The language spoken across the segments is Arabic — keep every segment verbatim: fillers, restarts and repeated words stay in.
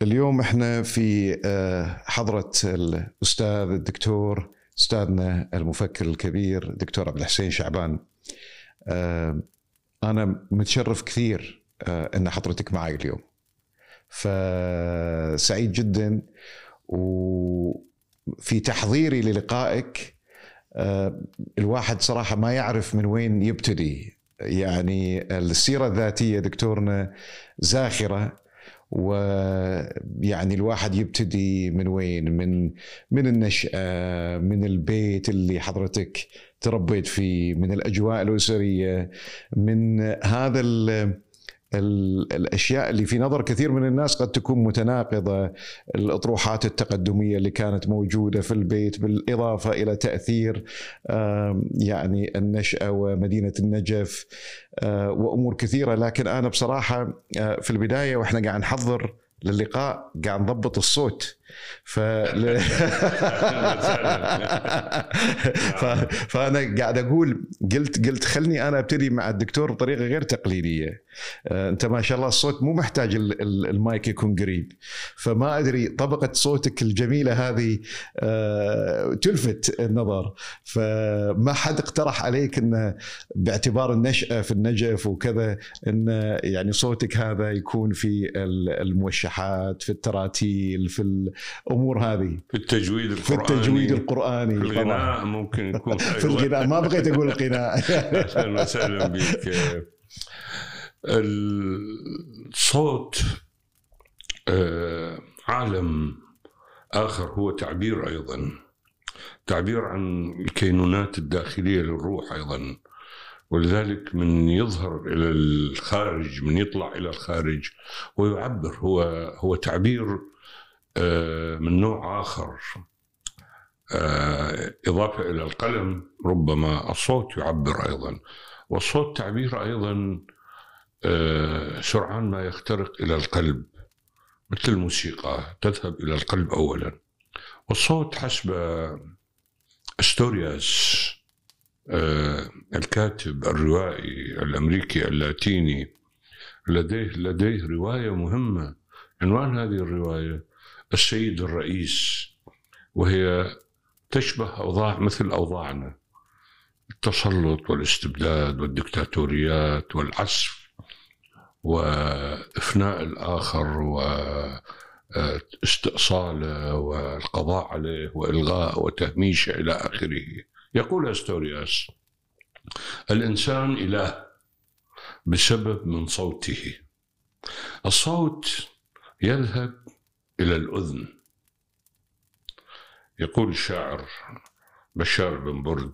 اليوم احنا في حضرة الأستاذ الدكتور أستاذنا المفكر الكبير دكتور عبد الحسين شعبان. أنا متشرف كثير أن حضرتك معي اليوم، فسعيد جدا. وفي تحضيري للقائك الواحد صراحة ما يعرف من وين يبتدي. يعني السيرة الذاتية دكتورنا زاخرة، ويعني الواحد يبتدي من وين؟ من من النشأة، من البيت اللي حضرتك تربيت فيه، من الأجواء الأسرية، من هذا ال الأشياء اللي في نظر كثير من الناس قد تكون متناقضة، الأطروحات التقدمية اللي كانت موجودة في البيت، بالإضافة إلى تأثير يعني النشأة ومدينة النجف وأمور كثيرة. لكن أنا بصراحة في البداية وإحنا قاعد نحضر للقاء قاعد نضبط الصوت، ف... ف... فأنا قاعد أقول قلت قلت خلني أنا أبتدي مع الدكتور بطريقة غير تقليدية. أنت ما شاء الله الصوت مو محتاج المايك يكون قريب، فما أدري طبقة صوتك الجميلة هذه تلفت النظر، فما حد اقترح عليك أن باعتبار النشأة في النجف وكذا أن يعني صوتك هذا يكون في الموشحات، في التراتيل، في الأمور هذه، في التجويد القرآني، في التجويد القرآني، في الغناء ممكن يكون في الغناء. ما بغيت أقول الغناء. أهلا وسهلا بك. الصوت عالم آخر، هو تعبير أيضا، تعبير عن الكينونات الداخلية للروح أيضا، ولذلك من يظهر إلى الخارج، من يطلع إلى الخارج ويعبر، هو هو تعبير من نوع آخر، إضافة إلى القلم ربما الصوت يعبر أيضا، والصوت تعبير أيضا سرعان ما يخترق إلى القلب، مثل الموسيقى تذهب إلى القلب أولا. والصوت حسب أستورياس الكاتب الروائي الأمريكي اللاتيني، لديه لديه رواية مهمة، عنوان هذه الرواية السيد الرئيس، وهي تشبه أوضاع مثل أوضاعنا، التسلط والاستبداد والدكتاتوريات والعسف وإفناء الآخر واستئصاله والقضاء عليه وإلغاء وتهميشه إلى آخره. يقول أستورياس: الإنسان إله بسبب من صوته. الصوت يذهب إلى الأذن. يقول الشاعر بشار بن برد: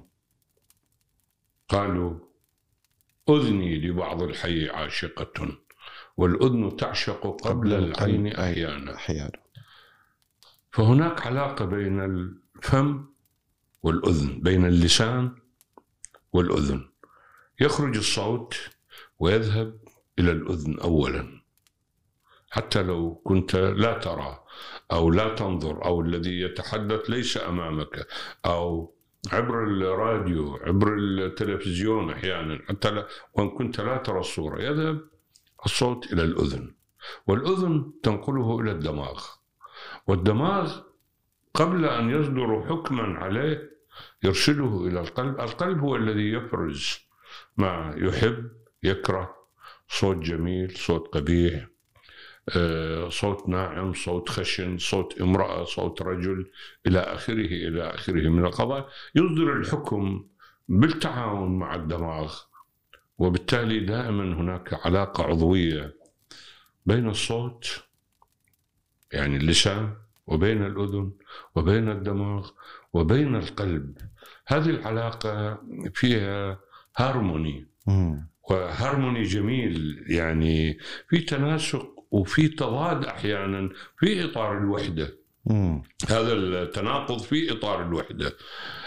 قالوا أذني لبعض الحي عاشقة، والأذن تعشق قبل العين أحيانا. فهناك علاقة بين الفم والأذن، بين اللسان والأذن. يخرج الصوت ويذهب إلى الأذن أولا، حتى لو كنت لا ترى أو لا تنظر، أو الذي يتحدث ليس أمامك، أو عبر الراديو، عبر التلفزيون أحيانا، حتى لا وإن كنت لا ترى الصورة، يذهب الصوت إلى الأذن، والأذن تنقله إلى الدماغ، والدماغ قبل أن يصدر حكما عليه يرسله إلى القلب. القلب هو الذي يفرز ما يحب يكره، صوت جميل، صوت قبيح، صوت ناعم، صوت خشن، صوت امرأة، صوت رجل، إلى آخره إلى آخره من القضايا. يصدر الحكم بالتعاون مع الدماغ، وبالتالي دائما هناك علاقة عضوية بين الصوت يعني اللسان، وبين الأذن، وبين الدماغ، وبين القلب. هذه العلاقة فيها هارموني، وهارموني جميل، يعني في تناسق وفي تضاد أحيانا في إطار الوحدة. مم. هذا التناقض في إطار الوحدة،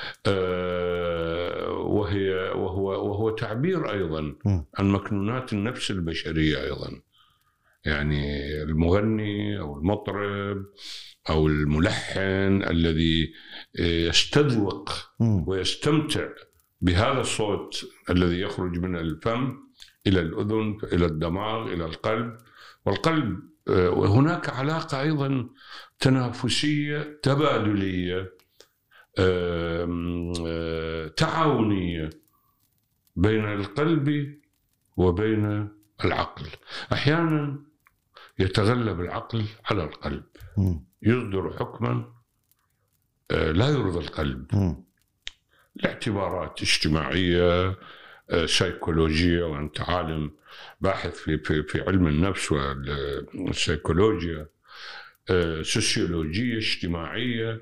آه وهي وهو وهو تعبير أيضا مم. عن مكنونات النفس البشرية أيضا. يعني المغني أو المطرب أو الملحن الذي يستذوق مم. ويستمتع بهذا الصوت الذي يخرج من الفم إلى الأذن، إلى الدماغ، إلى القلب. والقلب وهناك علاقة أيضا تنافسية تبادلية تعاونية بين القلب وبين العقل. أحيانا يتغلب العقل على القلب، يصدر حكما لا يرضي القلب لاعتبارات اجتماعية سيكولوجية، وأنت عالم باحث في في في علم النفس والسيكولوجيا، سوسيولوجية اجتماعية،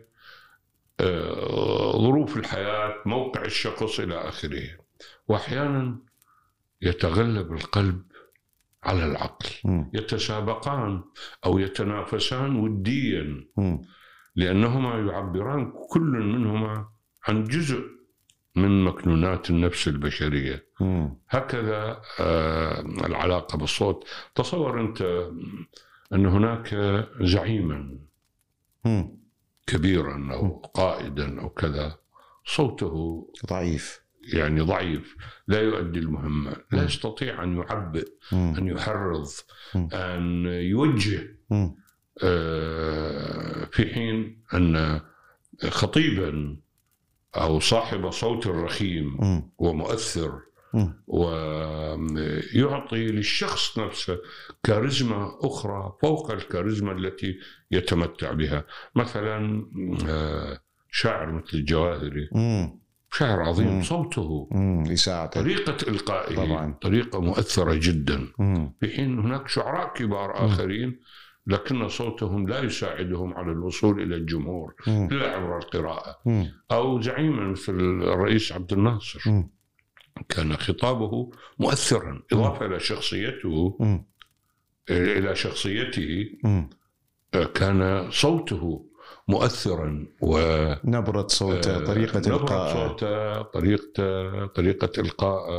ظروف الحياة، موقع الشخص إلى آخره. وأحيانا يتغلب القلب على العقل، يتسابقان أو يتنافسان وديا، لأنهما يعبران كل منهما عن جزء من مكنونات النفس البشرية. مم. هكذا آه العلاقة بالصوت. تصور أنت أن هناك زعيما مم. كبيرا أو مم. قائدا أو كذا، صوته ضعيف، يعني ضعيف، لا يؤدي المهمة، لا يستطيع أن يعبئ، مم. أن يحرض، مم. أن يوجه، آه في حين أن خطيبا أو صاحب صوت رخيم م. ومؤثر م. ويعطي للشخص نفسه كاريزما أخرى فوق الكاريزما التي يتمتع بها. مثلا شاعر مثل الجواهري، م. شاعر عظيم، م. صوته م. طريقة إلقائه طبعا. طريقة مؤثرة جدا، م. في حين هناك شعراء كبار م. آخرين لكن صوتهم لا يساعدهم على الوصول إلى الجمهور مم. إلا عبر القراءة. مم. أو زعيما مثل الرئيس عبد الناصر، مم. كان خطابه مؤثرا، إضافة مم. إلى شخصيته مم. إلى شخصيته مم. كان صوته مؤثرا، ونبرة صوته، طريقة إلقاء صوته، طريقة طريقة إلقاء،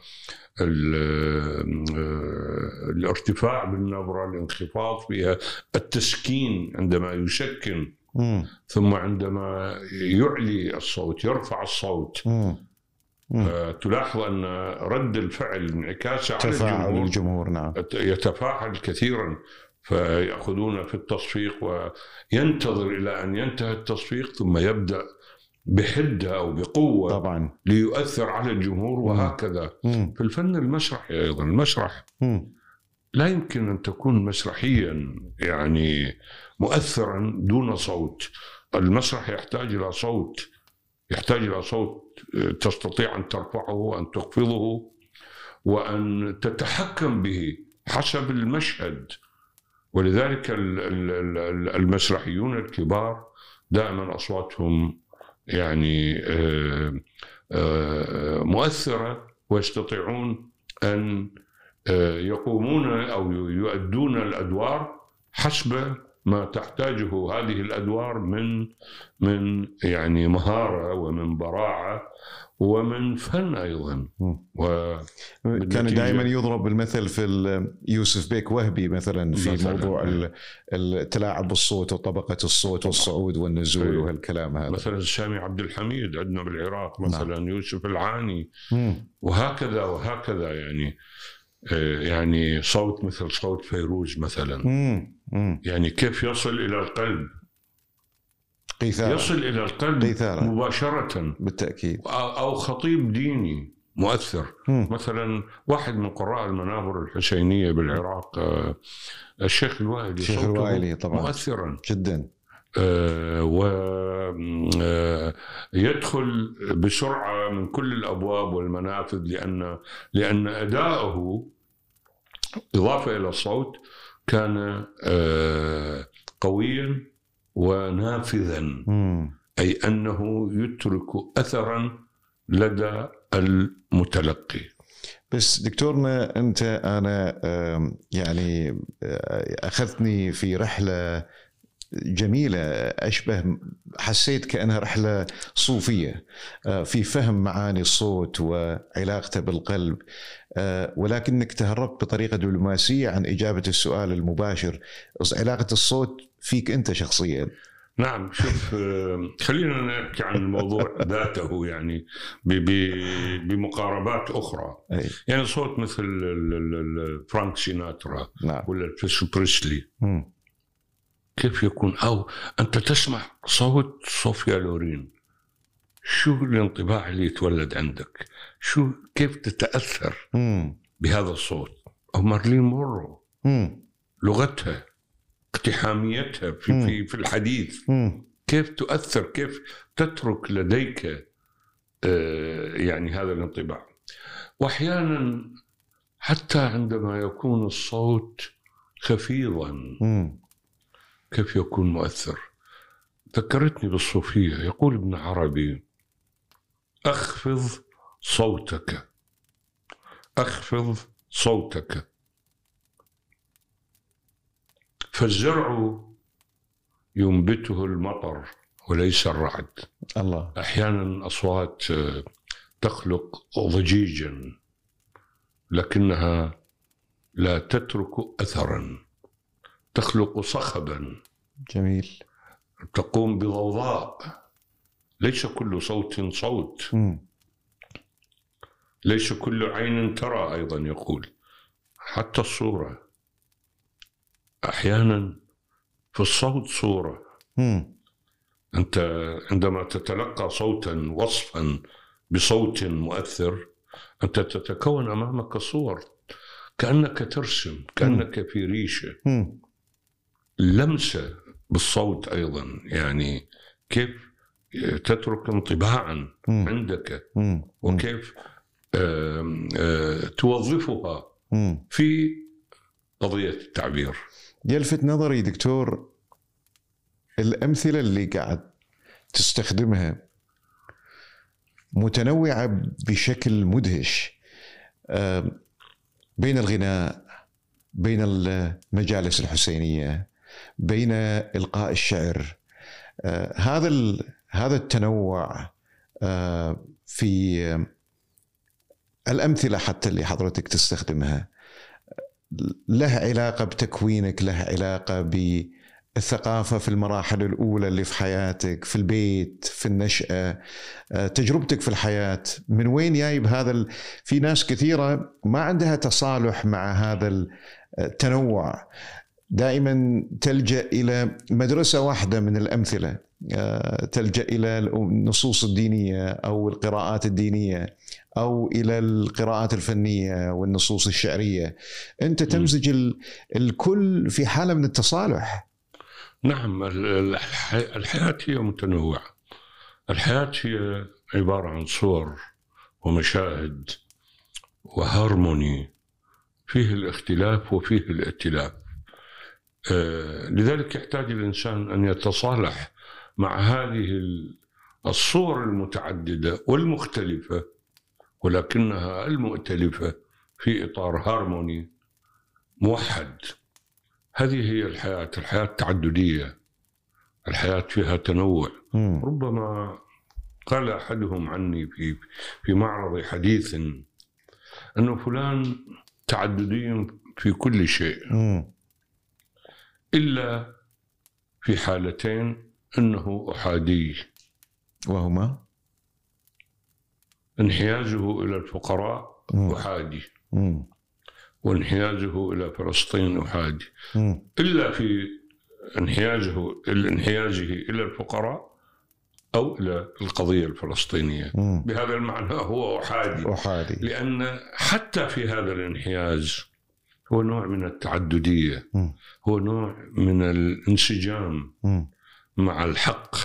الارتفاع بالنبرة، الانخفاض فيها، التسكين عندما يسكن، مم. ثم عندما يعلي الصوت يرفع الصوت. مم. مم. تلاحظ أن رد الفعل انعكاسه على الجمهور, الجمهور نعم. يتفاعل كثيرا، فيأخذون في التصفيق وينتظر إلى أن ينتهي التصفيق ثم يبدأ بحدة أو بقوة طبعا ليؤثر على الجمهور. وهكذا مم. في الفن المسرحي أيضا، المسرح مم. لا يمكن أن تكون مسرحيا يعني مؤثرا دون صوت. المسرح يحتاج إلى صوت، يحتاج إلى صوت تستطيع أن ترفعه وأن تخفضه وأن تتحكم به حسب المشهد. ولذلك المسرحيون الكبار دائما أصواتهم يعني مؤثرة، ويستطيعون أن يقومون أو يؤدون الأدوار حسب ما تحتاجه هذه الأدوار من من يعني مهارة ومن براعة ومن فن أيضا. كان دائما يضرب المثل في يوسف بيك وهبي مثلا في مثلاً موضوع التلاعب بالصوت وطبقة الصوت والصعود والنزول وهالكلام هذا. مثلا سامي عبد الحميد عندنا بالعراق مثلا، نعم. يوسف العاني، مم. وهكذا وهكذا يعني يعني صوت مثل صوت فيروز مثلا، مم. مم. يعني كيف يصل إلى القلب، قيثارة. يصل إلى القلب قيثارة. مباشرة بالتأكيد. أو خطيب ديني مؤثر، مم. مثلا واحد من قراء المنابر الحسينية بالعراق الشيخ الوائلي، الشيخ الوائلي طبعا مؤثرا جدا، آه ويدخل بسرعة من كل الأبواب والمنافذ، لأن لأن أداؤه إضافة إلى الصوت كان آه قويا ونافذا، مم. أي أنه يترك أثرا لدى المتلقي. بس دكتورنا أنت، أنا يعني أخذتني في رحلة جميلة، أشبه حسيت كأنها رحلة صوفية في فهم معاني الصوت وعلاقته بالقلب، ولكنك تهربت بطريقة دبلوماسية عن إجابة السؤال المباشر. علاقة الصوت فيك أنت شخصيا. نعم. شوف، خلينا نحكي عن الموضوع ذاته يعني بمقاربات أخرى. أي. يعني صوت مثل فرانك سيناترا، نعم. ولا إلفيس بريسلي، م. كيف يكون؟ أو أنت تسمع صوت صوفيا لورين، شو الانطباع اللي يتولد عندك؟ شو كيف تتأثر م. بهذا الصوت؟ أو مارلين مورو، م. لغتها، اقتحاميتها في م. في في الحديث، م. كيف تؤثر، كيف تترك لديك آه يعني هذا الانطباع. وأحيانا حتى عندما يكون الصوت خفيضا م. كيف يكون مؤثر. ذكرتني بالصوفية، يقول ابن عربي: أخفض صوتك، أخفض صوتك، فالزرع ينبته المطر وليس الرعد. الله. أحيانا أصوات تخلق ضجيجا لكنها لا تترك أثرا، تخلق صخبا. جميل. تقوم بضوضاء. ليس كل صوت صوت، م. ليس كل عين ترى، أيضا يقول. حتى الصورة أحيانا في الصوت صورة. م. أنت عندما تتلقى صوتا، وصفا بصوت مؤثر، أنت تتكون أمامك صور، كأنك ترسم، كأنك م. في ريشة. م. لمسة بالصوت أيضا، يعني كيف تترك انطباعا م. عندك، م. وكيف آآ آآ توظفها م. في قضية التعبير. يلفت نظري دكتور الأمثلة اللي قاعد تستخدمها متنوعة بشكل مدهش، بين الغناء، بين المجالس الحسينية، بين إلقاء الشعر. هذا هذا التنوع في الأمثلة حتى اللي حضرتك تستخدمها له علاقة بتكوينك، له علاقة بالثقافة في المراحل الأولى اللي في حياتك، في البيت، في النشأة، تجربتك في الحياة. من وين جايب هذا ال... في ناس كثيرة ما عندها تصالح مع هذا التنوع، دائما تلجأ إلى مدرسة واحدة من الأمثلة، تلجأ إلى النصوص الدينية أو القراءات الدينية أو إلى القراءات الفنية والنصوص الشعرية. أنت تمزج ال... الكل في حالة من التصالح. نعم. الحياة هي متنوعة. الحياة هي عبارة عن صور ومشاهد وهارموني، فيه الاختلاف وفيه الائتلاف. آه لذلك يحتاج الإنسان أن يتصالح مع هذه الصور المتعددة والمختلفة، ولكنها المؤتلفة في إطار هارموني موحد. هذه هي الحياة. الحياة تعددية، الحياة فيها تنوع. م. ربما قال أحدهم عني في في معرض حديث أنه فلان تعددي في كل شيء، م. إلا في حالتين أنه أحادي، وهما انحيازه إلى الفقراء م. أحادي، م. وانحيازه إلى فلسطين أحادي، م. إلا في انحيازه انحيازه إلى الفقراء أو إلى القضية الفلسطينية. م. بهذا المعنى هو أحادي. أحادي، لأن حتى في هذا الانحياز هو نوع من التعددية، م. هو نوع من الانسجام م. مع الحق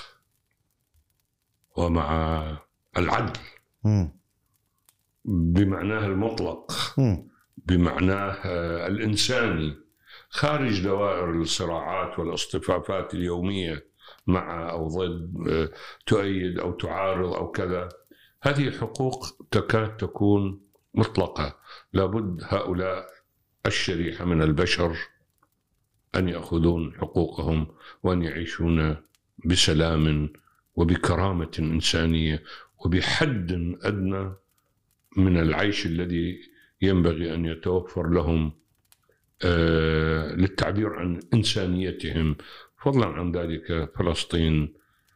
ومع العدل م. بمعناه المطلق، م. بمعناه الإنساني، خارج دوائر الصراعات والاصطفافات اليومية مع أو ضد، تؤيد أو تعارض أو كذا. هذه حقوق تكاد تكون مطلقة. لابد هؤلاء الشريحة من البشر أن يأخذون حقوقهم وأن يعيشون بسلام وبكرامة إنسانية وبحد أدنى من العيش الذي ينبغي أن يتوفر لهم آه للتعبير عن إنسانيتهم فضلا عن ذلك فلسطين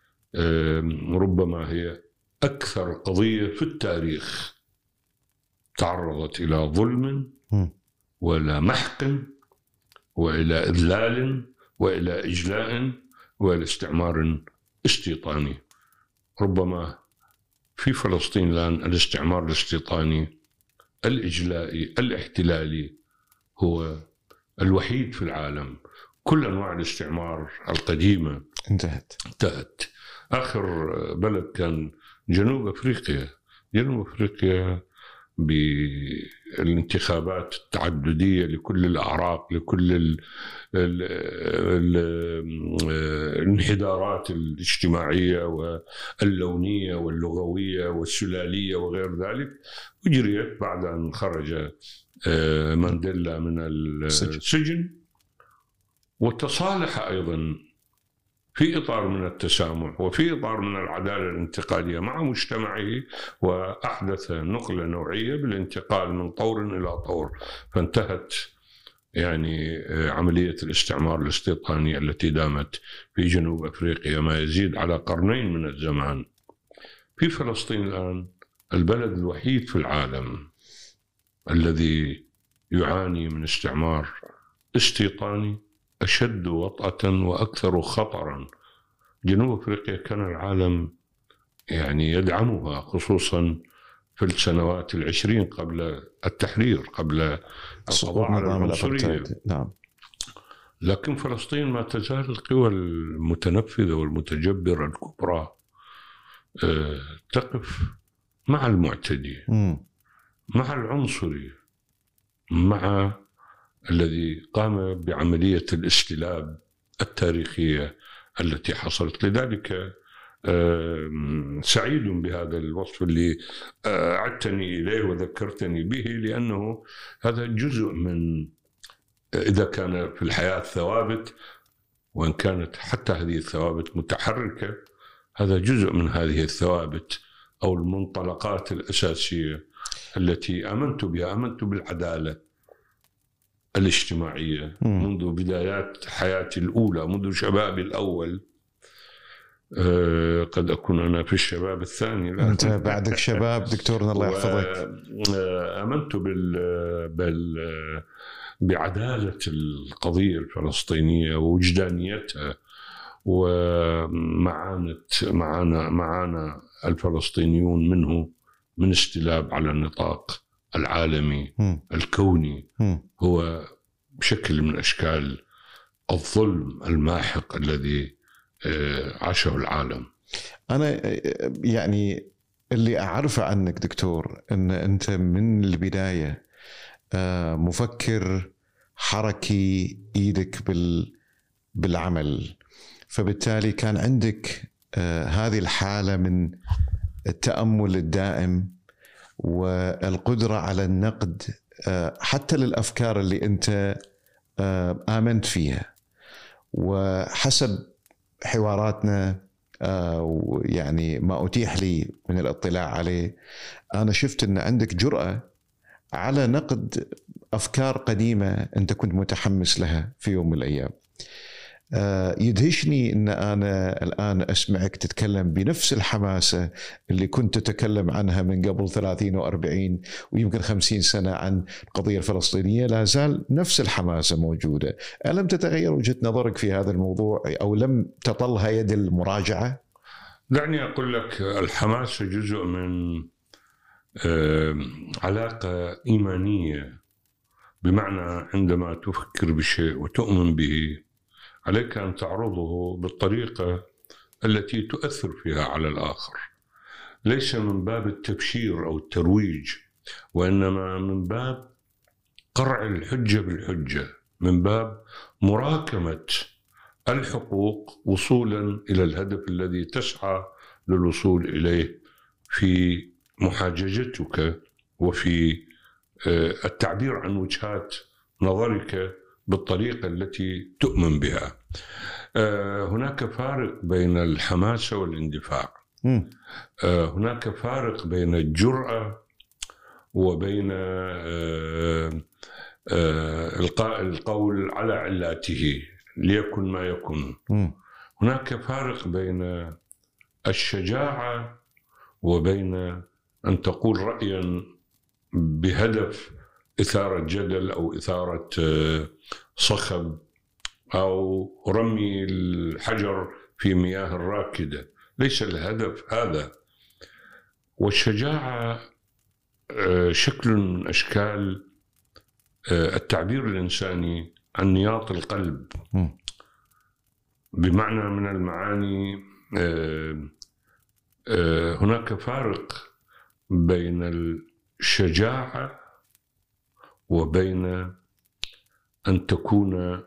ربما هي أكثر قضية في التاريخ تعرضت إلى ظلم وإلى محق وإلى إذلال وإلى إجلاء وإلى استعمار استيطاني. ربما في فلسطين الآن الاستعمار الاستيطاني الإجلائي الاحتلالي هو الوحيد في العالم. كل أنواع الاستعمار القديمة انتهت انتهت آخر بلد كان جنوب أفريقيا. جنوب أفريقيا بالانتخابات التعددية لكل الأعراق، لكل ال ال ال الانحدارات الاجتماعية واللونية واللغوية والسلالية وغير ذلك، وجريت بعد أن خرج مانديلا من السجن، وتصالح أيضا في إطار من التسامح وفي إطار من العدالة الانتقالية مع مجتمعه، وأحدث نقلة نوعية بالانتقال من طور إلى طور، فانتهت يعني عملية الاستعمار الاستيطاني التي دامت في جنوب أفريقيا ما يزيد على قرنين من الزمان. في فلسطين الآن البلد الوحيد في العالم الذي يعاني من استعمار استيطاني أشد وطأة وأكثر خطرا. جنوب أفريقيا كان العالم يعني يدعمها، خصوصا في السنوات العشرين قبل التحرير، قبل القضاء على العنصرية. نعم. لكن فلسطين ما تزال القوى المتنفذة والمتجبرة الكبرى تقف مع المعتدي، مع العنصري، مع الذي قام بعملية الاستلاب التاريخية التي حصلت. لذلك سعيد بهذا الوصف اللي أعدتني إليه وذكرتني به، لأنه هذا جزء من، إذا كان في الحياة ثوابت وإن كانت حتى هذه الثوابت متحركة، هذا جزء من هذه الثوابت أو المنطلقات الأساسية التي آمنت بها. آمنت بالعدالة الاجتماعية منذ بدايات حياتي الأولى، منذ شبابي الأول. أه قد أكون أنا في الشباب الثاني. لا. أنت بعدك شباب دكتورنا الله يحفظك. آمنت بال بال بعدالة القضية الفلسطينية ووجدانيتها، ومعانة معانا معانا الفلسطينيون منه من استلاب على النطاق العالمي م. الكوني م. هو بشكل من أشكال الظلم الماحق الذي عاشه العالم. أنا يعني اللي أعرفه عنك دكتور أن أنت من البداية مفكر حركي، إيدك بال بالعمل، فبالتالي كان عندك هذه الحالة من التأمل الدائم والقدرة على النقد حتى للأفكار اللي أنت آمنت فيها. وحسب حواراتنا ويعني ما أتيح لي من الاطلاع عليه، أنا شفت أن عندك جرأة على نقد أفكار قديمة أنت كنت متحمس لها في يوم من الأيام. يدهشني أن أنا الآن أسمعك تتكلم بنفس الحماسة اللي كنت تتكلم عنها من قبل ثلاثين وأربعين ويمكن خمسين سنة عن القضية الفلسطينية. لا زال نفس الحماسة موجودة. ألم تتغير وجهة نظرك في هذا الموضوع أو لم تطلها يد المراجعة؟ دعني أقول لك، الحماسة جزء من علاقة إيمانية، بمعنى عندما تفكر بشيء وتؤمن به عليك أن تعرضه بالطريقة التي تؤثر فيها على الآخر، ليس من باب التبشير أو الترويج، وإنما من باب قرع الحجة بالحجة، من باب مراكمة الحقوق وصولا إلى الهدف الذي تسعى للوصول إليه في محاججتك وفي التعبير عن وجهات نظرك بالطريقة التي تؤمن بها. هناك فارق بين الحماسة والاندفاع. هناك فارق بين الجرأة وبين إلقاء القول على علاته. ليكن ما يكون. م. هناك فارق بين الشجاعة وبين أن تقول رأيا بهدف إثارة جدل أو إثارة صخب أو رمي الحجر في مياه الراكدة. ليس الهدف هذا. والشجاعة شكل من أشكال التعبير الإنساني عن نياط القلب، بمعنى من المعاني. هناك فارق بين الشجاعة وبين أن تكون،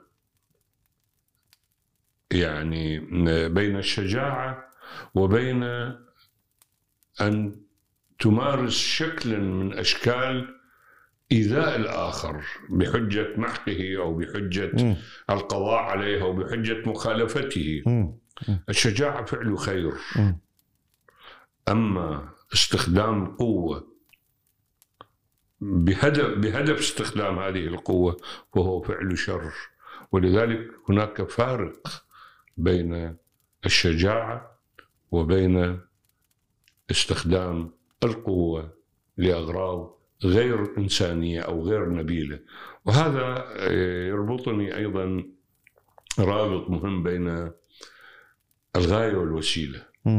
يعني بين الشجاعة وبين أن تمارس شكلا من أشكال إيذاء الآخر بحجة محقه أو بحجة م. القضاء عليه أو بحجة مخالفته. م. م. الشجاعة فعل خير. م. أما استخدام قوة بهدف, بهدف استخدام هذه القوة فهو فعل شر. ولذلك هناك فارق بين الشجاعة وبين استخدام القوة لأغراض غير إنسانية أو غير نبيلة. وهذا يربطني أيضا رابط مهم بين الغاية والوسيلة. م.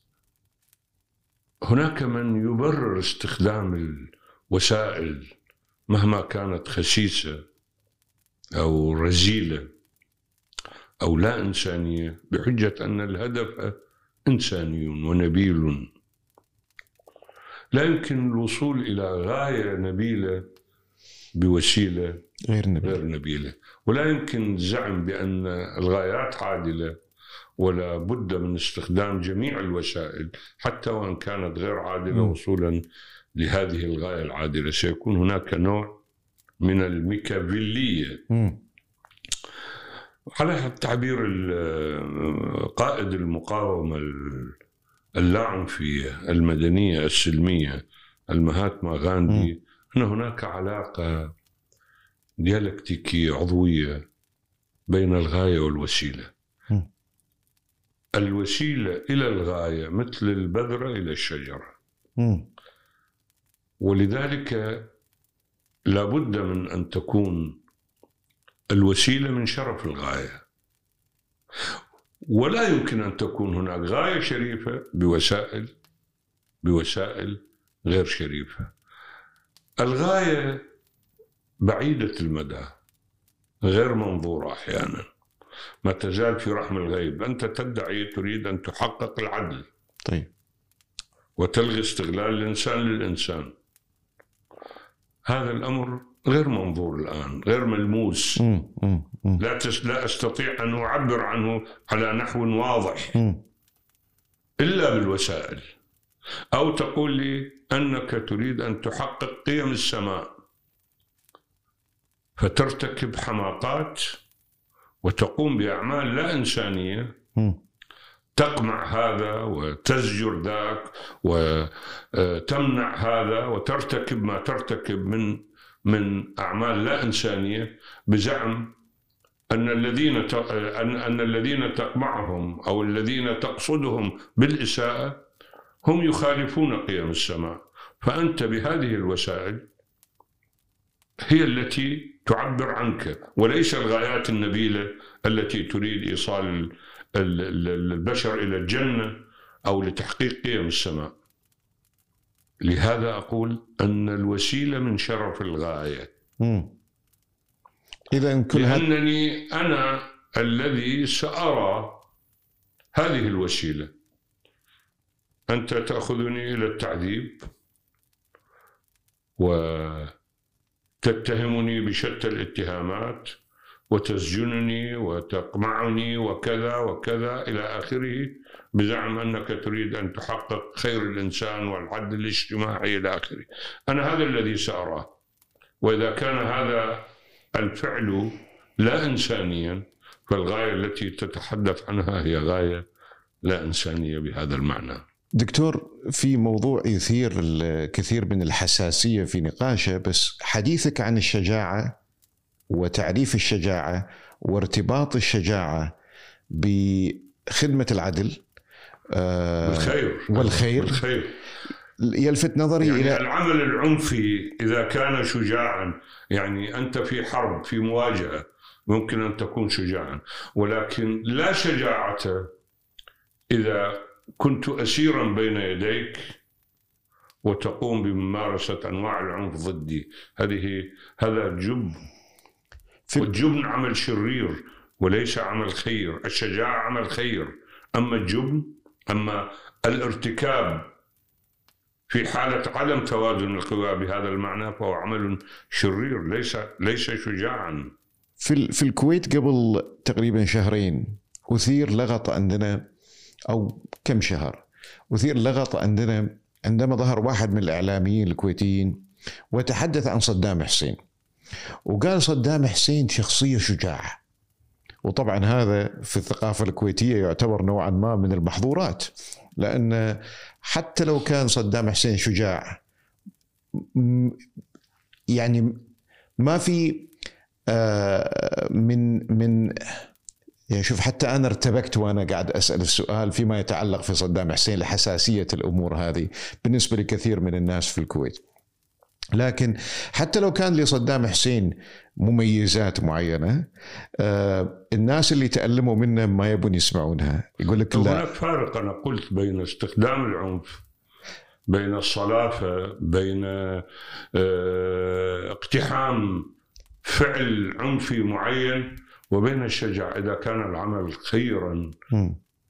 هناك من يبرر استخدام الوسائل مهما كانت خسيسة أو رزيلة أو لا إنسانية بحجة أن الهدف إنساني ونبيل. لا يمكن الوصول إلى غاية نبيلة بوسيلة غير نبيلة. غير نبيلة. ولا يمكن الزعم بأن الغايات عادلة، ولا بد من استخدام جميع الوسائل حتى وإن كانت غير عادلة م. وصولا لهذه الغاية العادلة. سيكون هناك نوع من الميكافيلية. م. على التعبير قائد المقاومة اللاعن في المدنية السلمية المهاتما غاندي م. أن هناك علاقة ديالكتيكية عضوية بين الغاية والوسيلة. م. الوسيلة إلى الغاية مثل البذرة إلى الشجرة. م. ولذلك لا بد من أن تكون الوسيلة من شرف الغاية، ولا يمكن أن تكون هناك غاية شريفة بوسائل بوسائل غير شريفة. الغاية بعيدة المدى غير منظورة أحيانا، ما تزال في رحم الغيب. أنت تدعي تريد أن تحقق العدل، طيب، وتلغي استغلال الإنسان للإنسان. هذا الأمر غير منظور الآن، غير ملموس. م- م- م. لا تس... لا أستطيع أن أعبر عنه على نحو واضح م. إلا بالوسائل. أو تقول لي أنك تريد أن تحقق قيم السماء فترتكب حماقات وتقوم بأعمال لا إنسانية م. تقمع هذا وتزجر ذاك وتمنع هذا وترتكب ما ترتكب من من أعمال لا إنسانية بزعم أن الذين أن أن الذين تقمعهم أو الذين تقصدهم بالإساءة هم يخالفون قيم السماء. فأنت بهذه الوسائل هي التي تعبر عنك، وليس الغايات النبيلة التي تريد إيصال البشر إلى الجنة أو لتحقيق قيم السماء. لهذا أقول أن الوسيلة من شرف الغاية. إذا كل لأنني أنا الذي سأرى هذه الوسيلة. أنت تأخذني إلى التعذيب وتتهمني بشتى الاتهامات وتسجنني وتقمعني وكذا وكذا إلى آخره بزعم أنك تريد أن تحقق خير الإنسان والعدل الاجتماعي إلى آخره. أنا هذا الذي سأراه. وإذا كان هذا الفعل لا إنسانيا فالغاية التي تتحدث عنها هي غاية لا إنسانية بهذا المعنى. دكتور، في موضوع يثير الكثير من الحساسية في نقاشه، بس حديثك عن الشجاعة وتعريف الشجاعة وارتباط الشجاعة بخدمة العدل والخير والخير, والخير. يلفت نظري يعني إلى العمل العنفي إذا كان شجاعا، يعني أنت في حرب في مواجهة ممكن أن تكون شجاعا، ولكن لا شجاعة إذا كنت أسيرا بين يديك وتقوم بممارسة أنواع العنف ضدي. هذه هذا جبن، والجبن عمل شرير وليس عمل خير. الشجاعة عمل خير، أما الجبن أما الارتكاب في حالة عدم توازن القوى بهذا المعنى فهو عمل شرير ليس ليس شجاعا. في في الكويت قبل تقريبا شهرين أثير لغط عندنا، أو كم شهر أثير لغط عندنا عندما ظهر واحد من الإعلاميين الكويتيين وتحدث عن صدام حسين، وقال صدام حسين شخصية شجاعة. وطبعا هذا في الثقافة الكويتية يعتبر نوعا ما من المحظورات، لأن حتى لو كان صدام حسين شجاع يعني ما في من من يعني شوف، حتى أنا ارتبكت وأنا قاعد أسأل السؤال فيما يتعلق في صدام حسين لحساسية الأمور هذه بالنسبة لكثير من الناس في الكويت. لكن حتى لو كان لصدام حسين مميزات معينة، آه الناس اللي تألموا منه ما يبون يسمعونها، يقول لك لا. هناك فارق أنا قلت بين استخدام العنف، بين الصلافة، بين آه اقتحام فعل عنفي معين، وبين الشجاعة. إذا كان العمل خيرا م.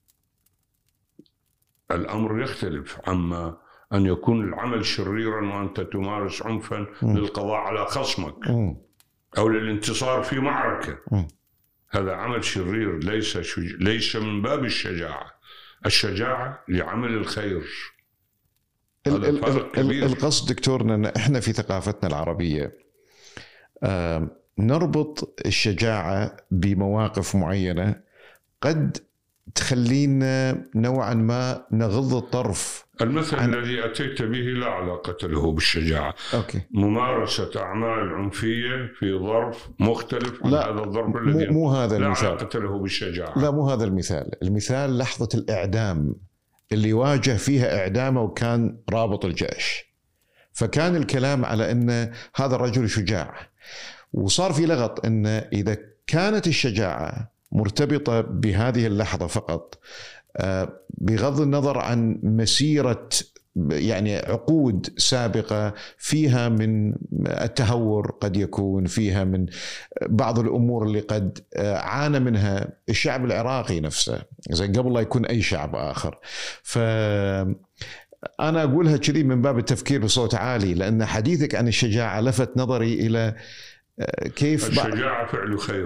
الأمر يختلف عما أن يكون العمل شريرا وأنت تمارس عنفا م. للقضاء على خصمك م. أو للانتصار في معركة. م. هذا عمل شرير، ليس شج... ليس من باب الشجاعة. الشجاعة لعمل الخير. هذا ال... فرق كبير. القصد دكتورنا أن إحنا في ثقافتنا العربية آه نربط الشجاعة بمواقف معينة قد تخلينا نوعا ما نغض الطرف. المثل عن... الذي أتيت به لا علاقة له بالشجاعة. أوكي. ممارسة أعمال عنفية في ظرف مختلف عن لا هذا الظرف الذي مو هذا لا المثال. علاقة له بالشجاعة. لا مو هذا المثال. المثال لحظة الإعدام اللي واجه فيها إعدامه وكان رابط الجيش، فكان الكلام على أن هذا الرجل شجاع، وصار في لغط أن إذا كانت الشجاعة مرتبطة بهذه اللحظة فقط بغض النظر عن مسيرة يعني عقود سابقة فيها من التهور، قد يكون فيها من بعض الأمور اللي قد عانى منها الشعب العراقي نفسه زي قبل لا يكون أي شعب آخر. فأنا أقولها كذي من باب التفكير بصوت عالي، لأن حديثك عن الشجاعة لفت نظري إلى كيف الشجاعة فعل خير.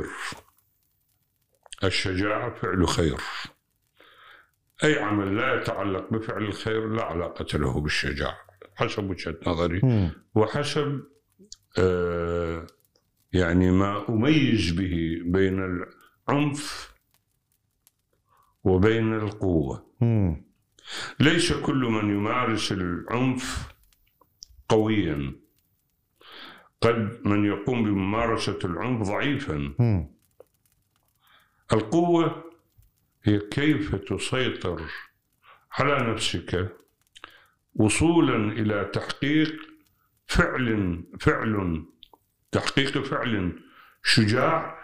الشجاعة فعل خير. أي عمل لا يتعلق بفعل الخير لا علاقة له بالشجاعة حسب وجهة نظري م. وحسب آه يعني ما أميز به بين العنف وبين القوة. م. ليس كل من يمارس العنف قويا، قد من يقوم بممارسة العنف ضعيفا. م. القوة هي كيف تسيطر على نفسك وصولا إلى تحقيق فعل فعل تحقيق فعل شجاع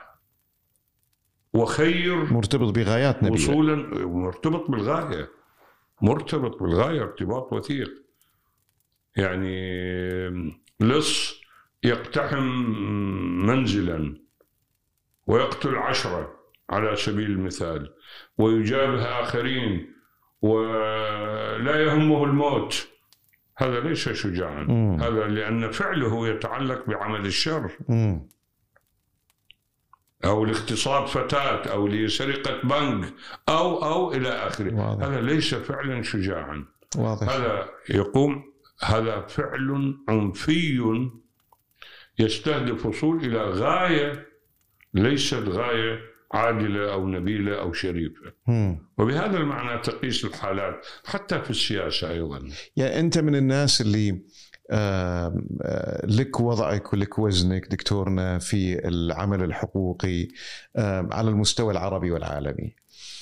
وخير مرتبط بغايات نبيلة، وصولا مرتبط بالغاية مرتبط بالغاية ارتباط وثيق. يعني لص يقتحم منزلا ويقتل عشرة على سبيل المثال ويجابه آخرين ولا يهمه الموت، هذا ليس شجاعا. مم. هذا لأن فعله يتعلق بعمل الشر. مم. أو لاغتصاب فتاة أو لسرقة بنك أو أو إلى آخره. واضح. هذا ليس فعلا شجاعا. واضح. هذا يقوم هذا فعل عنفي يستهدف وصول إلى غاية ليست غاية عادلة أو نبيلة أو شريفة. مم. وبهذا المعنى تقيس الحالات حتى في السياسة أيضا. يعني أنت من الناس اللي لك وضعك ولك وزنك دكتورنا في العمل الحقوقي على المستوى العربي والعالمي،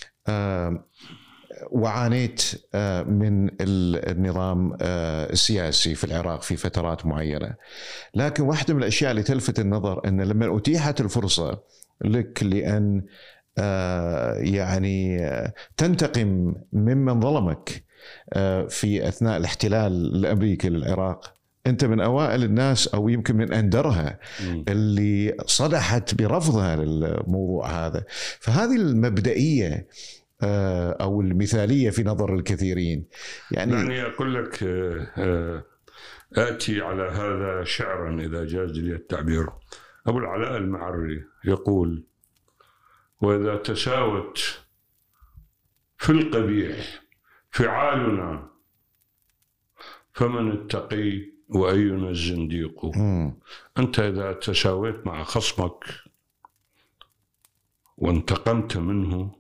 وعانيت من النظام السياسي في العراق في فترات معينة. لكن واحدة من الأشياء اللي تلفت النظر أن لما أتيحت الفرصة لك لأن يعني تنتقم ممن ظلمك في أثناء الاحتلال الأمريكي للعراق، أنت من أوائل الناس أو يمكن من أندرها اللي صدحت برفضها للموضوع هذا. فهذه المبدئية أو المثالية في نظر الكثيرين. يعني يعني أقول لك آتي على هذا شعرا إذا جاز لي التعبير. أبو العلاء المعري يقول: وإذا تساوت في القبيح فعالنا فمن التقي وأينا الزنديق. م. أنت إذا تساويت مع خصمك وانتقمت منه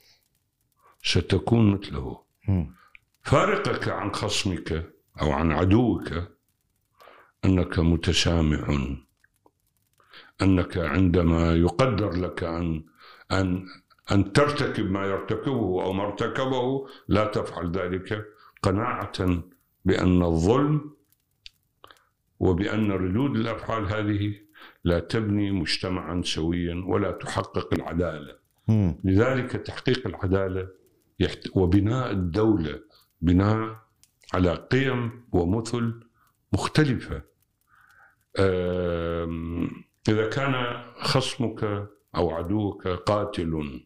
ستكون مثله. م. فارقك عن خصمك أو عن عدوك أنك متسامح، أنك عندما يقدر لك أن أن أن ترتكب ما يرتكبه أو ما ارتكبه لا تفعل ذلك قناعة بأن الظلم وبأن ردود الأفعال هذه لا تبني مجتمعا سويا ولا تحقق العدالة. م. لذلك تحقيق العدالة يحت... وبناء الدولة بناء على قيم ومثل مختلفة. أم... إذا كان خصمك أو عدوك قاتل،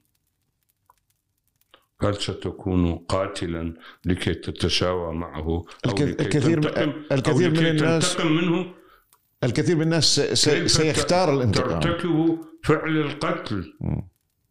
هل ستكون قاتلا لكي تتساوى معه أو الكثير تنتقم الكثير أو لكي من الناس تنتقم منه؟ الكثير من الناس سي سيختار الانتقام، ترتكب فعل القتل م.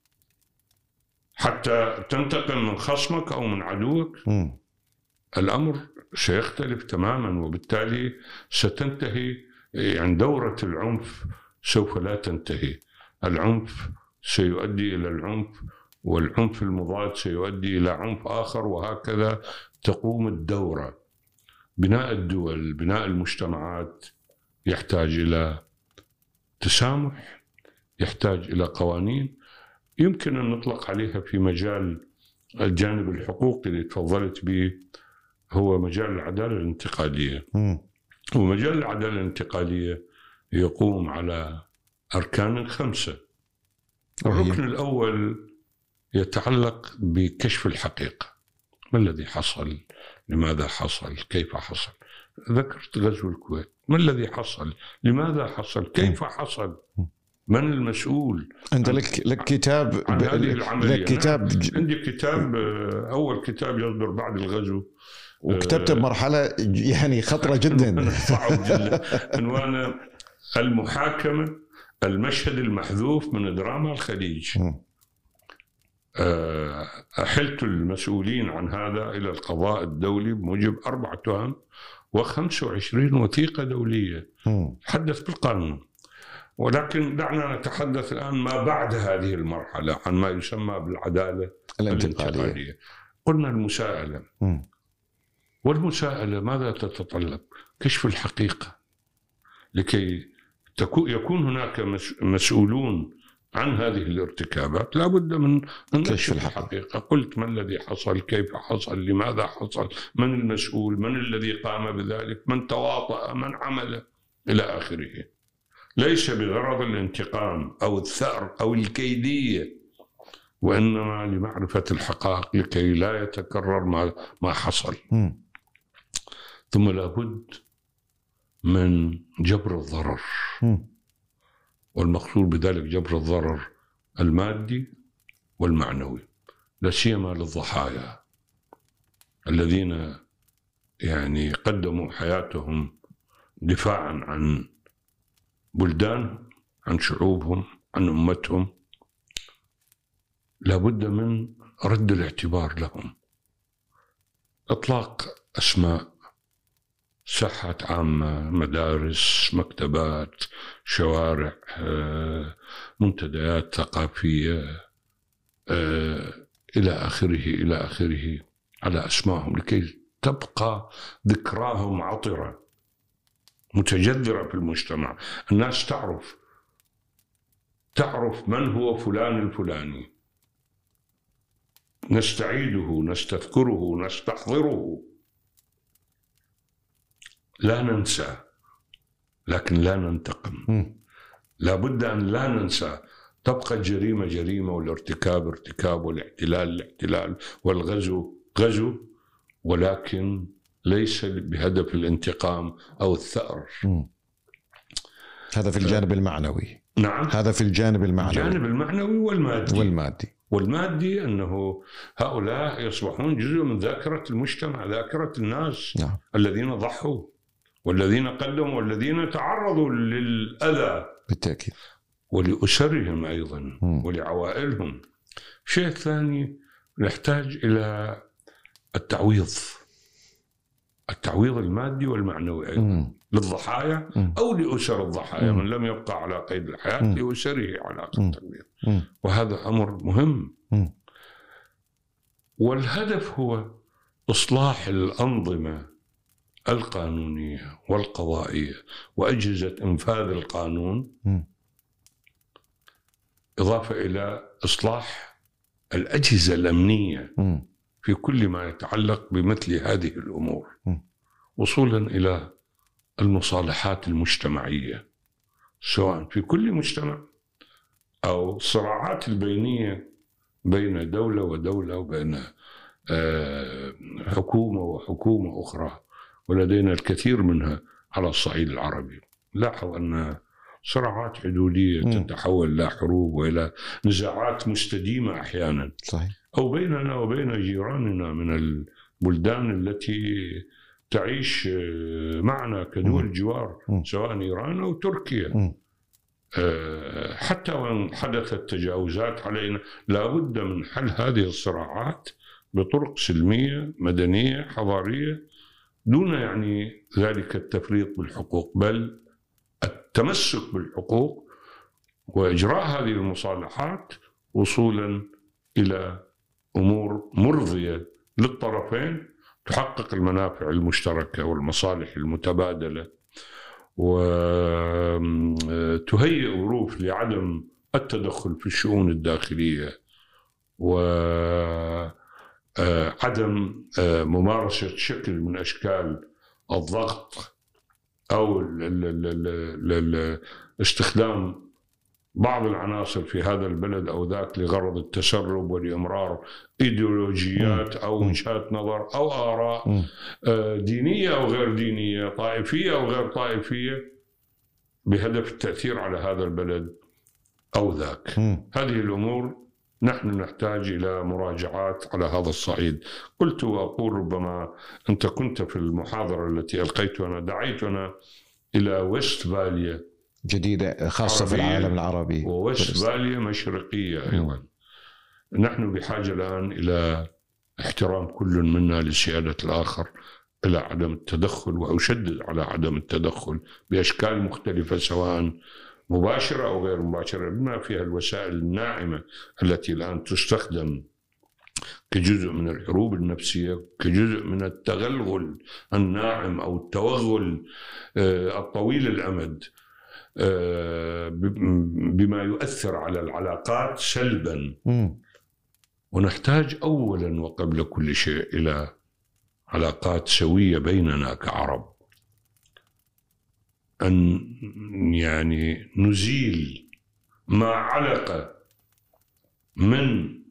حتى تنتقم من خصمك أو من عدوك. م. الأمر سيختلف تماما، وبالتالي ستنتهي يعني دورة العنف سوف لا تنتهي. العنف سيؤدي إلى العنف، والعنف المضاد سيؤدي إلى عنف آخر، وهكذا تقوم الدورة. بناء الدول، بناء المجتمعات يحتاج إلى تسامح، يحتاج إلى قوانين يمكن أن نطلق عليها في مجال الجانب الحقوقي اللي تفضلت به، هو مجال العدالة الانتقالية. م. ومجال العدالة الانتقالية يقوم على أركان خمسة. الركن الأول يتعلق بكشف الحقيقة. ما الذي حصل؟ لماذا حصل؟ كيف حصل؟ ذكرت غزو الكويت. ما الذي حصل؟ لماذا حصل؟ كيف حصل؟ من المسؤول؟ أنت لك لك كتاب عن هذه العملية. لك كتاب ج... عندي كتاب، أول كتاب يصدر بعد الغزو، وكتبت بمرحلة يعني خطرة جدا صعب جدا، عنوانه المحاكمة، المشهد المحذوف من دراما الخليج. أحلت المسؤولين عن هذا إلى القضاء الدولي بموجب أربع تهم وخمسة وعشرين وثيقة دولية حدث بالقانون. ولكن دعنا نتحدث الآن ما بعد هذه المرحلة عن ما يسمى بالعدالة الانتقالية. قلنا المساءلة، م. والمساءلة ماذا تتطلب؟ كشف الحقيقة. لكي يكون هناك مسؤولون عن هذه الارتكابات لابد من كشف الحقيقة. قلت ما الذي حصل؟ كيف حصل؟ لماذا حصل؟ من المسؤول؟ من الذي قام بذلك؟ من تواطأ؟ من عمل؟ إلى آخره. ليس بغرض الانتقام أو الثأر أو الكيدية، وإنما لمعرفة الحقائق لكي لا يتكرر ما ما حصل. م. ثم لابد من جبر الضرر، م. والمقصود بذلك جبر الضرر المادي والمعنوي، لا سيما للضحايا الذين يعني قدموا حياتهم دفاعا عن بلدانهم، عن شعوبهم، عن أمتهم. لابد من رد الاعتبار لهم، إطلاق أسماء، صحة عامة، مدارس، مكتبات، شوارع، منتديات ثقافية، إلى آخره إلى آخره على أسمائهم، لكي تبقى ذكراهم عطرة متجذرة في المجتمع. الناس تعرف تعرف من هو فلان الفلاني، نستعيده، نستذكره، نستحضره، لا ننسى لكن لا ننتقم. لا بد أن لا ننسى. تبقى الجريمة جريمة، والارتكاب ارتكاب، والاحتلال الاحتلال، والغزو غزو، ولكن ليس بهدف الانتقام أو الثأر. م. هذا في الجانب المعنوي. نعم، هذا في الجانب المعنوي، الجانب المعنوي والمادي. والمادي والمادي أنه هؤلاء يصبحون جزء من ذاكرة المجتمع، ذاكرة الناس. نعم. الذين ضحوا والذين قدموا والذين تعرضوا للأذى بالتأكيد، ولأسرهم أيضا م. ولعوائلهم. شيء ثاني، نحتاج إلى التعويض، التعويض المادي والمعنوي أيضا م. للضحايا م. أو لأسر الضحايا. م. من لم يبقى على قيد الحياة م. لأسره علاقة التعويض، وهذا أمر مهم. م. والهدف هو إصلاح الأنظمة القانونية والقضائية وأجهزة إنفاذ القانون، م. إضافة إلى إصلاح الأجهزة الأمنية م. في كل ما يتعلق بمثل هذه الأمور، م. وصولا إلى المصالحات المجتمعية، سواء في كل مجتمع أو الصراعات البينية بين دولة ودولة، وبين حكومة وحكومة أخرى، ولدينا الكثير منها على الصعيد العربي. لاحظ أن صراعات حدودية م. تتحول إلى حروب وإلى نزاعات مستديمة أحيانا. صحيح. أو بيننا وبين جيراننا من البلدان التي تعيش معنا كدول م. جوار، م. سواء إيران أو تركيا. م. حتى وإن حدثت تجاوزات علينا، لا بد من حل هذه الصراعات بطرق سلمية مدنية حضارية، دون يعني ذلك التفريط بالحقوق، بل التمسك بالحقوق وإجراء هذه المصالحات وصولا إلى أمور مرضية للطرفين تحقق المنافع المشتركة والمصالح المتبادلة، وتهيئ ظروف لعدم التدخل في الشؤون الداخلية، وعدم ممارسة شكل من أشكال الضغط أو استخدام بعض العناصر في هذا البلد أو ذاك لغرض التسرب ولإمرار إيديولوجيات أو وجهات نظر أو آراء دينية أو غير دينية، طائفية أو غير طائفية، بهدف التأثير على هذا البلد أو ذاك. هذه الأمور نحن نحتاج إلى مراجعات على هذا الصعيد. قلت وأقول، ربما أنت كنت في المحاضرة التي ألقيتها، أنا دعيتنا إلى ويستفاليا جديدة خاصة في العالم العربي، وويستفاليا مشرقية أيضا. نحن بحاجة الآن إلى احترام كل منا لسيادة الآخر، إلى عدم التدخل، وأشدد على عدم التدخل بأشكال مختلفة، سواء مباشرة أو غير مباشرة، بما فيها الوسائل الناعمة التي الآن تستخدم كجزء من الحروب النفسية، كجزء من التغلغل الناعم أو التوغل الطويل الأمد بما يؤثر على العلاقات سلبا. ونحتاج أولا وقبل كل شيء إلى علاقات سوية بيننا كعرب، أن يعني نزيل ما علق من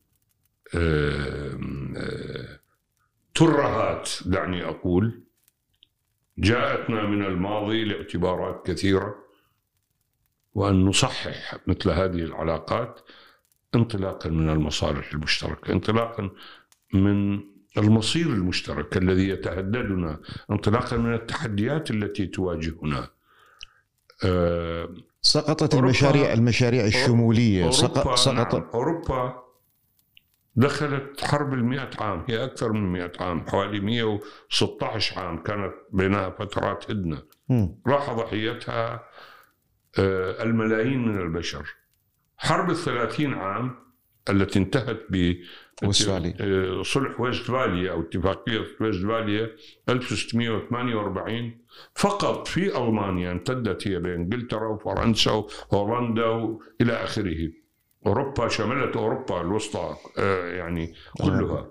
ترهات، دعني أقول، جاءتنا من الماضي لاعتبارات كثيرة، وأن نصحح مثل هذه العلاقات انطلاقا من المصالح المشتركة، انطلاقا من المصير المشترك الذي يتهددنا، انطلاقا من التحديات التي تواجهنا. أه سقطت المشاريع المشاريع الشمولية. أوروبا, سقط نعم أوروبا دخلت حرب المئة عام، هي أكثر من مئة عام، حوالي مئة وستة عشر عام كانت بينها فترات هدنة، راح ضحيتها الملايين من البشر. حرب الثلاثين عام التي انتهت ب وستفاليا. صلح وستفاليا أو اتفاقية وستفاليا ألف وستمئة وثمانية وأربعين، فقط في ألمانيا امتدت هي لإنجلترا وفرنسا وهولندا وإلى آخره. أوروبا شملت أوروبا الوسطى يعني كلها.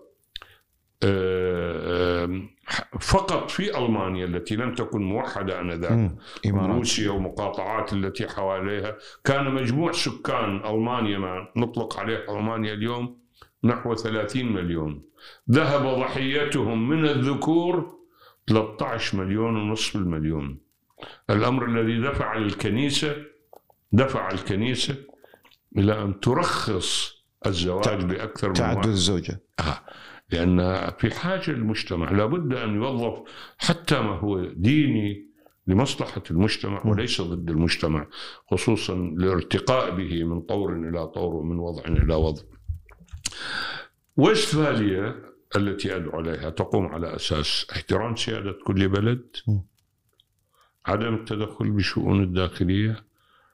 فقط في ألمانيا التي لم تكن موحدة آنذاك، روسيا ومقاطعات التي حواليها، كان مجموع سكان ألمانيا ما نطلق عليه ألمانيا اليوم نحو ثلاثين مليون. ذهب ضحيتهم من الذكور ثلاثة عشر مليون ونصف المليون. الأمر الذي دفع الكنيسة دفع الكنيسة إلى أن ترخص الزواج بأكثر من تعدد الزوجة. آه. لأن في حاجة المجتمع لابد أن يوظف حتى ما هو ديني لمصلحة المجتمع وليس ضد المجتمع، خصوصا لارتقاء به من طور إلى طور ومن وضع إلى وضع. وستفاليا التي أدعو عليها تقوم على أساس احترام سيادة كل بلد، عدم التدخل بشؤون الداخلية،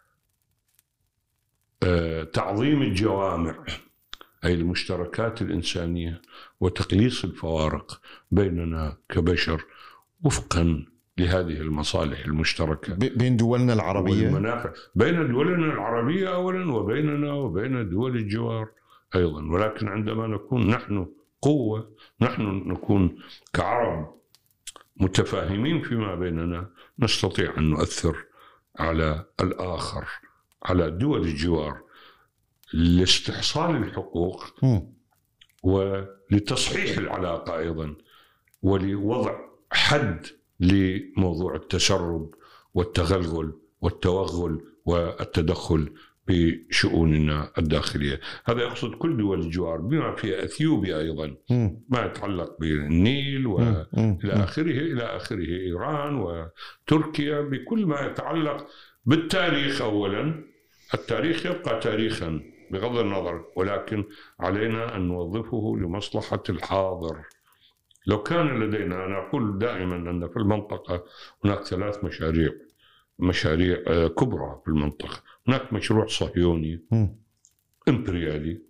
تعظيم الجوامع أي المشتركات الإنسانية، وتقليص الفوارق بيننا كبشر وفقا لهذه المصالح المشتركة بين دولنا العربية والمنافع، بين دولنا العربية أولا وبيننا وبين دول الجوار أيضا. ولكن عندما نكون نحن قوة، نحن نكون كعرب متفاهمين فيما بيننا، نستطيع أن نؤثر على الآخر، على دول الجوار، لاستحصال الحقوق م. ولتصحيح العلاقة أيضا، ولوضع حد لموضوع التسرب والتغلغل والتوغل والتدخل بشؤوننا الداخلية. هذا يقصد كل دول الجوار بما فيها أثيوبيا أيضا، م. ما يتعلق بالنيل وإلى آخره إلى آخره، إيران وتركيا، بكل ما يتعلق بالتاريخ. أولا التاريخ يبقى تاريخا بغض النظر، ولكن علينا أن نوظفه لمصلحة الحاضر. لو كان لدينا، أنا أقول دائما أن في المنطقة هناك ثلاث مشاريع مشاريع كبرى في المنطقة. هناك مشروع صهيوني إمبريالي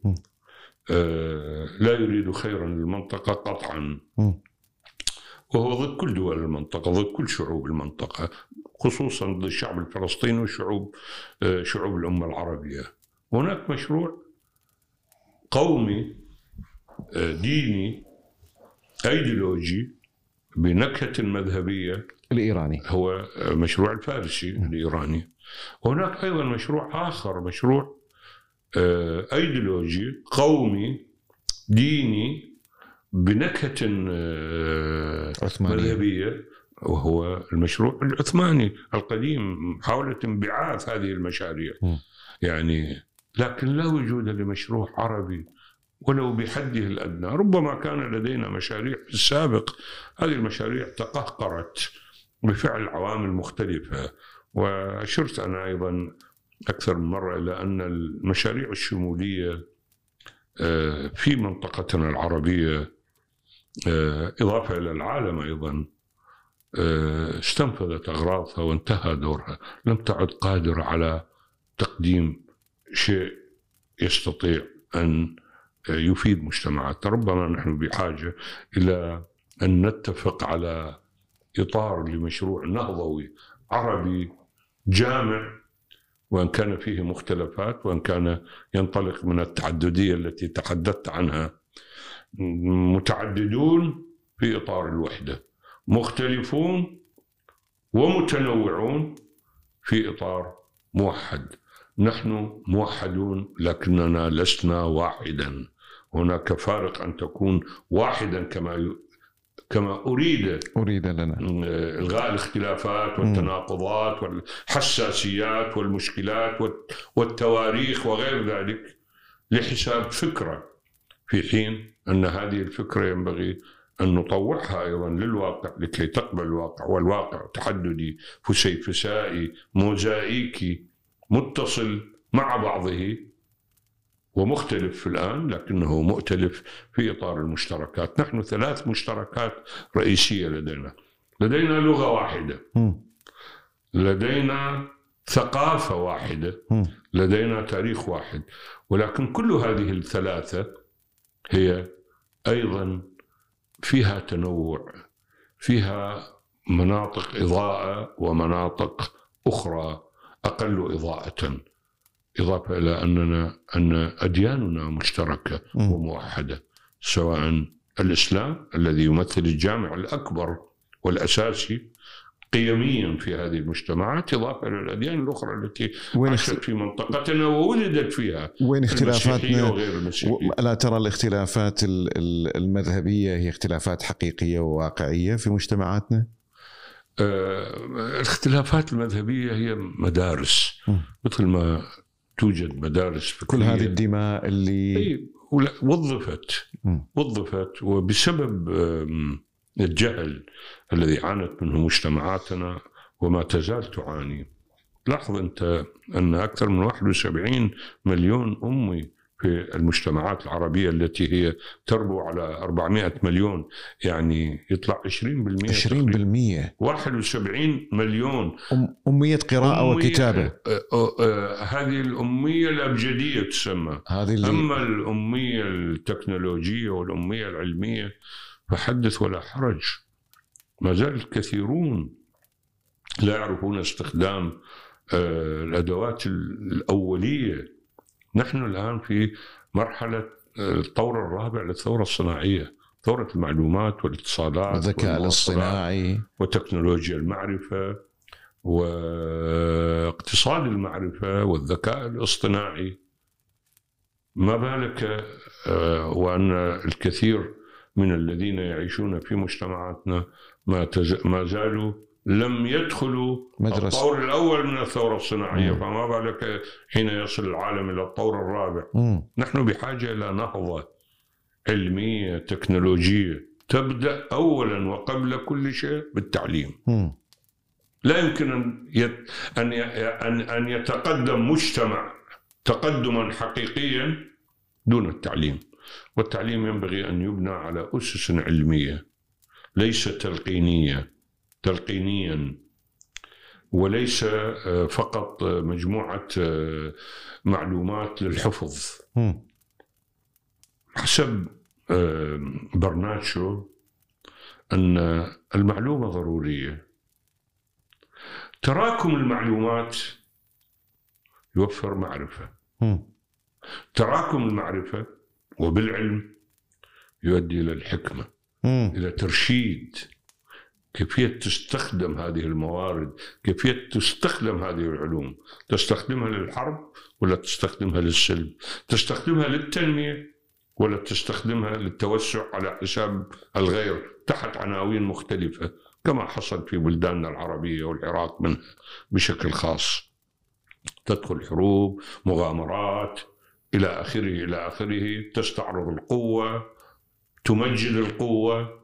لا يريد خيرا للمنطقة قطعا، وهو ضد كل دول المنطقة، ضد كل شعوب المنطقة، خصوصا ضد الشعب الفلسطيني وشعوب شعوب الأمة العربية. هناك مشروع قومي ديني أيديولوجي بنكهة مذهبية الإيراني، هو مشروع الفارسي الإيراني. وهناك أيضا مشروع آخر، مشروع أيديولوجي قومي ديني بنكهة مذهبية، وهو المشروع العثماني القديم، محاولة انبعاث هذه المشاريع م. يعني. لكن لا وجود لمشروع عربي ولو بحده الأدنى. ربما كان لدينا مشاريع في السابق، هذه المشاريع تقهقرت بفعل عوامل مختلفة. وأشرت أنا أيضا أكثر من مرة إلى أن المشاريع الشمولية في منطقتنا العربية إضافة إلى العالم أيضا استنفذت أغراضها وانتهى دورها، لم تعد قادرة على تقديم شيء يستطيع أن يفيد مجتمعات. ربما نحن بحاجة إلى أن نتفق على إطار لمشروع نهضوي عربي جامع، وأن كان فيه مختلفات، وأن كان ينطلق من التعددية التي تحدثت عنها. متعددون في إطار الوحدة، مختلفون ومتنوعون في إطار موحد. نحن موحدون لكننا لسنا واحدا. هناك فارق أن تكون واحدا كما كما أريد أريد لنا إلغاء الاختلافات والتناقضات والحساسيات والمشكلات والتواريخ وغير ذلك لحساب فكرة، في حين أن هذه الفكرة ينبغي أن نطوعها أيضا للواقع لكي تقبل الواقع. والواقع تحددي فسيفسائي موزائيكي متصل مع بعضه ومختلف في الآن، لكنه مؤتلف في إطار المشتركات. نحن ثلاث مشتركات رئيسية لدينا. لدينا لغة واحدة، لدينا ثقافة واحدة، لدينا تاريخ واحد، ولكن كل هذه الثلاثة هي أيضا فيها تنوع، فيها مناطق إضاءة ومناطق أخرى أقل إضاءة، إضافة إلى أننا أن أدياننا مشتركة وموحدة، سواء الإسلام الذي يمثل الجامع الأكبر والأساسي قيميا في هذه المجتمعات، إضافة إلى الأديان الأخرى التي عاشت في منطقتنا وولدت فيها. وين اختلافاتنا وغير المسيحية؟ لا ترى الاختلافات المذهبية هي اختلافات حقيقية وواقعية في مجتمعاتنا؟ الاختلافات المذهبية هي مدارس، م. مثل ما توجد مدارس فكرية. كل هذه الدماء اللي وظفت وظفت وبسبب الجهل الذي عانت منه مجتمعاتنا وما تزال تعاني. لاحظ أنت أن أكثر من واحد وسبعين مليون أمي في المجتمعات العربية التي هي تربو على أربعمائة مليون، يعني يطلع عشرين بالمئة عشرين بالمئة واحد وسبعين مليون أم أمية قراءة أمية وكتابة. آه آه آه هذه الأمية الأبجدية تسمى. اللي... أما الأمية التكنولوجية والأمية العلمية فحدث ولا حرج، ما زال الكثيرون لا يعرفون استخدام آه الأدوات الأولية. نحن الآن في مرحلة الطور الرابع للثورة الصناعية، ثورة المعلومات والاتصالات والذكاء الاصطناعي وتكنولوجيا المعرفة واقتصاد المعرفة والذكاء الاصطناعي. ما بالك وأن الكثير من الذين يعيشون في مجتمعاتنا ما زالوا لم يدخلوا مدرسة. الطور الأول من الثورة الصناعية، مم. فما بالك حين يصل العالم إلى الطور الرابع. مم. نحن بحاجة إلى نهضة علمية تكنولوجية تبدأ أولا وقبل كل شيء بالتعليم. مم. لا يمكن أن أن يتقدم مجتمع تقدما حقيقيا دون التعليم، والتعليم ينبغي أن يبنى على أسس علمية ليس تلقينية تلقينيا، وليس فقط مجموعة معلومات للحفظ. م. حسب برناتشو أن المعلومة ضرورية، تراكم المعلومات يوفر معرفة، م. تراكم المعرفة وبالعلم يؤدي إلى الحكمة، م. إلى ترشيد كيفية تستخدم هذه الموارد، كيفية تستخدم هذه العلوم، تستخدمها للحرب ولا تستخدمها للسلم، تستخدمها للتنمية ولا تستخدمها للتوسع على حساب الغير تحت عناوين مختلفة، كما حصل في بلداننا العربية والعراق منها بشكل خاص. تدخل حروب، مغامرات، إلى آخره إلى آخره، تستعرض القوة، تمجد القوة.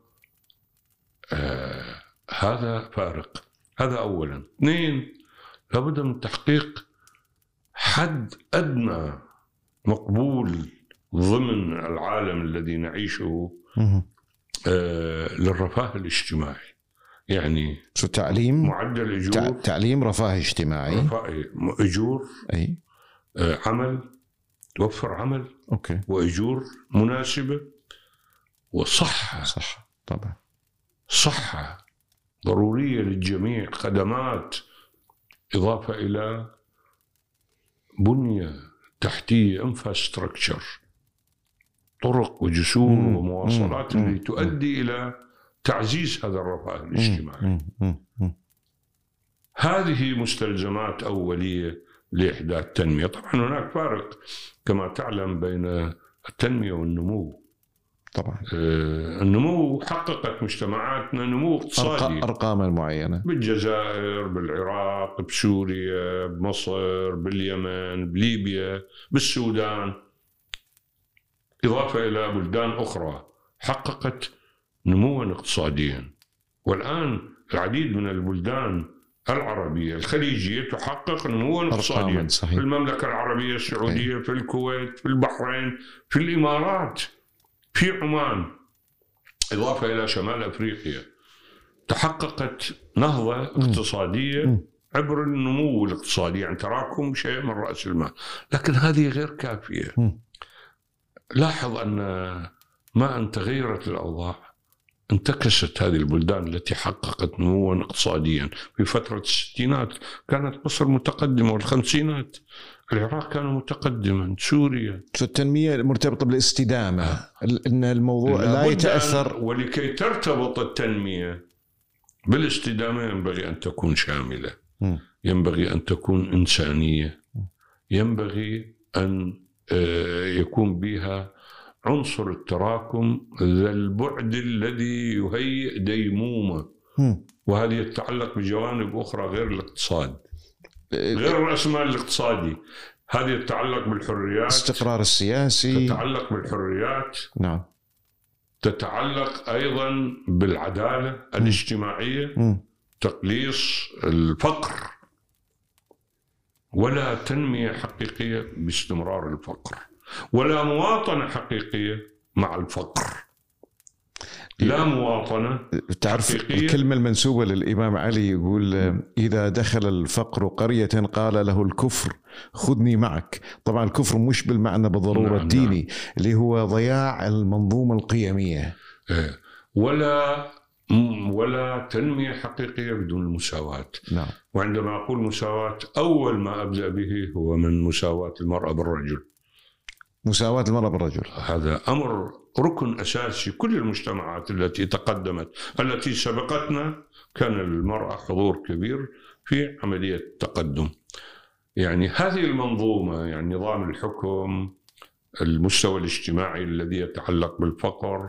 آه هذا فارق. هذا أولا. اثنين، لابد من تحقيق حد أدنى مقبول ضمن العالم الذي نعيشه آه للرفاه الاجتماعي. يعني شو تعليم؟ معدل أجور، تعليم، رفاه اجتماعي، رفاه أجور، أي آه عمل، توفر عمل، أوكي، وأجور مناسبة، وصحة. صحة طبعا، صحة ضرورية للجميع، خدمات، إضافة إلى بنية تحتية infrastructure، طرق وجسور مم. ومواصلات مم. اللي تؤدي مم. إلى تعزيز هذا الرفاه الاجتماعي. مم. مم. هذه مستلزمات أولية لإحداث التنمية. طبعا هناك فارق كما تعلم بين التنمية والنمو. طبعا آه النمو حققت مجتمعاتنا نمو اقتصادي، أرقاما معينة، بالجزائر، بالعراق، بسوريا، بمصر، باليمن، بليبيا، بالسودان، إضافة إلى بلدان أخرى حققت نموا اقتصاديا. والآن العديد من البلدان العربية الخليجية تحقق نموا اقتصاديا، في المملكة العربية السعودية، في الكويت، في البحرين، في الإمارات، في عمان، إضافة إلى شمال أفريقيا، تحققت نهضة اقتصادية عبر النمو الاقتصادي، يعني تراكم شيء من رأس المال، لكن هذه غير كافية. م. لاحظ أن ما أن تغيرت الأوضاع انتكست هذه البلدان التي حققت نموا اقتصاديا. في فترة الستينات كانت مصر متقدمة، والخمسينات العراق كانوا متقدما، سوريا. التنمية مرتبطة بالاستدامة، آه. إن الموضوع لا يتأثر. ولكي ترتبط التنمية بالاستدامة ينبغي أن تكون شاملة، م. ينبغي أن تكون إنسانية، ينبغي أن يكون بها عنصر التراكم ذا البعد الذي يهيئ ديمومة، وهذه يتعلق بجوانب أخرى غير الاقتصاد، غير الرأسمال الاقتصادي. هذه تتعلق بالحريات، الاستقرار السياسي، تتعلق بالحريات، نعم، تتعلق أيضا بالعدالة الاجتماعية، م. تقليص الفقر. ولا تنمية حقيقية باستمرار الفقر، ولا مواطنة حقيقية مع الفقر. لا مواطنة تعرف حقيقية. الكلمة المنسوبة للإمام علي يقول إذا دخل الفقر قرية قال له الكفر خذني معك. طبعا الكفر مش بالمعنى بالضرورة نعم الديني نعم. اللي هو ضياع المنظومة القيمية. ولا ولا تنمية حقيقية بدون المساواة. نعم. وعندما أقول مساواة أول ما أبدأ به هو من مساواة المرأة بالرجل. مساواة المرأة بالرجل هذا أمر ركن أساسي. كل المجتمعات التي تقدمت التي سبقتنا كان المرأة حضور كبير في عملية التقدم. يعني هذه المنظومة، يعني نظام الحكم، المستوى الاجتماعي الذي يتعلق بالفقر،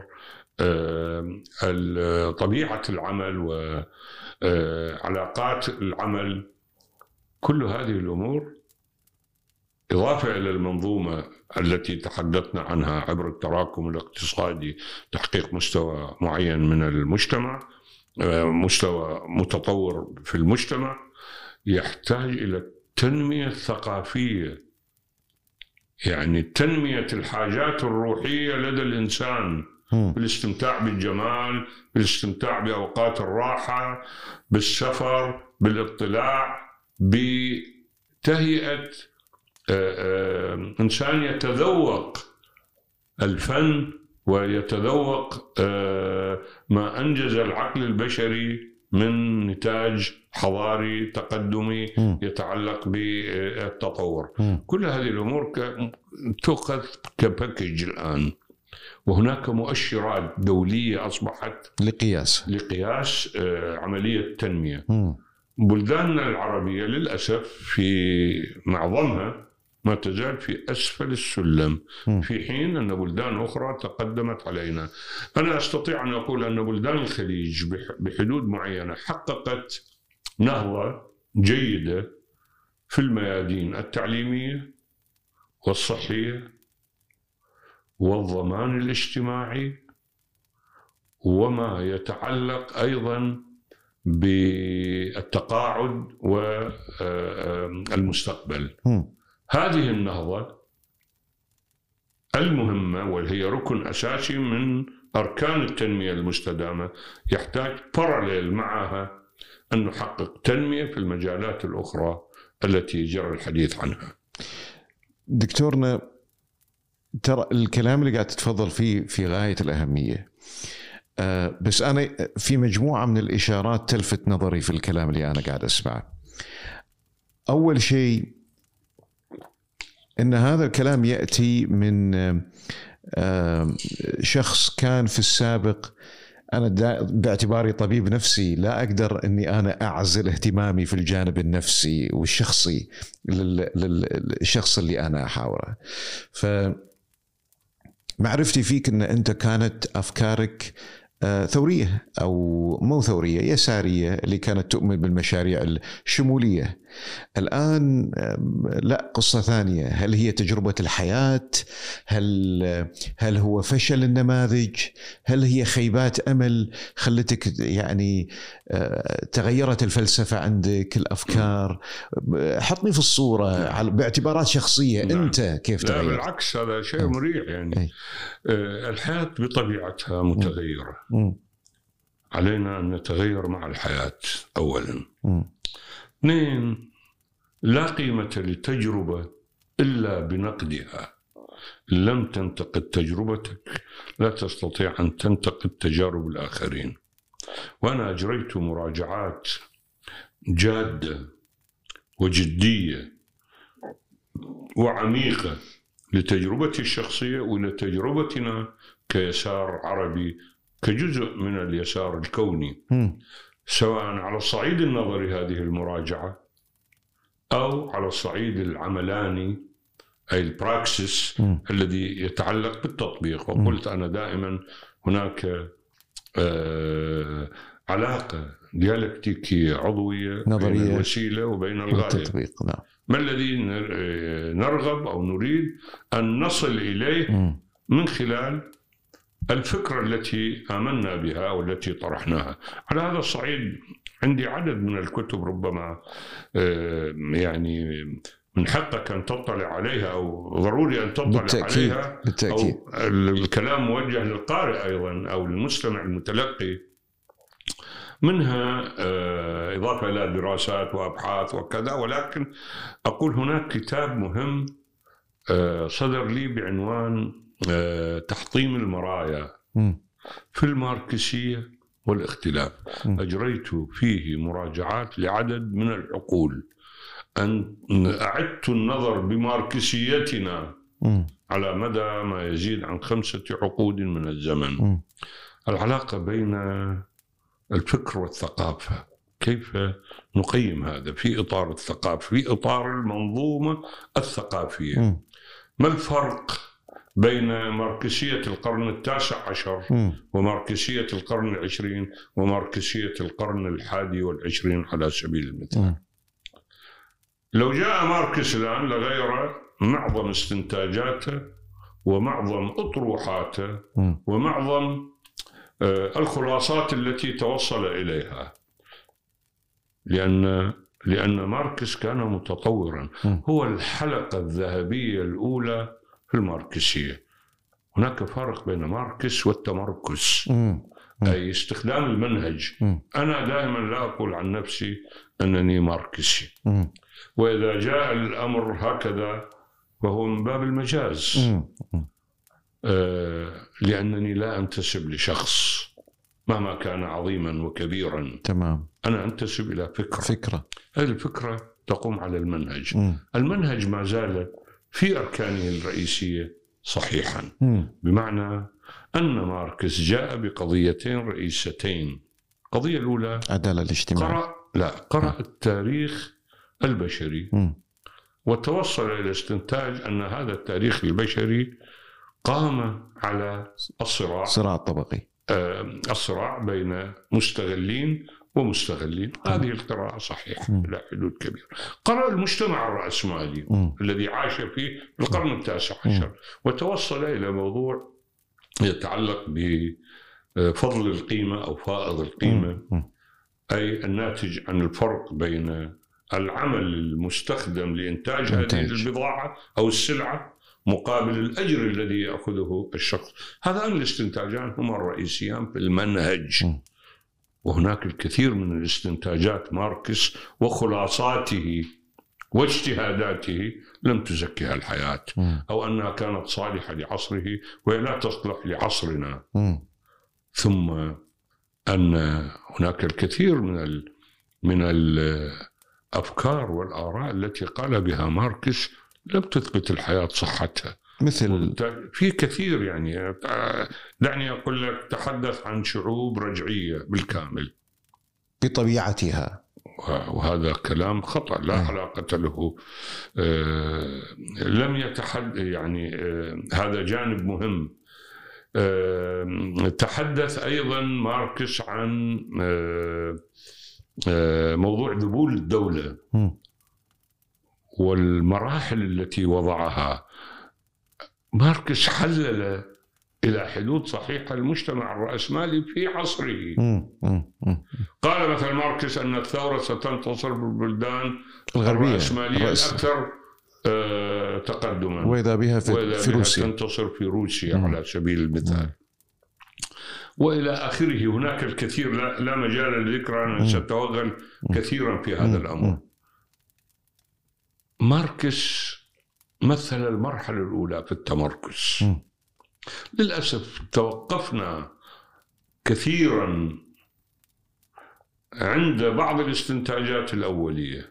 طبيعة العمل وعلاقات العمل، كل هذه الأمور إضافة إلى المنظومة التي تحدثنا عنها عبر التراكم الاقتصادي، تحقيق مستوى معين من المجتمع، مستوى متطور في المجتمع، يحتاج إلى التنمية الثقافية، يعني تنمية الحاجات الروحية لدى الإنسان، بالاستمتاع بالجمال، بالاستمتاع بأوقات الراحة، بالسفر، بالاطلاع، بتهيئة إنسان يتذوق الفن ويتذوق ما أنجز العقل البشري من نتاج حضاري تقدمي يتعلق بالتطور. كل هذه الأمور تؤخذ كباكيج الآن، وهناك مؤشرات دولية أصبحت لقياس لقياس عملية التنمية. بلداننا العربية للأسف في معظمها ما تزال في أسفل السلم، في حين أن بلدان أخرى تقدمت علينا. أنا أستطيع أن أقول أن بلدان الخليج بحدود معينة حققت نهضة جيدة في الميادين التعليمية والصحية والضمان الاجتماعي، وما يتعلق أيضا بالتقاعد والمستقبل. هذه النهضة المهمة وهي ركن أساسي من أركان التنمية المستدامة، يحتاج باراليل معها أن نحقق تنمية في المجالات الأخرى التي جرى الحديث عنها. دكتورنا، ترى الكلام اللي قاعد تتفضل فيه في غاية الأهمية، أه بس أنا في مجموعة من الإشارات تلفت نظري في الكلام اللي أنا قاعد أسمعه. أول شيء إن هذا الكلام يأتي من أه شخص كان في السابق، أنا باعتباري طبيب نفسي لا أقدر أني أنا أعزل اهتمامي في الجانب النفسي والشخصي للشخص اللي أنا أحاوره. فمعرفتي فيك أن أنت كانت أفكارك ثورية أو مو ثورية، يسارية، اللي كانت تؤمن بالمشاريع الشمولية. الآن لا، قصة ثانية. هل هي تجربة الحياة؟ هل هل هو فشل النماذج؟ هل هي خيبات أمل خلتك يعني تغيرت الفلسفة عندك، الأفكار؟ حطني في الصورة باعتبارات شخصية. نعم. أنت كيف تغير؟ لا بالعكس، هذا شيء مريح. يعني أي. الحياة بطبيعتها متغيرة. م. علينا أن نتغير مع الحياة أولا. م. اثنين، لا قيمة للتجربة إلا بنقدها. إن لم تنتقد تجربتك لا تستطيع أن تنتقد تجارب الآخرين. وأنا أجريت مراجعات جادة وجدية وعميقة لتجربتي الشخصية ولتجربتنا كيسار عربي، كجزء من اليسار الكوني، سواء على الصعيد النظري هذه المراجعة أو على الصعيد العملاني أي البراكسس الذي يتعلق بالتطبيق. وقلت أنا دائما هناك آه علاقة ديالكتيكية عضوية نظرية بين الوسيلة وبين الغاية والتطبيق. نعم. ما الذي نرغب أو نريد أن نصل إليه م. من خلال الفكرة التي آمنا بها والتي طرحناها. على هذا الصعيد عندي عدد من الكتب ربما يعني من حقك أن تطلع عليها أو ضروري أن تطلع بالتأكيد. عليها بالتأكيد. أو الكلام موجه للقارئ أيضا أو للمستمع المتلقي، منها إضافة إلى دراسات وأبحاث وكذا. ولكن أقول هناك كتاب مهم صدر لي بعنوان تحطيم المرايا في الماركسية والاختلاف. أجريت فيه مراجعات لعدد من العقول، أن أعدت النظر بماركسيتنا على مدى ما يزيد عن خمسة عقود من الزمن. العلاقة بين الفكر والثقافة، كيف نقيم هذا في إطار الثقافة، في إطار المنظومة الثقافية. م. ما الفرق بين ماركسية القرن التاسع عشر م. وماركسية القرن العشرين وماركسية القرن الحادي والعشرين على سبيل المثال؟ م. لو جاء ماركس الآن لغير معظم استنتاجاته ومعظم أطروحاته م. ومعظم الخلاصات التي توصل إليها، لأن لأن ماركس كان متطورا. هو الحلقة الذهبية الأولى في الماركسية. هناك فرق بين ماركس والتمركز، أي استخدام المنهج. أنا دائما لا أقول عن نفسي أنني ماركسي، وإذا جاء الأمر هكذا فهو من باب المجاز، لأنني لا أنتسب لشخص مهما كان عظيما وكبيرا. تمام. أنا أنتسب إلى فكرة. فكرة. هذه الفكرة تقوم على المنهج. م. المنهج ما زال في أركانه الرئيسية صحيحا، م. بمعنى أن ماركس جاء بقضيتين رئيستين. القضية الأولى العدالة الاجتماعية. قرأ لا قرأ م. التاريخ البشري م. وتوصل إلى استنتاج أن هذا التاريخ البشري قام على الصراع صراع طبقي، الصراع بين مستغلين ومستغلين. هذه القراءة صحيحة م. إلى حدود كبيرة. قرأ المجتمع الرأسمالي م. الذي عاش فيه في القرن التاسع عشر م. وتوصل إلى موضوع يتعلق بفضل القيمة أو فائض القيمة م. أي الناتج عن الفرق بين العمل المستخدم لإنتاج هذه البضاعة أو السلعة مقابل الأجر الذي يأخذه الشخص. هذان الاستنتاجان هما الرئيسيان في المنهج. م. وهناك الكثير من الاستنتاجات ماركس وخلاصاته واجتهاداته لم تزكها الحياة، م. أو أنها كانت صالحة لعصره وهي لا تصلح لعصرنا. م. ثم أن هناك الكثير من ال من الأفكار والآراء التي قال بها ماركس لم تثبت الحياة صحتها، مثل في كثير. يعني دعني أقول لك، تحدث عن شعوب رجعية بالكامل بطبيعتها، وهذا كلام خطأ لا م. علاقة له. آه لم يتحدث يعني آه هذا جانب مهم. آه تحدث أيضا ماركس عن آه آه موضوع ذبول الدولة م. والمراحل التي وضعها. ماركس حلل إلى حدود صحيحة المجتمع الرأسمالي في عصره. قال مثلا ماركس أن الثورة ستنتصر بالبلدان الغربية الرأسمالية الأكثر آه تقدما، وإذا بها في, وإذا في بها روسيا تنتصر في روسيا م. على سبيل المثال م. وإلى آخره. هناك الكثير، لا, لا مجال للذكر، أنا سأتوغل كثيرا في هذا الأمر. ماركس مثل المرحلة الأولى في التمركز. م. للأسف توقفنا كثيرا عند بعض الاستنتاجات الأولية،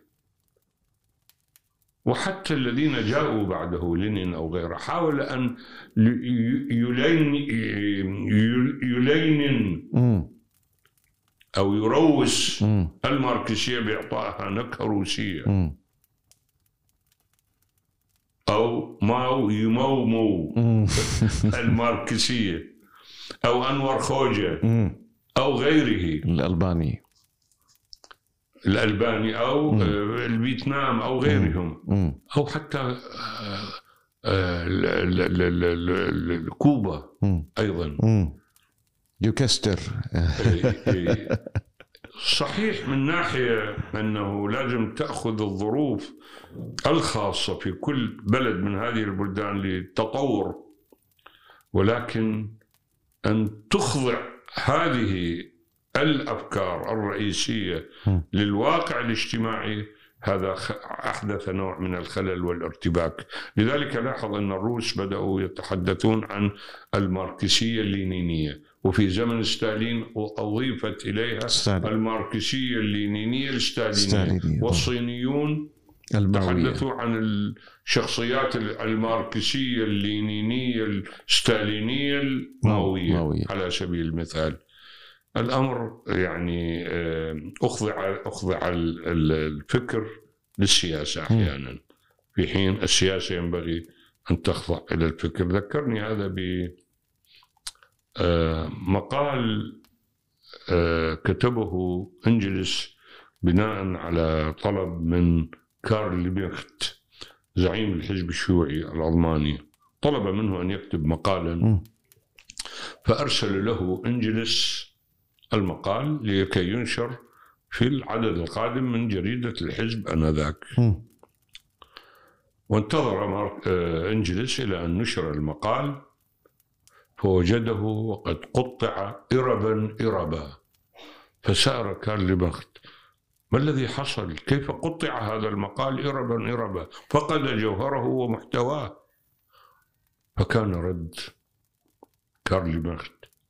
وحتى الذين جاءوا بعده لينين أو غيره حاول أن يلين يلينن أو يروس م. الماركسية بإعطائها نكهة روسية، م. أو ماو يمومو الماركسية، أو أنور خوجة أو غيره الألباني الألباني أو مم. الفيتنام أو غيرهم، مم. أو حتى كوبا أيضا مم. يكستر. صحيح من ناحية أنه لازم تأخذ الظروف الخاصة في كل بلد من هذه البلدان للتطور، ولكن أن تخضع هذه الأفكار الرئيسية للواقع الاجتماعي هذا أحدث نوع من الخلل والارتباك. لذلك لاحظ أن الروس بدأوا يتحدثون عن الماركسية اللينينية، وفي زمن ستالين أضيفت إليها ستالين. الماركسية اللينينية الستالينية، والصينيون الموية. تحدثوا عن الشخصيات الماركسية اللينينية الستالينية الموية موية. على سبيل المثال. الأمر يعني أخضع أخضع الفكر للسياسة أحيانا، في حين السياسة ينبغي أن تخضع إلى الفكر. ذكرني هذا بمقال كتبه إنجلس بناء على طلب من كارل ليبخت زعيم الحزب الشيوعي الألماني، طلب منه أن يكتب مقالا، فأرسل له إنجلس المقال لكي ينشر في العدد القادم من جريدة الحزب آنذاك. وانتظر إنجلس إلى أن نشر المقال، فوجده وقد قطع إربا إربا، فسأل كارل ليبخت ما الذي حصل؟ كيف قطع هذا المقال إربا إربا؟ فقد جوهره ومحتواه. فكان رد كارل ليبخت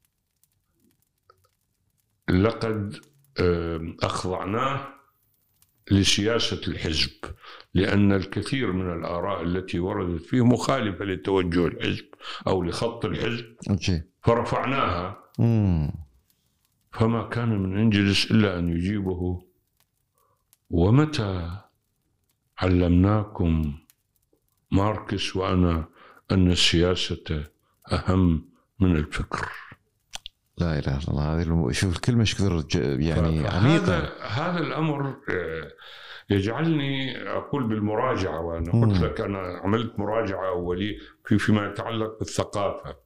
لقد أخضعناه لسياسة الحزب، لأن الكثير من الآراء التي وردت فيه مخالفة لتوجه الحزب أو لخط الحزب، فرفعناها. فما كان من إنجلس إلا أن يجيبه: ومتى علمناكم ماركس وأنا أن السياسة أهم من الفكر؟ لا إله إلا الله. هذه شوف الكلمة شكثر يعني عميقة. هذا هذا الأمر يجعلني أقول بالمراجعة، وأنا قلت لك أنا عملت مراجعة أولية في فيما يتعلق بالثقافة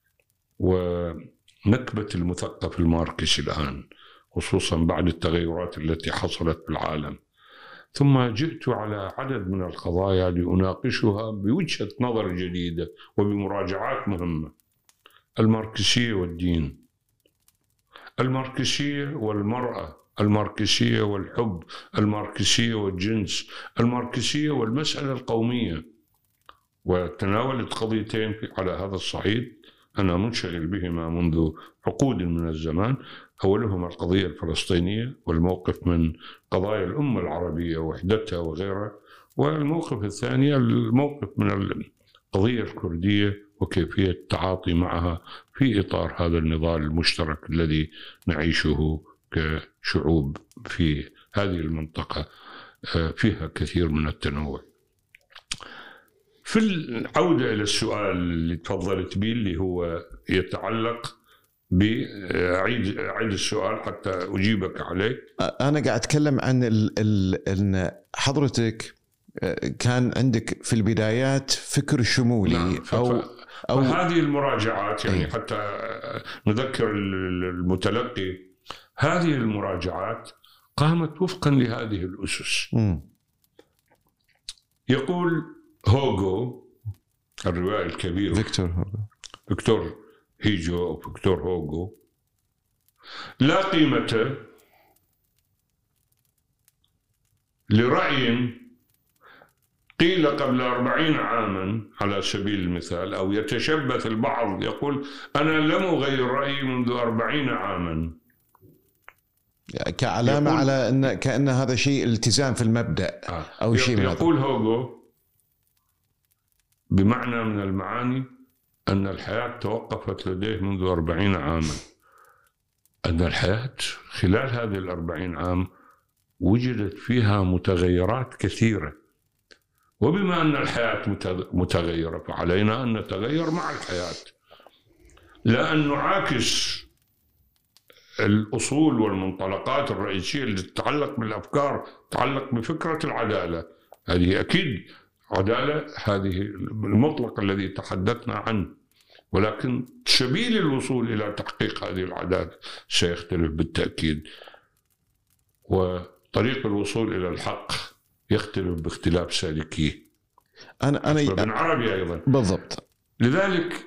ونكبة المثقف الماركسي الآن، خصوصا بعد التغيرات التي حصلت في العالم. ثم جئت على عدد من القضايا لأناقشها بوجهة نظر جديدة وبمراجعات مهمة: الماركسية والدين، الماركسية والمرأة، الماركسية والحب، الماركسية والجنس، الماركسية والمسألة القومية. وتناولت قضيتين على هذا الصعيد أنا منشغل بهما منذ عقود من الزمان، أولهما القضية الفلسطينية والموقف من قضايا الأمة العربية ووحدتها وغيرها، والموقف الثاني الموقف من القضية الكردية وكيفية التعاطي معها في إطار هذا النضال المشترك الذي نعيشه كشعوب في هذه المنطقة فيها كثير من التنوع. في العودة إلى السؤال اللي تفضلت به اللي هو يتعلق بأعيد أعيد السؤال حتى أجيبك عليه. أنا قاعد أتكلم عن ال ال أن حضرتك كان عندك في البدايات فكر شمولي. نعم. أو أو هذه المراجعات يعني أي. حتى نذكر المتلقي هذه المراجعات قامت وفقا لهذه الأسس. م. يقول هوغو الروائي الكبير فيكتور هوغو فيكتور هيجو أو فيكتور هوغو: لا قيمة لرأي قيل قبل أربعين عاما على سبيل المثال، أو يتشبث البعض يقول أنا لم أغير رأيي منذ أربعين عاما، كعلامة على أن كأن هذا شيء التزام في المبدأ أو شيء من هذا. يقول هوغو بمعنى من المعاني أن الحياة توقفت لديه منذ أربعين عاما، أن الحياة خلال هذه الأربعين عام وجدت فيها متغيرات كثيرة، وبما أن الحياة متغيرة فعلينا أن نتغير مع الحياة، لا أن نعاكس الأصول والمنطلقات الرئيسية اللي تتعلق بالأفكار، تتعلق بفكرة العدالة. هذه أكيد عدالة، هذه المطلق الذي تحدثنا عنه، ولكن سبيل الوصول إلى تحقيق هذه العدالة سيختلف بالتأكيد، وطريق الوصول إلى الحق يختلف باختلاف سالكيه. أنا أنا ابن عربي أيضا بالضبط. لذلك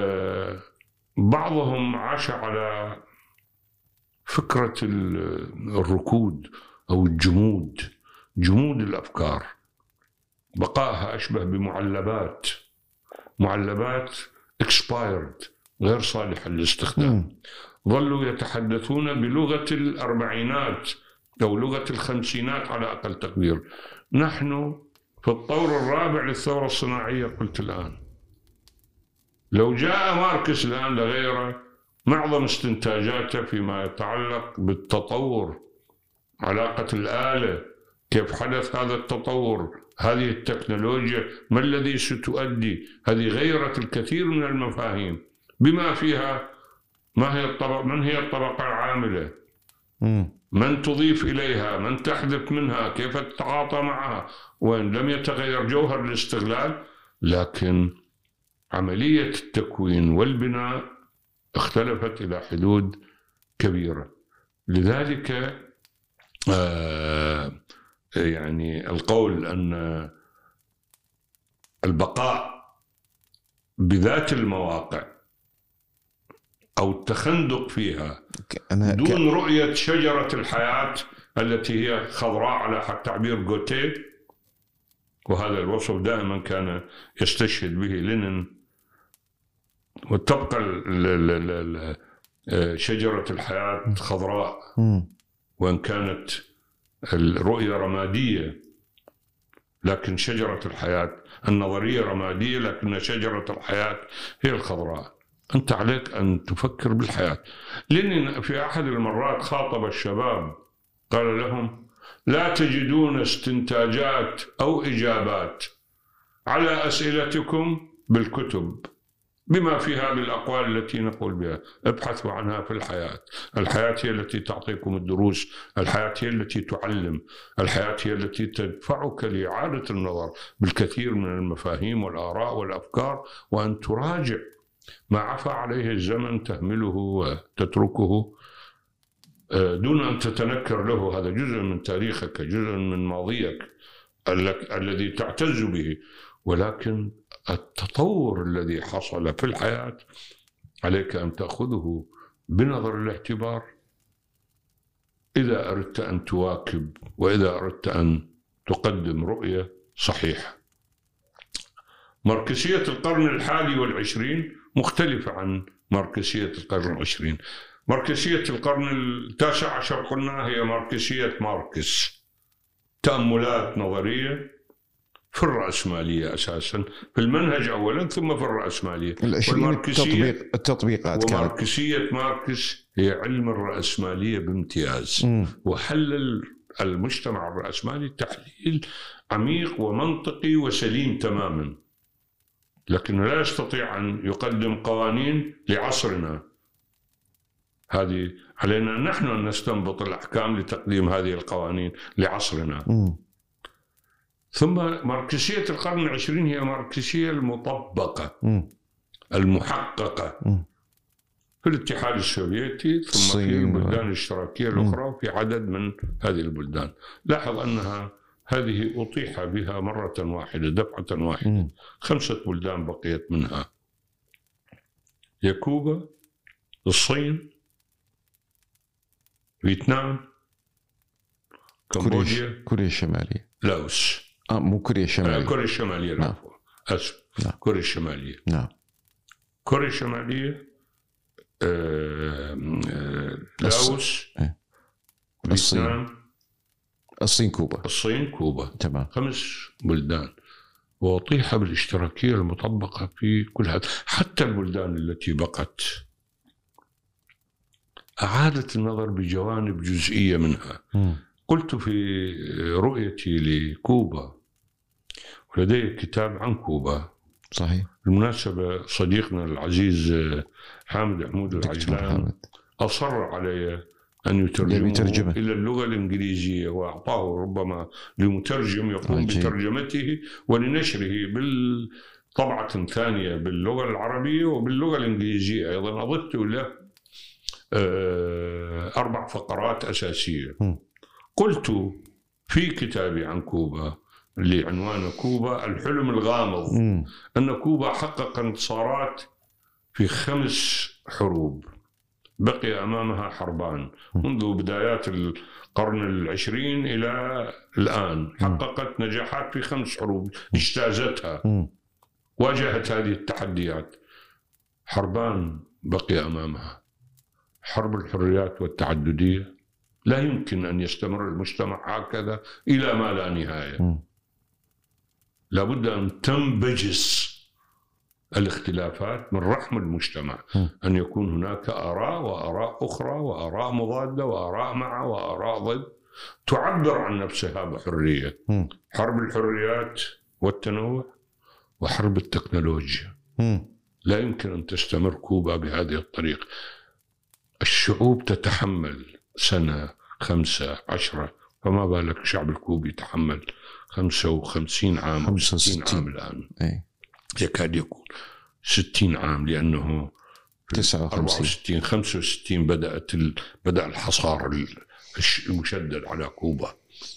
بعضهم عاش على فكرة الركود أو الجمود، جمود الأفكار، بقائها أشبه بمعلبات، معلبات expired غير صالحة للاستخدام. ظلوا يتحدثون بلغة الأربعينات أو لغة الخمسينات على أقل تقدير. نحن في الطور الرابع للثورة الصناعية. قلت الآن لو جاء ماركس الآن لغيره معظم استنتاجاته فيما يتعلق بالتطور، علاقة الآلة، كيف حدث هذا التطور، هذه التكنولوجيا ما الذي ستؤدي، هذه غيرت الكثير من المفاهيم بما فيها ما هي الطبقة، من هي الطبقة العاملة، من تضيف إليها، من تحذف منها، كيف تتعاطى معها، وإن لم يتغير جوهر الاستغلال لكن عملية التكوين والبناء اختلفت إلى حدود كبيرة. لذلك آه يعني القول أن البقاء بذات المواقع أو التخندق فيها دون رؤية شجرة الحياة التي هي خضراء على تعبير غوتيه، وهذا الوصف دائما كان يستشهد به لينين، وتبقى شجرة الحياة خضراء وإن كانت الرؤية رمادية، لكن شجرة الحياة النظرية رمادية لكن شجرة الحياة هي الخضراء. أنت عليك أن تفكر بالحياة. لأن في أحد المرات خاطب الشباب قال لهم لا تجدون استنتاجات أو إجابات على أسئلتكم بالكتب بما فيها بالأقوال التي نقول بها، ابحثوا عنها في الحياة. الحياة هي التي تعطيكم الدروس، الحياة هي التي تعلم، الحياة هي التي تدفعك لإعادة النظر بالكثير من المفاهيم والآراء والأفكار، وأن تراجع ما عفى عليه الزمن تهمله وتتركه دون أن تتنكر له. هذا جزء من تاريخك، جزء من ماضيك الذي تعتز به، ولكن التطور الذي حصل في الحياة عليك أن تأخذه بنظر الاعتبار إذا أردت أن تواكب وإذا أردت أن تقدم رؤية صحيحة. ماركسية القرن الحادي والعشرين مختلفة عن ماركسية القرن العشرين. ماركسية القرن التاسع عشر قلنا هي ماركسية ماركس، تأملات نظرية في الرأسمالية أساسا، في المنهج أولا ثم في الرأسمالية. والتطبيق التطبيقات وماركسية ماركس هي علم الرأسمالية بامتياز، م. وحلل المجتمع الرأسمالي تحليل عميق ومنطقي وسليم تماما، لكنه لا يستطيع أن يقدم قوانين لعصرنا. هذه علينا نحن أن نستنبط الأحكام لتقديم هذه القوانين لعصرنا. م. ثم ماركسية القرن العشرين هي ماركسية المطبقة م. المحققة م. في الاتحاد السوفيتي ثم في البلدان الاشتراكية الأخرى وفي عدد من هذه البلدان. لاحظ أنها هذه أطيح بها مرة واحدة دفعة واحدة. م. خمسة بلدان بقيت منها، هي كوبا، الصين، فيتنام، كمبوديا، كوريا الشمالية، لاوس. اه مو كوريا الشماليه، كوريا الشماليه نعم. العفو اسف نعم. كوريا الشماليه نعم. كوريا الشماليه آه آه لاوس إيه. فيتنام الصين كوبا الصين كوبا تمام. خمس بلدان، وأطيح بالاشتراكية المطبقة في كل هذا. حتى البلدان التي بقت أعادت النظر بجوانب جزئية منها. م. قلت في رؤيتي لكوبا، ولدي كتاب عن كوبا صحيح. بالمناسبة صديقنا العزيز حامد حمود العجلان أصر علي أن يترجمه إلى اللغة الإنجليزية، وأعطاه ربما لمترجم يقوم عجيب. بترجمته ولنشره بالطبعة ثانية باللغة العربية وباللغة الإنجليزية أيضا. أضفت له أربع فقرات أساسية. م. قلت في كتابي عن كوبا اللي عنوانه كوبا الحلم الغامض م. أن كوبا حقق انتصارات في خمس حروب، بقي أمامها حربان منذ بدايات القرن العشرين إلى الآن. حققت نجاحات في خمس حروب اجتازتها، واجهت هذه التحديات. حربان بقي أمامها، حرب الحريات والتعددية. لا يمكن أن يستمر المجتمع هكذا إلى ما لا نهاية. لابد أن تنبجس الاختلافات من رحم المجتمع، أن يكون هناك آراء وآراء أخرى وآراء مضادة وآراء مع وآراء ضد، تعبر عن نفسها بحرية. حرب الحريات والتنوع وحرب التكنولوجيا. لا يمكن أن تستمر كوبا بهذه الطريقة. الشعوب تتحمل سنة خمسة عشرة، فما بالك الشعب الكوبي يتحمل خمسة وخمسين عام أو ستين عام الآن. أي. يكاد يكون ستين عام، لأنه تسعة وستين خمسة وستين بدأت ال... بدأ الحصار المشدد على كوبا.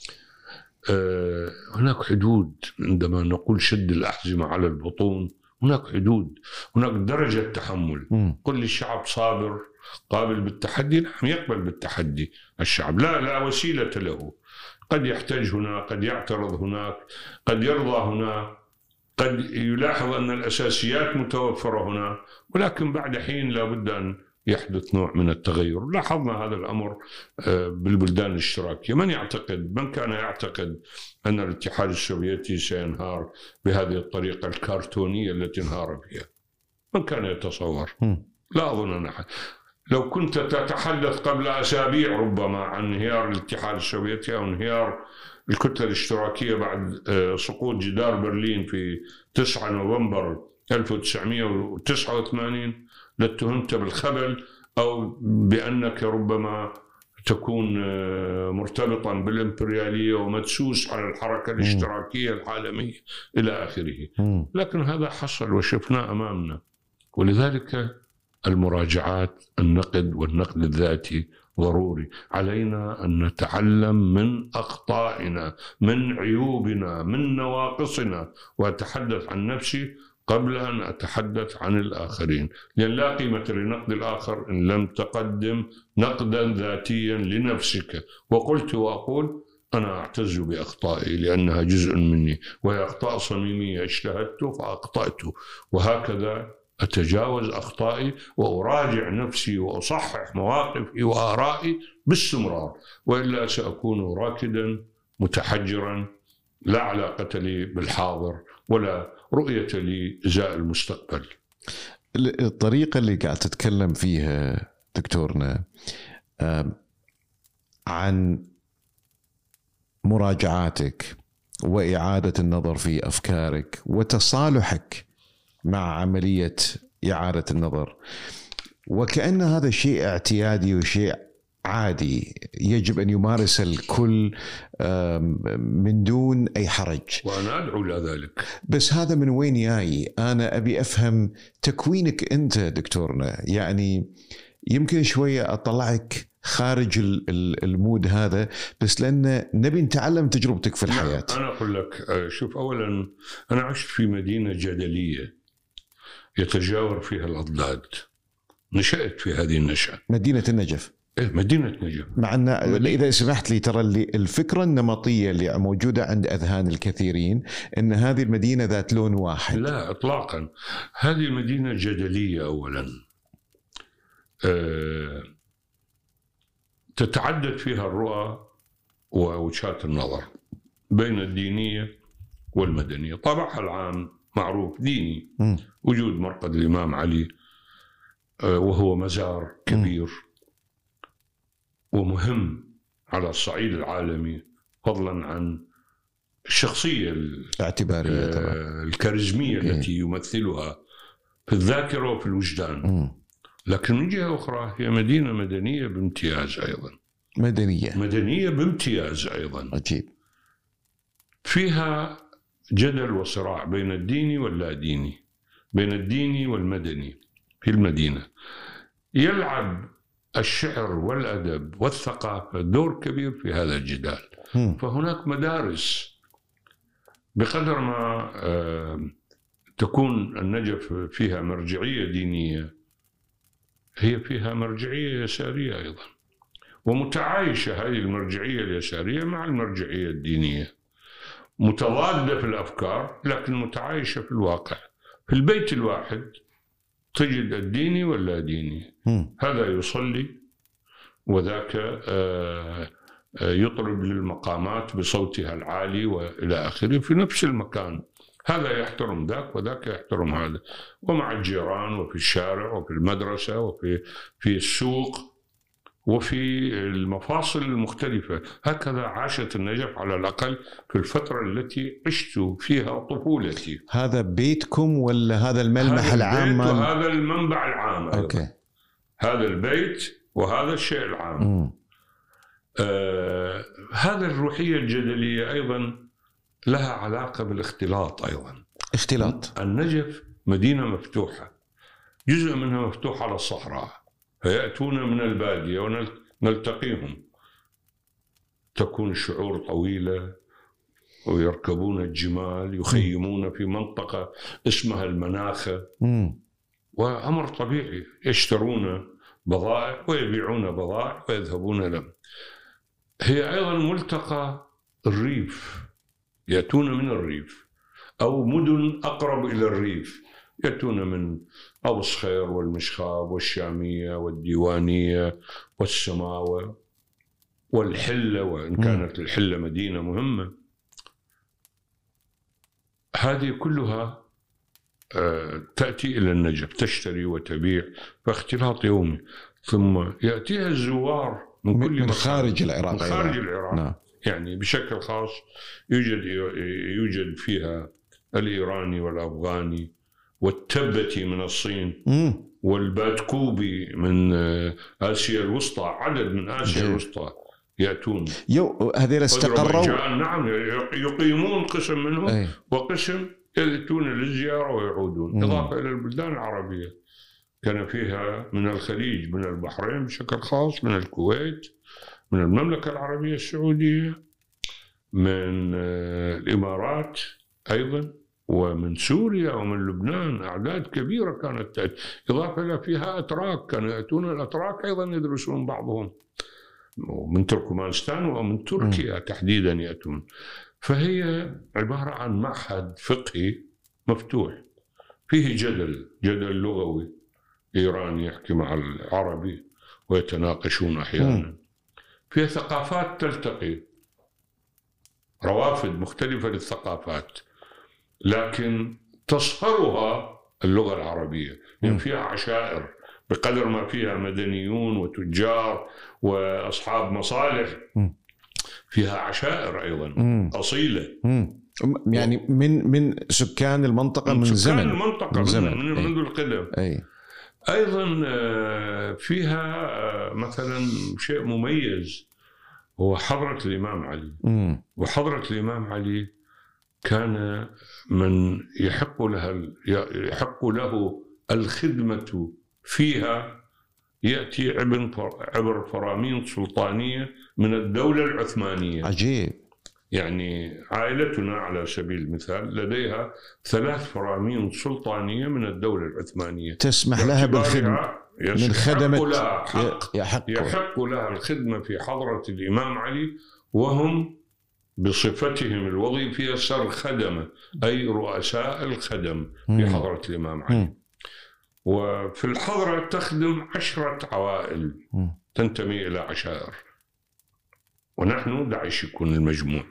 أه هناك حدود. عندما نقول شد الأحزمة على البطون، هناك حدود، هناك درجة تحمل. م. قل للشعب صابر قابل بالتحدي، نعم يقبل بالتحدي الشعب، لا لا وسيلة له. قد يحتاج هنا، قد يعترض هناك، قد يرضى هنا، قد يلاحظ أن الأساسيات متوفرة هنا، ولكن بعد حين لابد أن يحدث نوع من التغير. لاحظنا هذا الأمر بالبلدان الاشتراكية. من يعتقد من كان يعتقد أن الاتحاد السوفيتي سينهار بهذه الطريقة الكرتونية التي انهار فيها؟ من كان يتصور؟ لا أظن أن أحد. لو كنت تتحدث قبل أسابيع ربما عن انهيار الاتحاد السوفيتي أو انهيار الكتلة الاشتراكية بعد سقوط جدار برلين في تسعة نوفمبر ألف وتسعمائة وتسعة وثمانين لاتهمت بالخبل أو بأنك ربما تكون مرتبطا بالإمبريالية ومدسوس على الحركة الاشتراكية العالمية إلى آخره. لكن هذا حصل وشفناه أمامنا. ولذلك المراجعات، النقد والنقد الذاتي ضروري. علينا أن نتعلم من أخطائنا، من عيوبنا، من نواقصنا، وأتحدث عن نفسي قبل أن أتحدث عن الآخرين، لأن لا قيمة لنقد الآخر إن لم تقدم نقدا ذاتيا لنفسك. وقلت وأقول أنا أعتز بأخطائي لأنها جزء مني، وهي أخطاء صميمية اجتهدت فأخطأت، وهكذا أتجاوز أخطائي وأراجع نفسي وأصحح مواقفي وآرائي باستمرار، وإلا سأكون راكدا متحجرا لا علاقة لي بالحاضر ولا رؤية لي إزاء المستقبل. الطريقة اللي قاعد تتكلم فيها دكتورنا عن مراجعاتك وإعادة النظر في أفكارك وتصالحك مع عملية إعادة النظر، وكأن هذا شيء اعتيادي وشيء عادي يجب أن يمارس الكل من دون أي حرج، وأنا أدعو لذلك. بس هذا من وين جاي؟ أنا أبي أفهم تكوينك أنت دكتورنا، يعني يمكن شوية أطلعك خارج المود هذا، بس لأن نبي نتعلم تجربتك في الحياة. أنا أقول لك، شوف، أولا أنا عشت في مدينة جدلية يتجاور فيها الأضداد، نشأت في هذه النشأة، مدينة النجف. مدينة نجف. مع أن إذا سمحت لي، ترى اللي الفكرة النمطية اللي موجودة عند أذهان الكثيرين أن هذه المدينة ذات لون واحد. لا إطلاقا، هذه المدينة جدلية أولا، أه تتعدد فيها الرؤى ووجهات النظر بين الدينية والمدنية. طابعها العام معروف ديني، م. وجود مرقد الإمام علي أه وهو مزار كبير م. ومهم على الصعيد العالمي، فضلا عن الشخصية الاعتبارية آه الكاريزمية okay. التي يمثلها في الذاكرة وفي الوجدان. م. لكن من جهة أخرى هي مدينة مدنية بامتياز أيضا. مدنية مدنية بامتياز أيضا. عجيب. فيها جدل وصراع بين الديني واللا ديني، بين الديني والمدني في المدينة. يلعب الشعر والأدب والثقافة دور كبير في هذا الجدال. م. فهناك مدارس، بقدر ما تكون النجف فيها مرجعية دينية، هي فيها مرجعية يسارية أيضا، ومتعايشة هذه المرجعية اليسارية مع المرجعية الدينية، متضادة في الأفكار لكن متعايشة في الواقع. في البيت الواحد تجد الديني واللا ديني، م. هذا يصلي وذاك يطرب للمقامات بصوتها العالي وإلى آخره في نفس المكان، هذا يحترم ذاك وذاك يحترم هذا، ومع الجيران وفي الشارع وفي المدرسة وفي في السوق وفي المفاصل المختلفة. هكذا عاشت النجف على الأقل في الفترة التي عشت فيها طفولتي. هذا بيتكم ولا هذا الملمح هذا العام؟ وهذا المنبع العام أيضا. أوكي. هذا البيت وهذا الشيء العام. آه هذا الروحية الجدلية أيضا لها علاقة بالاختلاط أيضا. اختلاط. النجف مدينة مفتوحة، جزء منها مفتوح على الصحراء، فيأتون من البادية ونلتقيهم، تكون الشعور طويلة ويركبون الجمال، يخيمون في منطقة اسمها المناخة، وأمر طبيعي، يشترون بضائع ويبيعون بضائع ويذهبون لهم. هي أيضا ملتقى الريف، يأتون من الريف أو مدن أقرب إلى الريف، يأتون من أبو صخير والمشخاب والشامية والديوانية والسماوة والحلة، وإن كانت الحلة مدينة مهمة. هذه كلها تأتي إلى النجف، تشتري وتبيع، فاختلاط يومي. ثم يأتيها الزوار من كل من خارج العراق، من خارج العراق. نعم. يعني بشكل خاص يوجد يوجد فيها الإيراني والأفغاني والتبتي من الصين م. والباتكوبي من آسيا الوسطى، عدد من آسيا الوسطى يأتون. يو هذول استقروا. نعم، يقيمون قسم منهم أي. وقسم يأتون للزيارة ويعودون. م. إضافة إلى البلدان العربية كان فيها من الخليج، من البحرين بشكل خاص، من الكويت، من المملكة العربية السعودية، من الإمارات أيضا، ومن سوريا ومن لبنان. أعداد كبيرة كانت تأتي، إضافة إلى فيها أتراك، كانوا يأتون الأتراك أيضا يدرسون بعضهم، ومن تركمانستان ومن تركيا م. تحديدا يأتون. فهي عبارة عن معهد فقهي مفتوح فيه جدل جدل لغوي، إيراني يحكي مع العربي ويتناقشون أحيانا. فيها ثقافات تلتقي، روافد مختلفة للثقافات، لكن تصهرها اللغة العربية. يعني فيها عشائر بقدر ما فيها مدنيون وتجار وأصحاب مصالح، فيها عشائر أيضا أصيلة، يعني من من سكان المنطقة، من, من سكان زمن المنطقة من, زمن. من منذ القدم. أي. أيضا فيها مثلا شيء مميز هو حضرة الإمام علي. م. وحضرة الإمام علي كان من يحق لها يحق له الخدمة فيها، يأتي عبر فرامين سلطانية من الدولة العثمانية. عجيب. يعني عائلتنا على سبيل المثال لديها ثلاث فرامين سلطانية من الدولة العثمانية تسمح لها بالخدمة. من خدمة لها حق يحق, يحق لها الخدمة في حضرة الإمام علي، وهم بصفتهم الوظيفية سرخدمة، أي رؤساء الخدم في حضرة الإمام علي. م. وفي الحضرة تخدم عشرة عوائل م. تنتمي إلى عشائر، ونحن داعش يكون المجموع.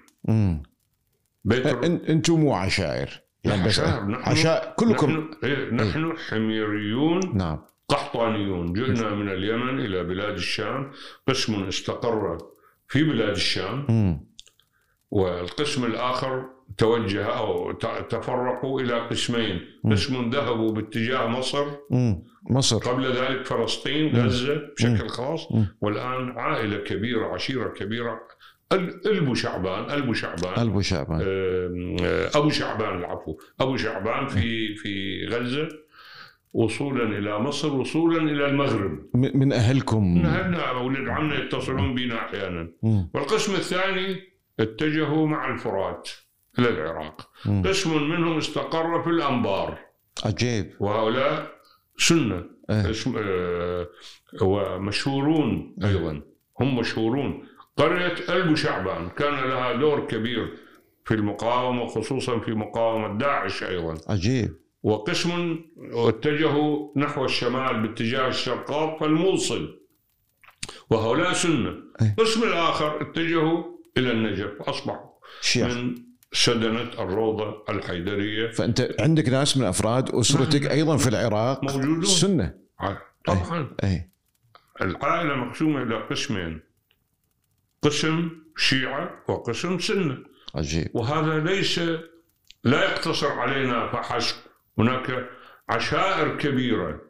أنتم مو عشائر يعني، بس عشائر كلكم. نحن, إيه نحن حميريون، نعم، قحطانيون. جئنا من اليمن إلى بلاد الشام، قسم استقر في بلاد الشام م. والقسم الآخر توجه أو تفرقوا إلى قسمين. م. قسم ذهبوا باتجاه مصر م. مصر قبل ذلك فلسطين، غزة بشكل خاص. م. والآن عائلة كبيرة، عشيرة كبيرة، ألبو شعبان ألبو شعبان ألبو شعبان أبو شعبان العفو أبو شعبان في في غزة، وصولا إلى مصر، وصولا إلى المغرب. من أهلكم؟ من أهلنا، أولاد عمنا يتصلون بنا أحيانا. م. والقسم الثاني اتجهوا مع الفرات إلى العراق. م. قسم منهم استقر في الأنبار. عجيب. وهؤلاء سنة. اه. اسم اه ومشهورون أيضا. هم مشهورون. قرية ألبو شعبان كان لها دور كبير في المقاومة، خصوصا في مقاومة داعش أيضا. عجيب. وقسم اتجهوا نحو الشمال باتجاه الشرقاط فالموصل، وهؤلاء سنة. اه. قسم الآخر اتجهوا إلى النجف، أصبحوا شيخ. من سدنة الروضة الحيدرية. فأنت عندك ناس من أفراد أسرتك نعم. أيضا في العراق موجودون سنة طبعا. أي. أي. العائلة مقسومة إلى قسمين، قسم شيعة وقسم سنة. عجيب. وهذا ليس لا يقتصر علينا فحسب، هناك عشائر كبيرة.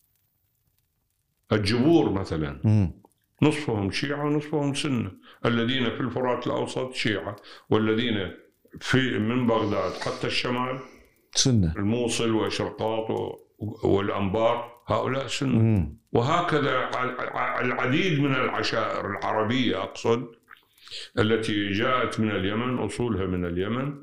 الجبور مثلا م. نصفهم شيعة ونصفهم سنة، الذين في الفرات الأوسط شيعة، والذين في من بغداد حتى الشمال سنة، الموصل وشرقاط والأنبار هؤلاء سنة. مم. وهكذا العديد من العشائر العربية أقصد التي جاءت من اليمن، أصولها من اليمن،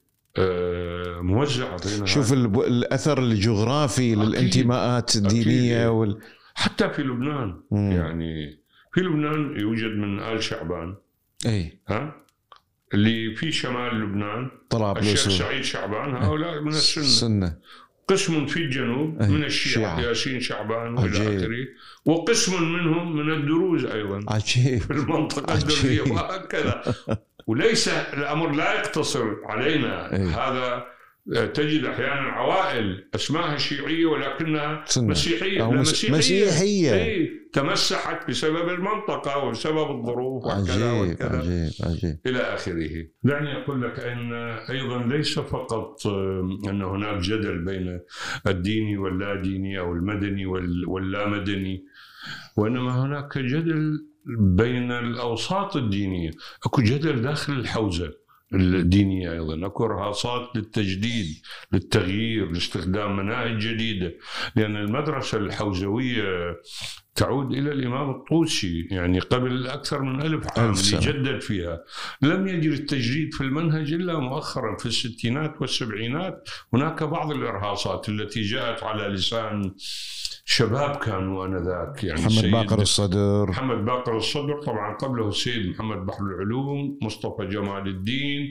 موزعة بينها. شوف الأثر الجغرافي للانتماءات الدينية وال... حتى في لبنان. مم. يعني في لبنان يوجد من آل شعبان أي ها اللي في شمال لبنان طرابلس الشيخ سعيد شعبان، هؤلاء من السنة. السنة. قسم في الجنوب من الشيعة ياسين شعبان وإلى آخره، وقسم منهم من الدروز أيضا. عجيب. في المنطقة الدرزية وهكذا. وليس الأمر لا يقتصر علينا. أي. هذا تجد أحيانا عوائل أسماها شيعية ولكنها سنة. مسيحية. أو مسيحية, مسيحية. أي. تمسحت بسبب المنطقة وبسبب الظروف وكذا وكذا عجيب. عجيب. إلى آخره. دعني أقول لك أن أيضا ليس فقط أن هناك جدل بين الديني واللا ديني أو المدني واللا مدني، وإنما هناك جدل بين الأوساط الدينية. أكو جدل داخل الحوزة الدينية أيضا، أكو رهاصات للتجديد للتغيير لاستخدام مناهج جديدة، لأن المدرسة الحوزوية تعود إلى الإمام الطوسي، يعني قبل أكثر من ألف عام اللي جدد فيها. لم يجري التجديد في المنهج إلا مؤخرا في الستينات والسبعينات. هناك بعض الإرهاصات التي جاءت على لسان شباب كانوا آنذاك، يعني محمد باقر الصدر محمد باقر الصدر طبعا، قبله السيد محمد بحر العلوم، مصطفى جمال الدين،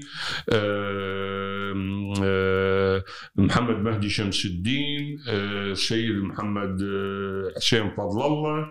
محمد مهدي شمس الدين، السيد محمد حسين فضل الله.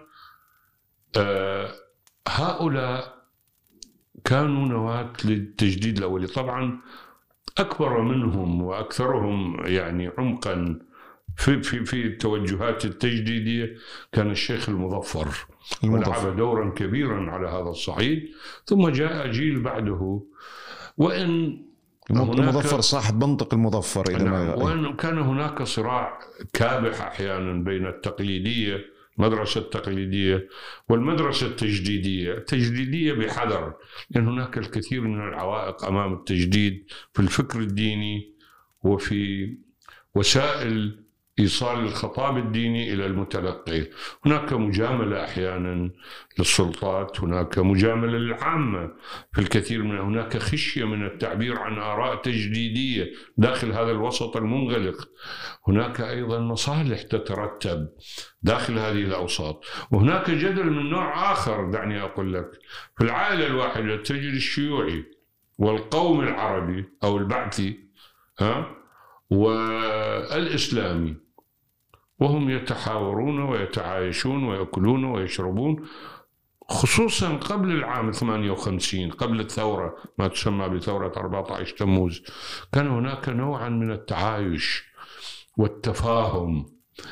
هؤلاء كانوا نواة للتجديد الأولي. طبعا أكبر منهم وأكثرهم يعني عمقا في في في التوجهات التجديدية كان الشيخ المظفر، ولعب دورا كبيرا على هذا الصعيد. ثم جاء جيل بعده، وإن المظفر صاحب منطق المظفر إذا نعم ما وإن كان هناك صراع كابح أحيانا بين التقليدية، المدرسة التقليدية والمدرسة التجديدية. التجديدية بحذر، لأن هناك الكثير من العوائق أمام التجديد في الفكر الديني وفي وسائل إيصال الخطاب الديني إلى المتلقي. هناك مجاملة أحيانا للسلطات، هناك مجاملة للعامة في الكثير من، هناك خشية من التعبير عن آراء تجديدية داخل هذا الوسط المنغلق، هناك أيضا مصالح تترتب داخل هذه الأوساط، وهناك جدل من نوع آخر. دعني أقول لك، في العائلة الواحدة تجد الشيوعي والقوم العربي أو البعثي ها والإسلامي، وهم يتحاورون ويتعايشون ويأكلون ويشربون، خصوصا قبل العام ثمانية وخمسين، قبل الثورة ما تسمى بثورة أربعة عشر تموز، كان هناك نوعا من التعايش والتفاهم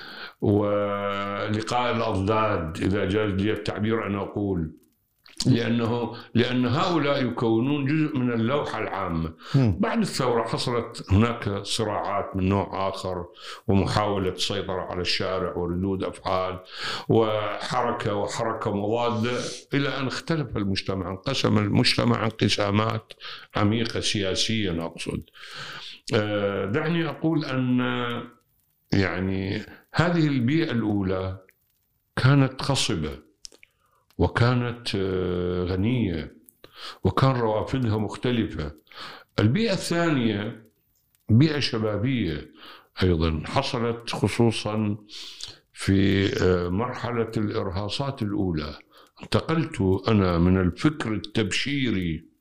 ولقاء الأضداد، إذا جاز لي التعبير أن أقول، لأنه لأن هؤلاء يكونون جزء من اللوحة العامة. بعد الثورة حصلت هناك صراعات من نوع آخر، ومحاولة سيطرة على الشارع وردود أفعال وحركة وحركة مضادة، إلى أن اختلف المجتمع، انقسم المجتمع انقسامات عميقة سياسيا أقصد. دعني أقول أن يعني هذه البيئة الأولى كانت خصبة وكانت غنية وكان روافدها مختلفة. البيئة الثانية بيئة شبابية أيضا حصلت خصوصا في مرحلة الإرهاصات الأولى. انتقلت أنا من الفكر التبشيري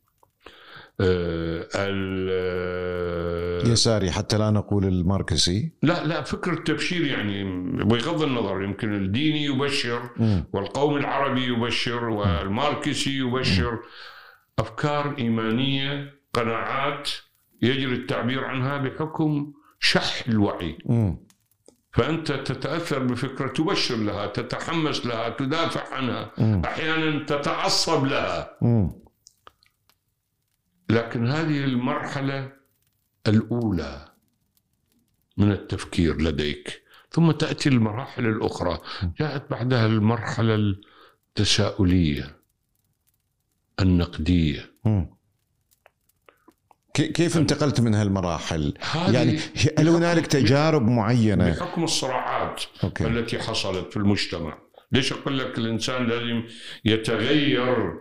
اليساري، حتى لا نقول الماركسي، لا لا فكر التبشير يعني بغض النظر، يمكن الديني يبشر م. والقوم العربي يبشر والماركسي يبشر، أفكار إيمانية، قناعات يجري التعبير عنها بحكم شح الوعي. م. فأنت تتأثر بفكرة تبشر لها، تتحمس لها، تدافع عنها، م. أحيانا تتعصب لها. م. لكن هذه المرحلة الأولى من التفكير لديك، ثم تأتي المراحل الأخرى، جاءت بعدها المرحلة التساؤلية النقدية. كيف انتقلت من هالمراحل؟ يعني هل هنالك تجارب معينة بحكم الصراعات أوكي. التي حصلت في المجتمع؟ ليش أقول لك الإنسان لازم يتغير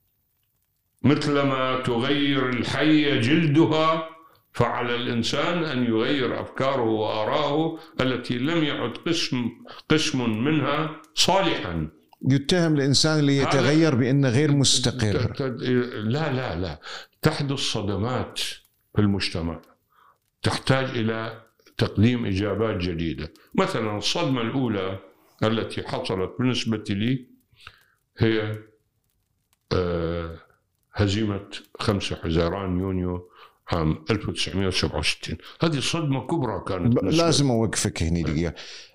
مثلما تغير الحية جلدها، فعلى الإنسان أن يغير أفكاره وآراءه التي لم يعد قسم قسم منها صالحا. يتهم الإنسان اللي يتغير بأنه غير مستقر. لا لا لا تحدث صدمات في المجتمع تحتاج إلى تقديم إجابات جديدة. مثلا الصدمة الأولى التي حصلت بالنسبة لي هي آه هزيمة خمسة حزيران يونيو عام ألف وتسعمائة وسبعة وستين. هذه صدمة كبرى كانت. لازم أوقفك هنا دقيقة.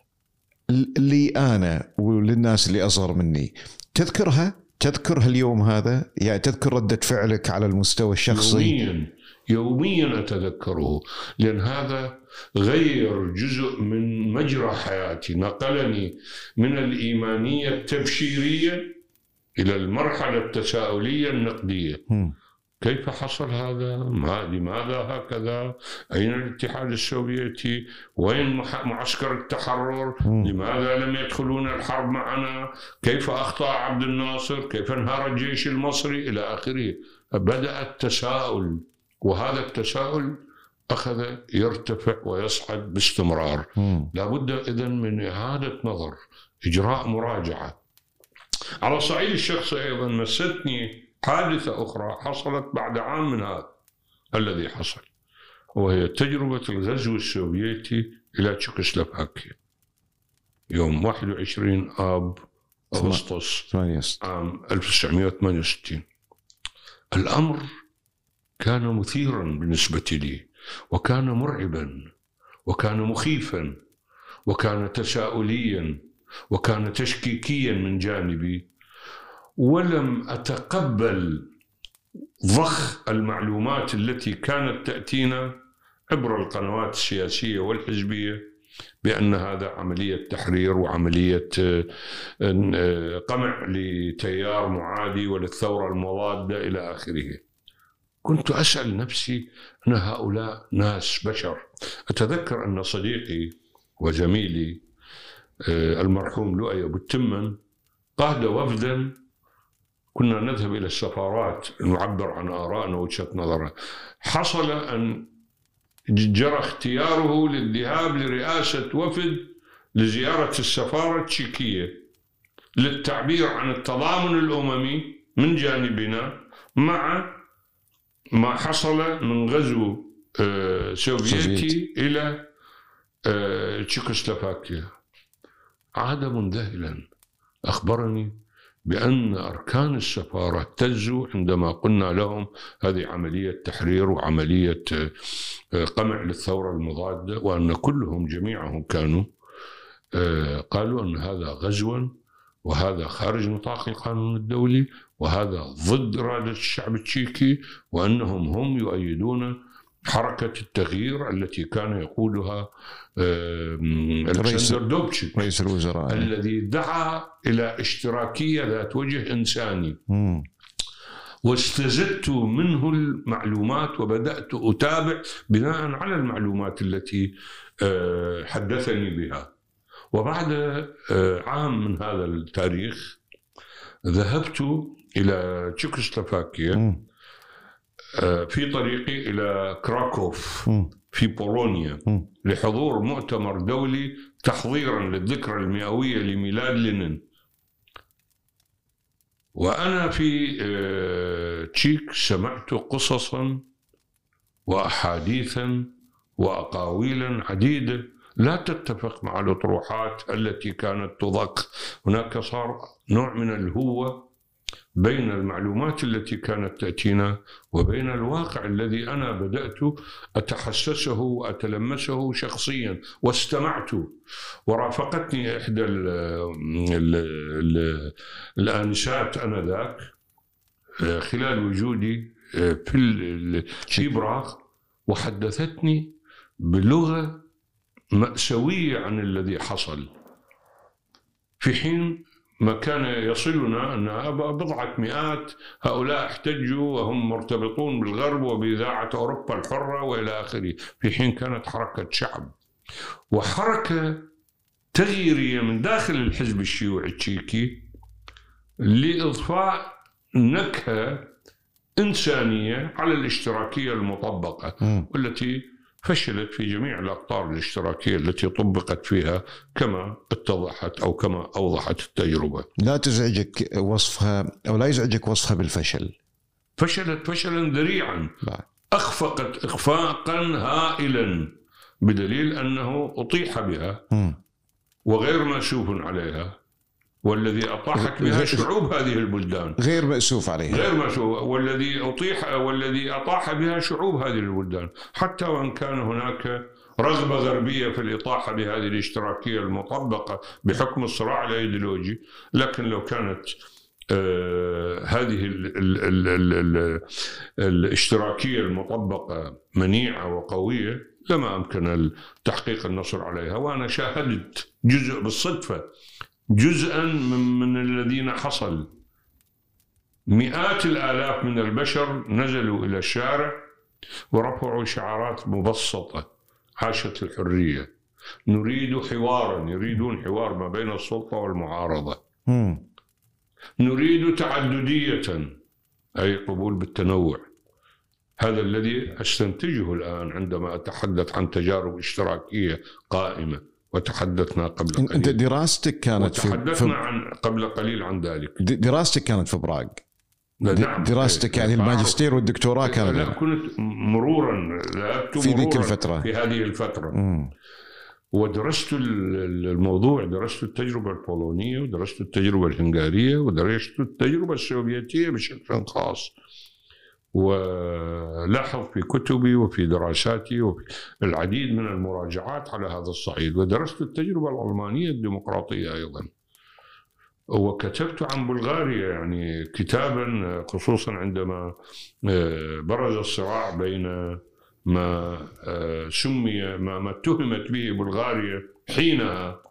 اللي أنا وللناس اللي أصغر مني تذكرها تذكرها اليوم هذا، يعني تذكر ردة فعلك على المستوى الشخصي؟ يوميا يوميا أتذكره، لأن هذا غير جزء من مجرى حياتي، نقلني من الإيمانية التبشيرية إلى المرحلة التساؤلية النقدية. م. كيف حصل هذا؟ ما لماذا هكذا؟ أين الاتحاد السوفيتي؟ وين معسكر التحرر؟ م. لماذا لم يدخلون الحرب معنا؟ كيف أخطأ عبد الناصر؟ كيف انهار الجيش المصري؟ إلى آخره. بدأ التساؤل، وهذا التساؤل أخذ يرتفع ويصعد باستمرار. م. لابد إذن من إعادة نظر، إجراء مراجعة. على الصعيد الشخصي أيضا مستني حادثة أخرى حصلت بعد عام من هذا الذي حصل، وهي تجربة الغزو السوفيتي إلى تشيكوسلوفاكيا يوم واحد وعشرين آب أغسطس عام ألف وتسعمائة وثمانية وستين. الأمر كان مثيرا بالنسبة لي، وكان مرعبا، وكان مخيفا، وكان تساؤليا، وكان تشكيكيا من جانبي، ولم أتقبل ضخ المعلومات التي كانت تأتينا عبر القنوات السياسية والحزبية بأن هذا عملية تحرير وعملية قمع لتيار معادي وللثورة المضادة إلى آخره. كنت أسأل نفسي أن هؤلاء ناس بشر. أتذكر أن صديقي وزميلي المرحوم لؤي أبو التمن قاد وفدا، كنا نذهب إلى السفارات نعبر عن آرائنا ووجهة نظرنا. حصل أن جرى اختياره للذهاب لرئاسة وفد لزيارة السفارة التشيكية للتعبير عن التضامن الأممي من جانبنا مع ما حصل من غزو سوفيتي إلى تشيكوسلوفاكيا. عاد منذهلا، أخبرني بأن أركان السفارة اهتزوا عندما قلنا لهم هذه عملية تحرير وعملية قمع للثورة المضادة، وأن كلهم جميعهم كانوا قالوا أن هذا غزو وهذا خارج نطاق القانون الدولي وهذا ضد إرادة الشعب التشيكي، وأنهم هم يؤيدون حركة التغيير التي كان يقودها الكسندر دوبتشيك رئيس الوزراء الذي دعا إلى اشتراكية ذات وجه إنساني. مم. واستزدت منه المعلومات وبدأت أتابع بناء على المعلومات التي حدثني بها. وبعد عام من هذا التاريخ ذهبت إلى تشيكوسلوفاكيا في طريقي إلى كراكوف في بولونيا لحضور مؤتمر دولي تحضيرا للذكرى المئوية لميلاد لينين. وأنا في تشيك سمعت قصصا وأحاديثا وأقاويلا عديدة لا تتفق مع الأطروحات التي كانت تضخ. هناك صار نوع من الهوة بين المعلومات التي كانت تأتينا وبين الواقع الذي أنا بدأت أتحسسه وأتلمسه شخصيا واستمعت. ورافقتني إحدى ال ال ال الآنسات آنذاك خلال وجودي في في براغ، وحدثتني بلغة مأساوية عن الذي حصل، في حين ما كان يصلنا أن بضعة مئات هؤلاء احتجوا وهم مرتبطون بالغرب وبإذاعة أوروبا الحرة وإلى آخره، في حين كانت حركة شعب وحركة تغييرية من داخل الحزب الشيوعي التشيكي لإضفاء نكهة إنسانية على الاشتراكية المطبقة، والتي فشلت في جميع الأقطار الاشتراكية التي طبقت فيها كما اتضحت أو كما أوضحت التجربة. لا تزعجك وصفها أو لا يزعجك وصفها بالفشل؟ فشلت فشلا ذريعا، أخفقت إخفاقا هائلا، بدليل أنه أطيح بها وغير مأسوف عليها، والذي أطاحت بها شعوب هذه البلدان غير مأسوف عليها غير مأسوف والذي أطيح والذي أطاح بها شعوب هذه البلدان، حتى وإن كان هناك رغبة غربية في الإطاحة بهذه الاشتراكية المطبقة بحكم الصراع الأيديولوجي. لكن لو كانت آه هذه ال ال ال ال ال الاشتراكية المطبقة منيعة وقوية لما أمكن تحقيق النصر عليها. وأنا شاهدت جزء بالصدفة جزءا من, من الذين حصل. مئات الآلاف من البشر نزلوا إلى الشارع ورفعوا شعارات مبسطة: عاشت الحرية، نريد حوارا، يريدون حوار ما بين السلطة والمعارضة، م. نريد تعددية أي قبول بالتنوع. هذا الذي أستنتجه الآن عندما أتحدث عن تجارب اشتراكية قائمة، وتحدثنا قبل قليل. أنت دراستك كانت في وتحدثنا عن قبل قليل عن ذلك. دراستك كانت في براغ. نعم. دراستك يعني الماجستير والدكتوراه كانت. لا، كنت مرورا في ذيك الفترة، في هذه الفترة. م. ودرست الموضوع، درست التجربة البولونية ودرست التجربة الهنغارية ودرست التجربة السوفيتية بشكل خاص، ولاحظ في كتبي وفي دراساتي وفي العديد من المراجعات على هذا الصعيد. ودرست التجربة الألمانية الديمقراطية أيضا، وكتبت عن بلغاريا يعني كتابا، خصوصا عندما برز الصراع بين ما سمي ما, ما اتهمت به بلغاريا حينها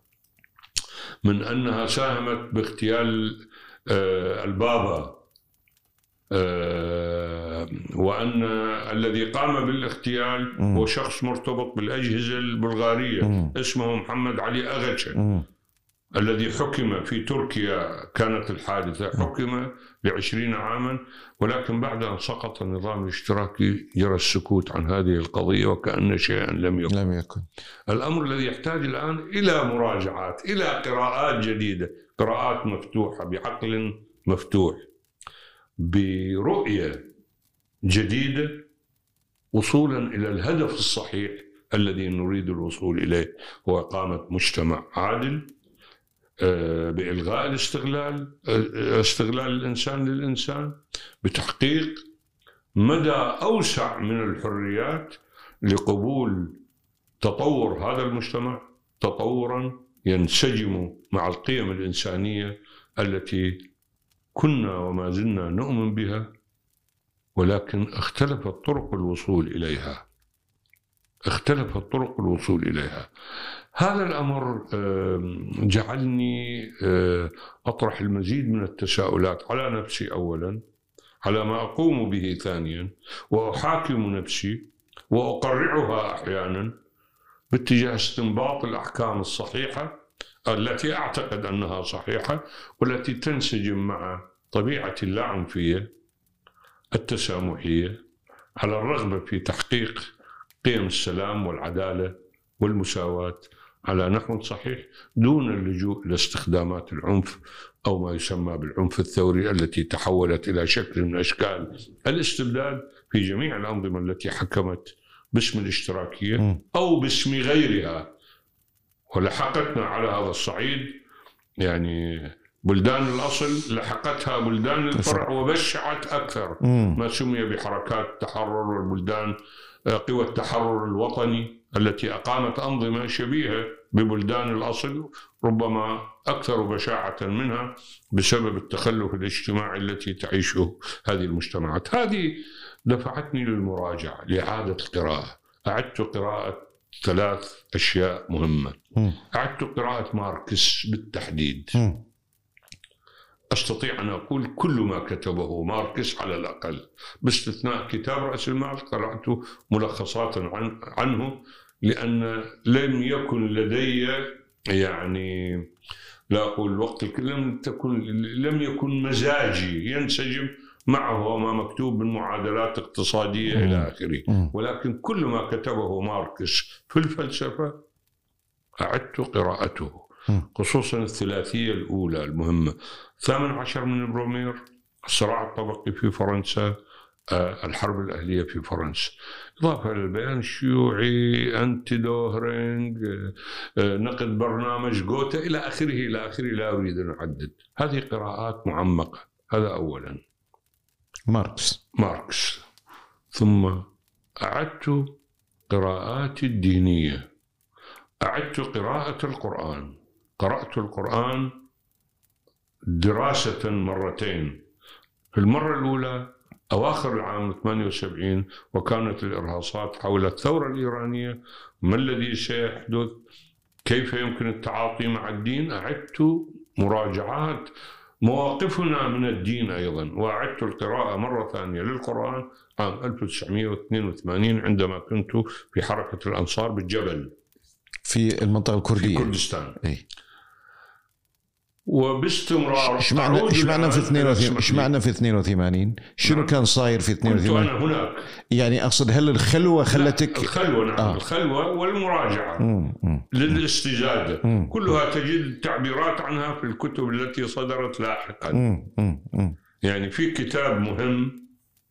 من أنها ساهمت باغتيال البابا وأن الذي قام بالاغتيال هو شخص مرتبط بالأجهزة البلغارية م. اسمه محمد علي أغتشة الذي حكم في تركيا. كانت الحادثة حكم لعشرين عاما، ولكن بعد أن سقط النظام الاشتراكي جرى السكوت عن هذه القضية وكأن شيئا لم يكن. لم يكن. الأمر الذي يحتاج الآن إلى مراجعات، إلى قراءات جديدة، قراءات مفتوحة بعقل مفتوح، برؤية جديدة، وصولا إلى الهدف الصحيح الذي نريد الوصول إليه، هو إقامة مجتمع عادل بإلغاء الاستغلال، استغلال الإنسان للإنسان، بتحقيق مدى أوسع من الحريات لقبول تطور هذا المجتمع تطورا ينسجم مع القيم الإنسانية التي كنا وما زلنا نؤمن بها، ولكن اختلفت طرق الوصول إليها اختلفت طرق الوصول إليها. هذا الأمر جعلني أطرح المزيد من التساؤلات على نفسي أولا، على ما أقوم به ثانيا، وأحاكم نفسي وأقرعها أحيانا باتجاه استنباط الأحكام الصحيحة التي أعتقد أنها صحيحة، والتي تنسجم مع طبيعة اللاعنفية التسامحية، على الرغبة في تحقيق قيم السلام والعدالة والمساواة على نحو صحيح، دون اللجوء إلى استخدامات العنف أو ما يسمى بالعنف الثوري التي تحولت إلى شكل من أشكال الاستبداد في جميع الأنظمة التي حكمت باسم الاشتراكية أو باسم غيرها. ولحقتنا على هذا الصعيد يعني بلدان الأصل لحقتها بلدان الفرع وبشعت أكثر ما سمي بحركات التحرر والبلدان قوى التحرر الوطني التي أقامت أنظمة شبيهة ببلدان الأصل، ربما أكثر بشاعة منها بسبب التخلف الاجتماعي التي تعيشه هذه المجتمعات. هذه دفعتني للمراجعة، لإعادة القراءة. أعدت قراءة ثلاث أشياء مهمة. أعدت قراءة ماركس بالتحديد. أستطيع أن أقول كل ما كتبه ماركس على الأقل، باستثناء كتاب رأس المال قرأت ملخصات عن عنه، لأن لم يكن لدي يعني لا أقول وقت لم تكن لم يكن مزاجي ينسجم معه وما مكتوب من معادلات اقتصادية إلى آخره، ولكن كل ما كتبه ماركس في الفلسفة أعدت قراءته، خصوصا الثلاثية الأولى المهمة، الثامن عشر من برومير، الصراع الطبقي في فرنسا، الحرب الأهلية في فرنسا، إضافة للبيان الشيوعي، أنتي دوهرينج، نقد برنامج غوتا إلى آخره إلى آخره، لا أريد أن أعدد. هذه قراءات معمقة. هذا أولا ماركس ماركس ثم أعدت قراءاتي الدينية. أعدت قراءة القرآن. قرأت القرآن دراسة مرتين. في المرة الأولى أواخر العام ثمانية وسبعين، وكانت الإرهاصات حول الثورة الإيرانية، ما الذي سيحدث، كيف يمكن التعاطي مع الدين. أعدت مراجعات مواقفنا من الدين أيضا، وأعدت القراءة مرة ثانية للقرآن عام ألف وتسعمائة واثنين وثمانين عندما كنت في حركة الأنصار بالجبل في المنطقة الكردية في كردستان. أي. وباستمرار ايش معنى ايش معنى في اثنين وثمانين ايش معنى في اثنين وثمانين شنو نعم. كان صاير في اثنين وثمانين؟ كنت أنا هناك. يعني اقصد هل الخلوه خلتك؟ الخلوه نعم آه. الخلوه والمراجعه مم. مم. للاستزاده مم. كلها تجد تعبيرات عنها في الكتب التي صدرت لاحقا. مم. مم. يعني في كتاب مهم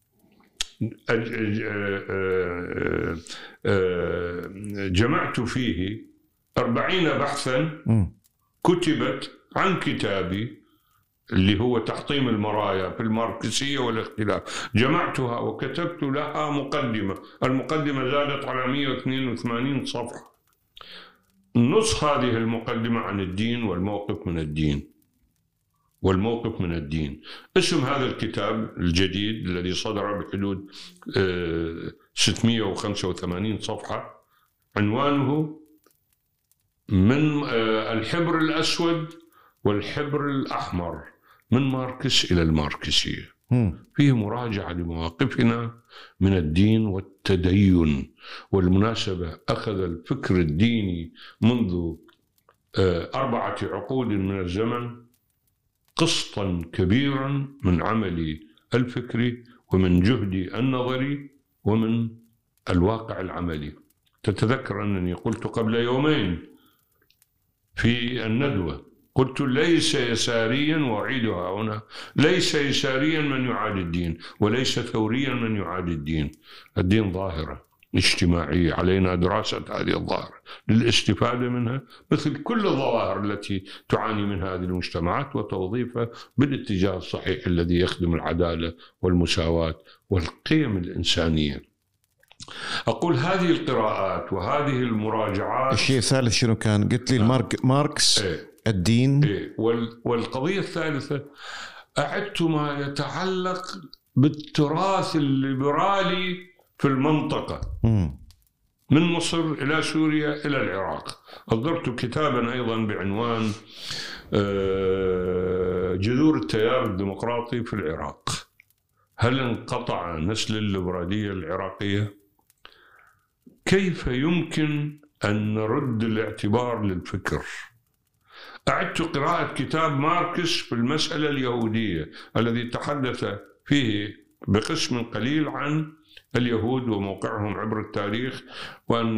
جمعت فيه أربعين بحثا مم. كتبت عن كتابي اللي هو تحطيم المرايا في الماركسية والاختلاف. جمعتها وكتبت لها مقدمة. المقدمة زادت على مئة واثنين وثمانين صفحة. نص هذه المقدمة عن الدين والموقف من الدين والموقف من الدين. اسم هذا الكتاب الجديد الذي صدر بحدود ستمئة وخمسة وثمانين صفحة عنوانه من الحبر الأسود والحبر الأحمر، من ماركس إلى الماركسية. فيه مراجعة لمواقفنا من الدين والتدين. والمناسبة أخذ الفكر الديني منذ أربعة عقود من الزمن قسطا كبيرا من عملي الفكري ومن جهدي النظري ومن الواقع العملي. تتذكر أنني قلت قبل يومين في الندوة، قلت ليس يساريا، وأعيدها هنا، ليس يساريا من يعادي الدين، وليس ثوريا من يعادي الدين. الدين ظاهرة اجتماعية، علينا دراسة هذه الظاهرة للاستفادة منها مثل كل الظواهر التي تعاني من هذه المجتمعات، وتوظيفها بالاتجاه الصحيح الذي يخدم العدالة والمساواة والقيم الإنسانية. أقول هذه القراءات وهذه المراجعات. الشيء الثالث شنو كان؟ قلت لي المارك ماركس إيه؟ الدين. إيه؟ والقضية الثالثة أعدت ما يتعلق بالتراث الليبرالي في المنطقة م. من مصر إلى سوريا إلى العراق. أصدرت كتابا أيضا بعنوان جذور التيار الديمقراطي في العراق. هل انقطع نسل الليبرالية العراقية؟ كيف يمكن أن نرد الاعتبار للفكر؟ أعدت قراءة كتاب ماركس في المسألة اليهودية الذي تحدث فيه بقسم قليل عن اليهود وموقعهم عبر التاريخ، وأن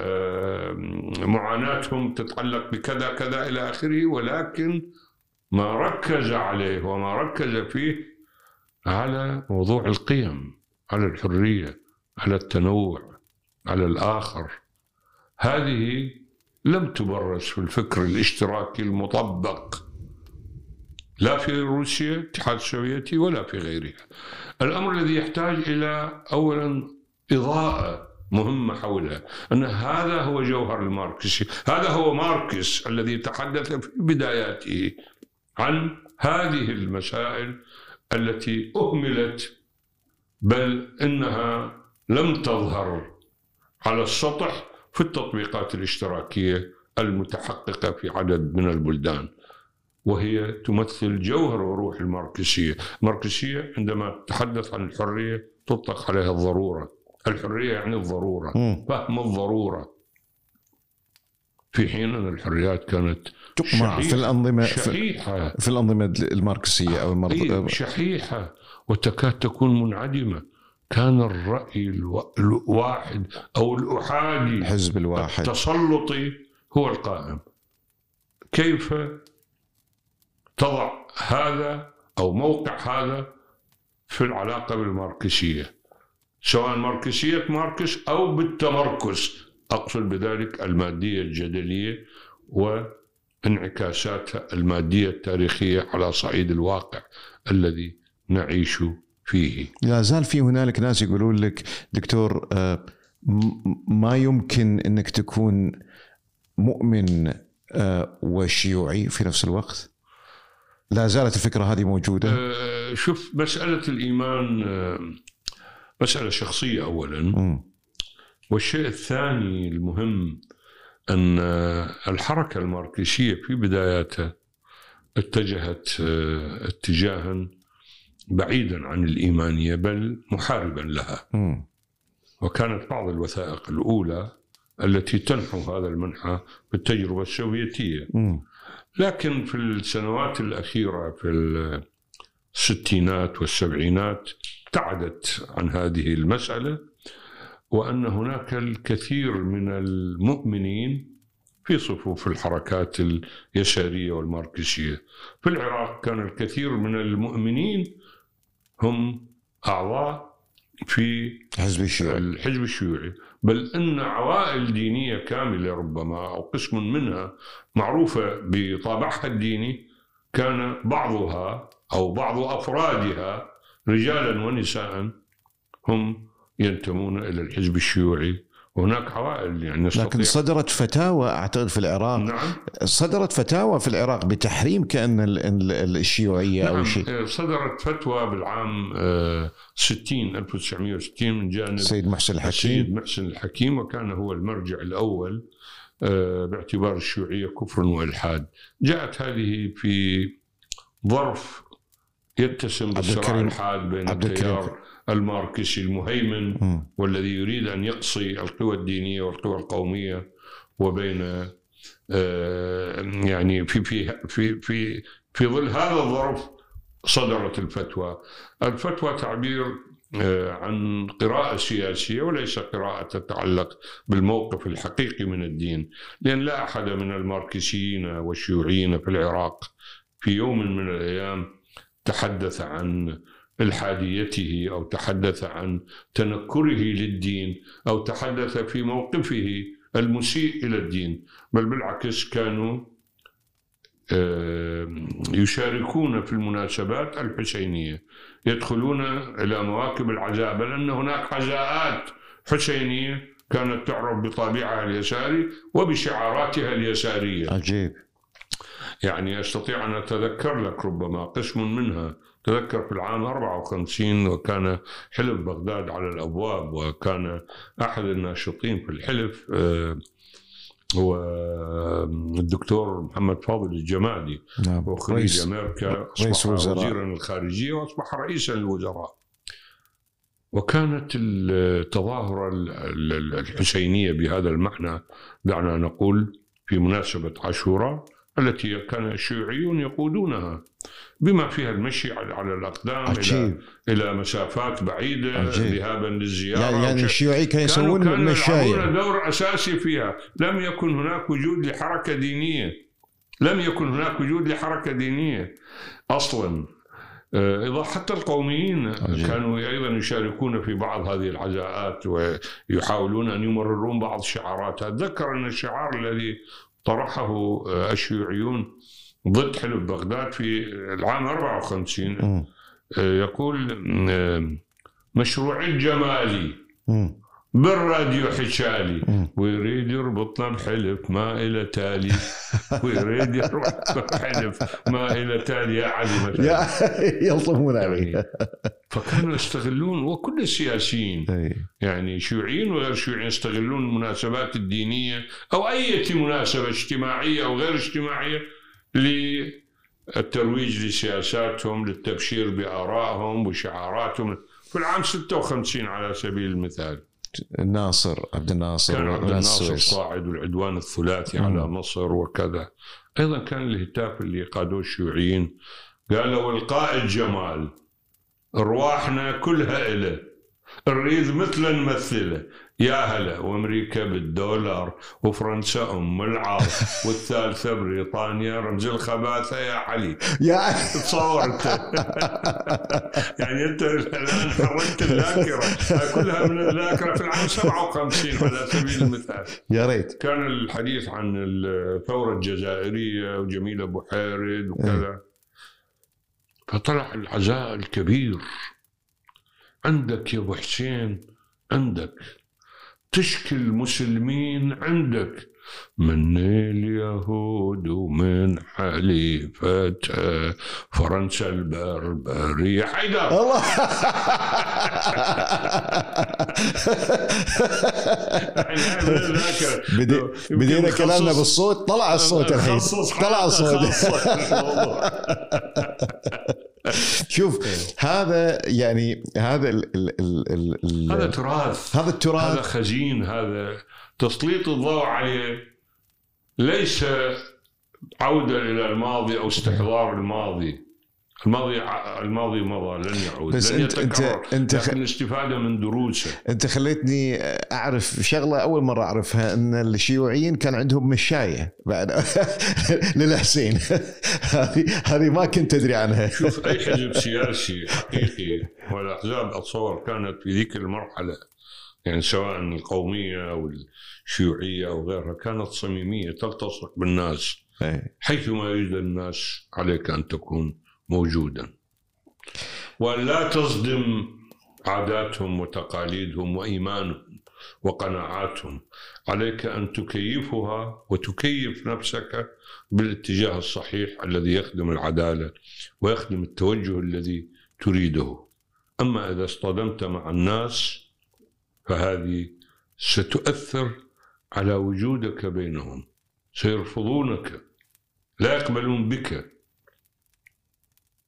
معاناتهم تتعلق بكذا كذا إلى آخره، ولكن ما ركز عليه وما ركز فيه على موضوع القيم، على الحرية، على التنوع، على الآخر. هذه لم تبرز في الفكر الاشتراكي المطبق لا في روسيا الاتحاد السوفيتي ولا في غيرها. الأمر الذي يحتاج إلى أولا إضاءة مهمة حولها، أن هذا هو جوهر الماركسي، هذا هو ماركس الذي تحدث في بداياته عن هذه المسائل التي أهملت، بل إنها لم تظهر على السطح في التطبيقات الاشتراكية المتحققة في عدد من البلدان، وهي تمثل جوهر وروح الماركسية. الماركسية عندما تتحدث عن الحرية تطلق عليها الضرورة. الحرية يعني الضرورة، فهم الضرورة، في حين أن الحريات كانت تقمع في الأنظمة شحيحة في الأنظمة الماركسية أو المرض... شحيحة وتكاد تكون منعدمة. كان الرأي الواحد أو الأحادي، الحزب الواحد التسلطي هو القائم. كيف تضع هذا أو موقع هذا في العلاقة بالماركسية، سواء ماركسية ماركس أو بالتمركز، أقصد بذلك المادية الجدلية وانعكاساتها المادية التاريخية على صعيد الواقع الذي نعيش فيه. لا زال في هنالك ناس يقولون لك دكتور ما يمكن أنك تكون مؤمن وشيوعي في نفس الوقت. لا زالت الفكرة هذه موجودة. شوف، مسألة الإيمان مسألة شخصية أولا، م. والشيء الثاني المهم أن الحركة الماركسية في بداياتها اتجهت اتجاها بعيدا عن الإيمانية بل محاربا لها، م. وكانت بعض الوثائق الأولى التي تنحو هذا المنحى بالتجربة السوفيتية، م. لكن في السنوات الأخيرة في الستينات والسبعينات ابتعدت عن هذه المسألة، وأن هناك الكثير من المؤمنين في صفوف الحركات اليسارية والماركسية. في العراق كان الكثير من المؤمنين هم أعضاء في حزب الشيوعي. الحزب الشيوعي، بل إن عوائل دينية كاملة ربما أو قسم منها معروفة بطابعها الديني كان بعضها أو بعض أفرادها رجالا ونساء هم ينتمون إلى الحزب الشيوعي. وهناك عوائل يعني نستطيع. لكن صدرت فتاوى أعتقد في العراق. نعم. صدرت فتاوى في العراق بتحريم كأن الشيوعية نعم. أو شيء. صدرت فتوى بالعام ستين ألف وتسعمائة وستين من جانب السيد محسن الحكيم. السيد محسن الحكيم، وكان هو المرجع الأول باعتبار الشيوعية كفر وإلحاد. جاءت هذه في ظرف يتسم بالصراع الحاد بين التيار الماركسي المهيمن م. والذي يريد أن يقصي القوى الدينية والقوى القومية، وبين يعني في في في في في ظل هذا الظرف صدرت الفتوى. الفتوى تعبير عن قراءة سياسية وليس قراءة تتعلق بالموقف الحقيقي من الدين، لأن لا أحد من الماركسيين والشيوعيين في العراق في يوم من الأيام تحدث عن إلحاديته أو تحدث عن تنكره للدين أو تحدث في موقفه المسيء إلى الدين، بل بالعكس كانوا يشاركون في المناسبات الحسينية، يدخلون إلى مواكب العزاء، بل أن هناك عزاءات حسينية كانت تعرف بطابعها اليساري وبشعاراتها اليسارية. عجيب. يعني أستطيع أن أتذكر لك ربما قسم منها. تذكر في العام أربعة وخمسين وكان حلف بغداد على الأبواب، وكان أحد الناشطين في الحلف هو الدكتور محمد فاضل الجمادي، نعم. وخريج أمريكا، أصبح وزيرا الخارجية وأصبح رئيسا للوزراء. وكانت التظاهرة الحسينية بهذا المعنى، دعنا نقول في مناسبة عاشوراء التي كان الشيوعيون يقودونها، بما فيها المشي على الأقدام إلى إلى مسافات بعيدة، عجيب. ذهابا للزيارة. يعني, يعني الشيوعي كانوا يسوون مشاية، كانوا دور أساسي فيها. لم يكن هناك وجود لحركة دينية، لم يكن هناك وجود لحركة دينية أصلا. إذا حتى القوميين عجيب. كانوا أيضا يشاركون في بعض هذه العزاءات ويحاولون أن يمررون بعض الشعارات. أتذكر أن الشعار الذي طرحه الشيوعيون ضد حلف بغداد في العام أربعة وخمسين م. يقول مشروعي الجمالي م. بالراديو حشالي، ويريد يربطنا بحلف ما إلى تالي، ويريد يربطنا بحلف ما إلى تالي يا علي مثلا يلطمون عليه. فكانوا يستغلون، وكل السياسيين يعني شيوعيين وغير شيوعيين يستغلون المناسبات الدينية أو أي مناسبة اجتماعية أو غير اجتماعية للترويج لسياساتهم، للتبشير بآرائهم وشعاراتهم. في العام ستة وخمسين على سبيل المثال الناصر عبد الناصر كان عبد الناصر صاعد والعدوان الثلاثي م. على مصر وكذا. أيضا كان الهتاف اللي قادوه الشيوعيين، قالوا القائد جمال أرواحنا كلها إله، نريد مثل نمثله، يا هلا وأمريكا بالدولار، وفرنسا أم العار، والثالثة بريطانيا رمز الخباثة يا علي. يا تصور أنت يعني أنت الآن حركت الذاكرة كلها من الذاكرة في العام سبعة وخمسين على سبيل المثال. يا ريت. كان الحديث عن الثورة الجزائرية وجميل أبو حارد وكذا. فطلع العزاء الكبير. عندك يا أبو حسين، عندك تشكي المسلمين، عندك من اليهود ومن حليفة فرنسا البربرية حيدر. الله بدينا كلامنا بالصوت، طلع الصوت الحين، طلع الصوت. شوف هذا يعني هذا ال ال ال ال هذا تراث، هذا التراث، هذا خزين، هذا تسليط الضوء عليه، ليس عودة إلى الماضي أو استحضار الماضي. الماضي الماضي مضى، لن يعود، بس لن انت يتكرر، انت لكن الاستفادة من دروسه. انت خليتني اعرف شغله اول مره اعرفها، ان الشيوعيين كان عندهم مشايه بعد للحسين. هذه هذه ما كنت ادري عنها. شوف اي حزب سياسي حقيقي، والاحزاب اتصور كانت في ذيك المرحله، يعني سواء القوميه او الشيوعيه او غيرها، كانت صميميه تلتصق بالناس. حيثما يوجد الناس عليك ان تكون موجودا، وأن لا تصدم عاداتهم وتقاليدهم وإيمانهم وقناعاتهم. عليك أن تكيفها وتكيف نفسك بالاتجاه الصحيح الذي يخدم العدالة ويخدم التوجه الذي تريده. أما إذا اصطدمت مع الناس فهذه ستؤثر على وجودك بينهم، سيرفضونك، لا يقبلون بك.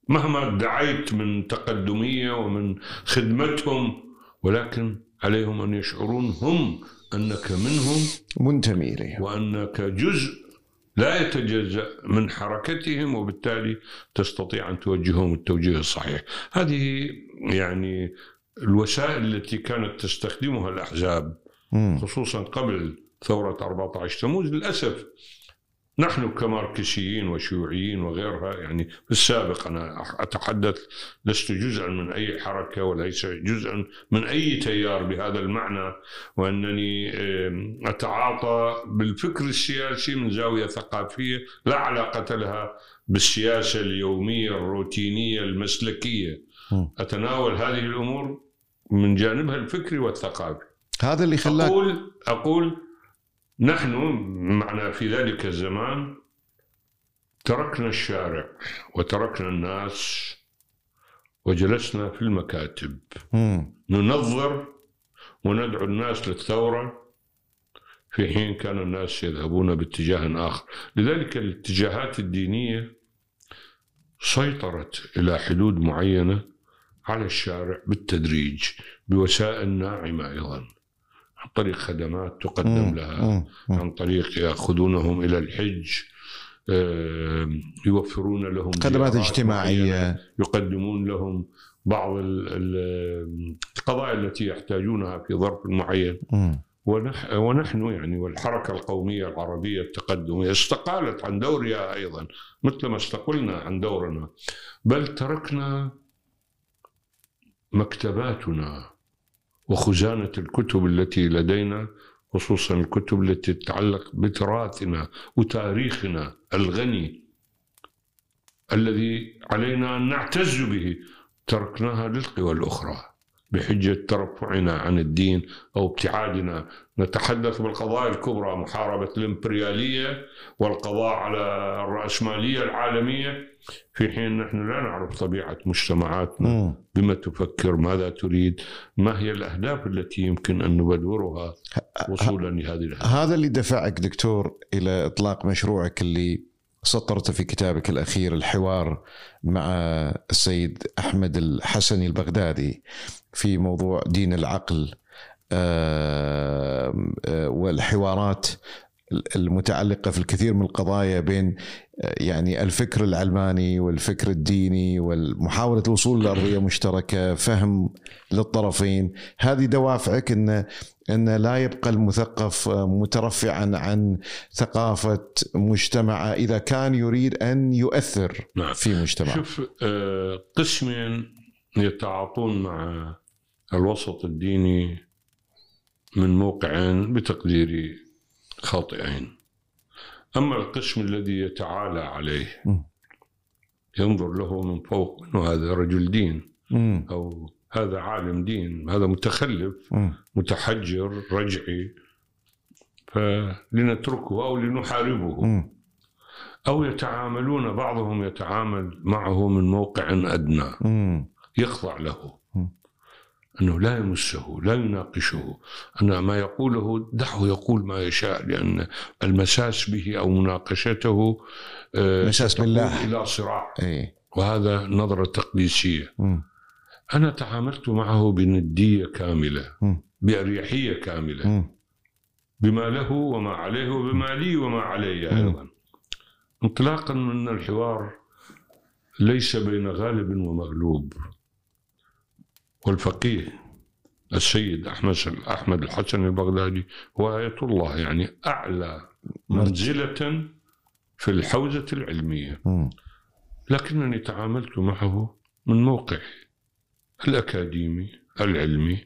مهما ادعيت من تقدمية ومن خدمتهم، ولكن عليهم أن يشعرون هم أنك منهم منتمي إليهم، وأنك جزء لا يتجزأ من حركتهم، وبالتالي تستطيع أن توجههم التوجيه الصحيح. هذه يعني الوسائل التي كانت تستخدمها الأحزاب خصوصا قبل ثورة أربعة عشر تموز. للأسف نحن كماركسيين وشيوعيين وغيرها، يعني في السابق أنا أتحدث لست جزءا من أي حركة وليس جزءا من أي تيار بهذا المعنى، وأنني أتعاطى بالفكر السياسي من زاوية ثقافية لا علاقة لها بالسياسة اليومية الروتينية المسلكية. أتناول هذه الأمور من جانبها الفكري والثقافي. هذا اللي خلاك أقول أقول نحن معنا في ذلك الزمان تركنا الشارع وتركنا الناس وجلسنا في المكاتب مم. ننظر وندعو الناس للثورة، في حين كان الناس يذهبون باتجاه آخر. لذلك الاتجاهات الدينية سيطرت إلى حدود معينة على الشارع بالتدريج بوسائل ناعمة أيضا، عن طريق خدمات تقدم مم. لها مم. عن طريق يأخذونهم إلى الحج، يوفرون لهم خدمات اجتماعية، يقدمون لهم بعض القضايا التي يحتاجونها في ظرف معين. ونحن يعني والحركة القومية العربية التقدمية استقالت عن دورها أيضا مثل ما استقلنا عن دورنا، بل تركنا مكتباتنا وخزانة الكتب التي لدينا، خصوصا الكتب التي تتعلق بتراثنا وتاريخنا الغني الذي علينا أن نعتز به، تركناها للقوى الأخرى بحجة ترفعنا عن الدين أو ابتعادنا. نتحدث بالقضايا الكبرى، محاربة الإمبريالية والقضاء على الرأسمالية العالمية، في حين نحن لا نعرف طبيعة مجتمعاتنا، بما تفكر، ماذا تريد، ما هي الأهداف التي يمكن أن نبلورها وصولا لهذه الأهداف. هذا اللي دفعك دكتور إلى إطلاق مشروعك اللي سطرت في كتابك الأخير، الحوار مع السيد أحمد الحسني البغدادي في موضوع دين العقل والحوارات المتعلقة في الكثير من القضايا بين يعني الفكر العلماني والفكر الديني ومحاولة الوصول لأرضية مشتركة، فهم للطرفين. هذه دوافعك أن أن لا يبقى المثقف مترفعا عن ثقافة مجتمع إذا كان يريد أن يؤثر نعم. في مجتمع. شوف، قسمين يتعاطون مع الوسط الديني من موقعين بتقديري خاطئين. أما القسم الذي يتعالى عليه ينظر له من فوق أنه هذا رجل دين أو هذا عالم دين، هذا متخلف متحجر رجعي، فلنتركه أو لنحاربه. أو يتعاملون، بعضهم يتعامل معه من موقع أدنى، يخضع له، أنه لا يمسه لا يناقشه، أن ما يقوله دعه يقول ما يشاء، لأن المساس به أو مناقشته مساس بالله إلى صراع. أي. وهذا نظرة تقديسية. م. أنا تعاملت معه بندية كاملة، م. بأريحية كاملة، م. بما له وما عليه وبما لي وما علي أيضا، انطلاقا من الحوار ليس بين غالب ومغلوب. والفقيه السيد أحمد الحسني البغدادي هو آية الله، يعني أعلى منزلة في الحوزة العلمية، لكنني تعاملت معه من موقع الأكاديمي العلمي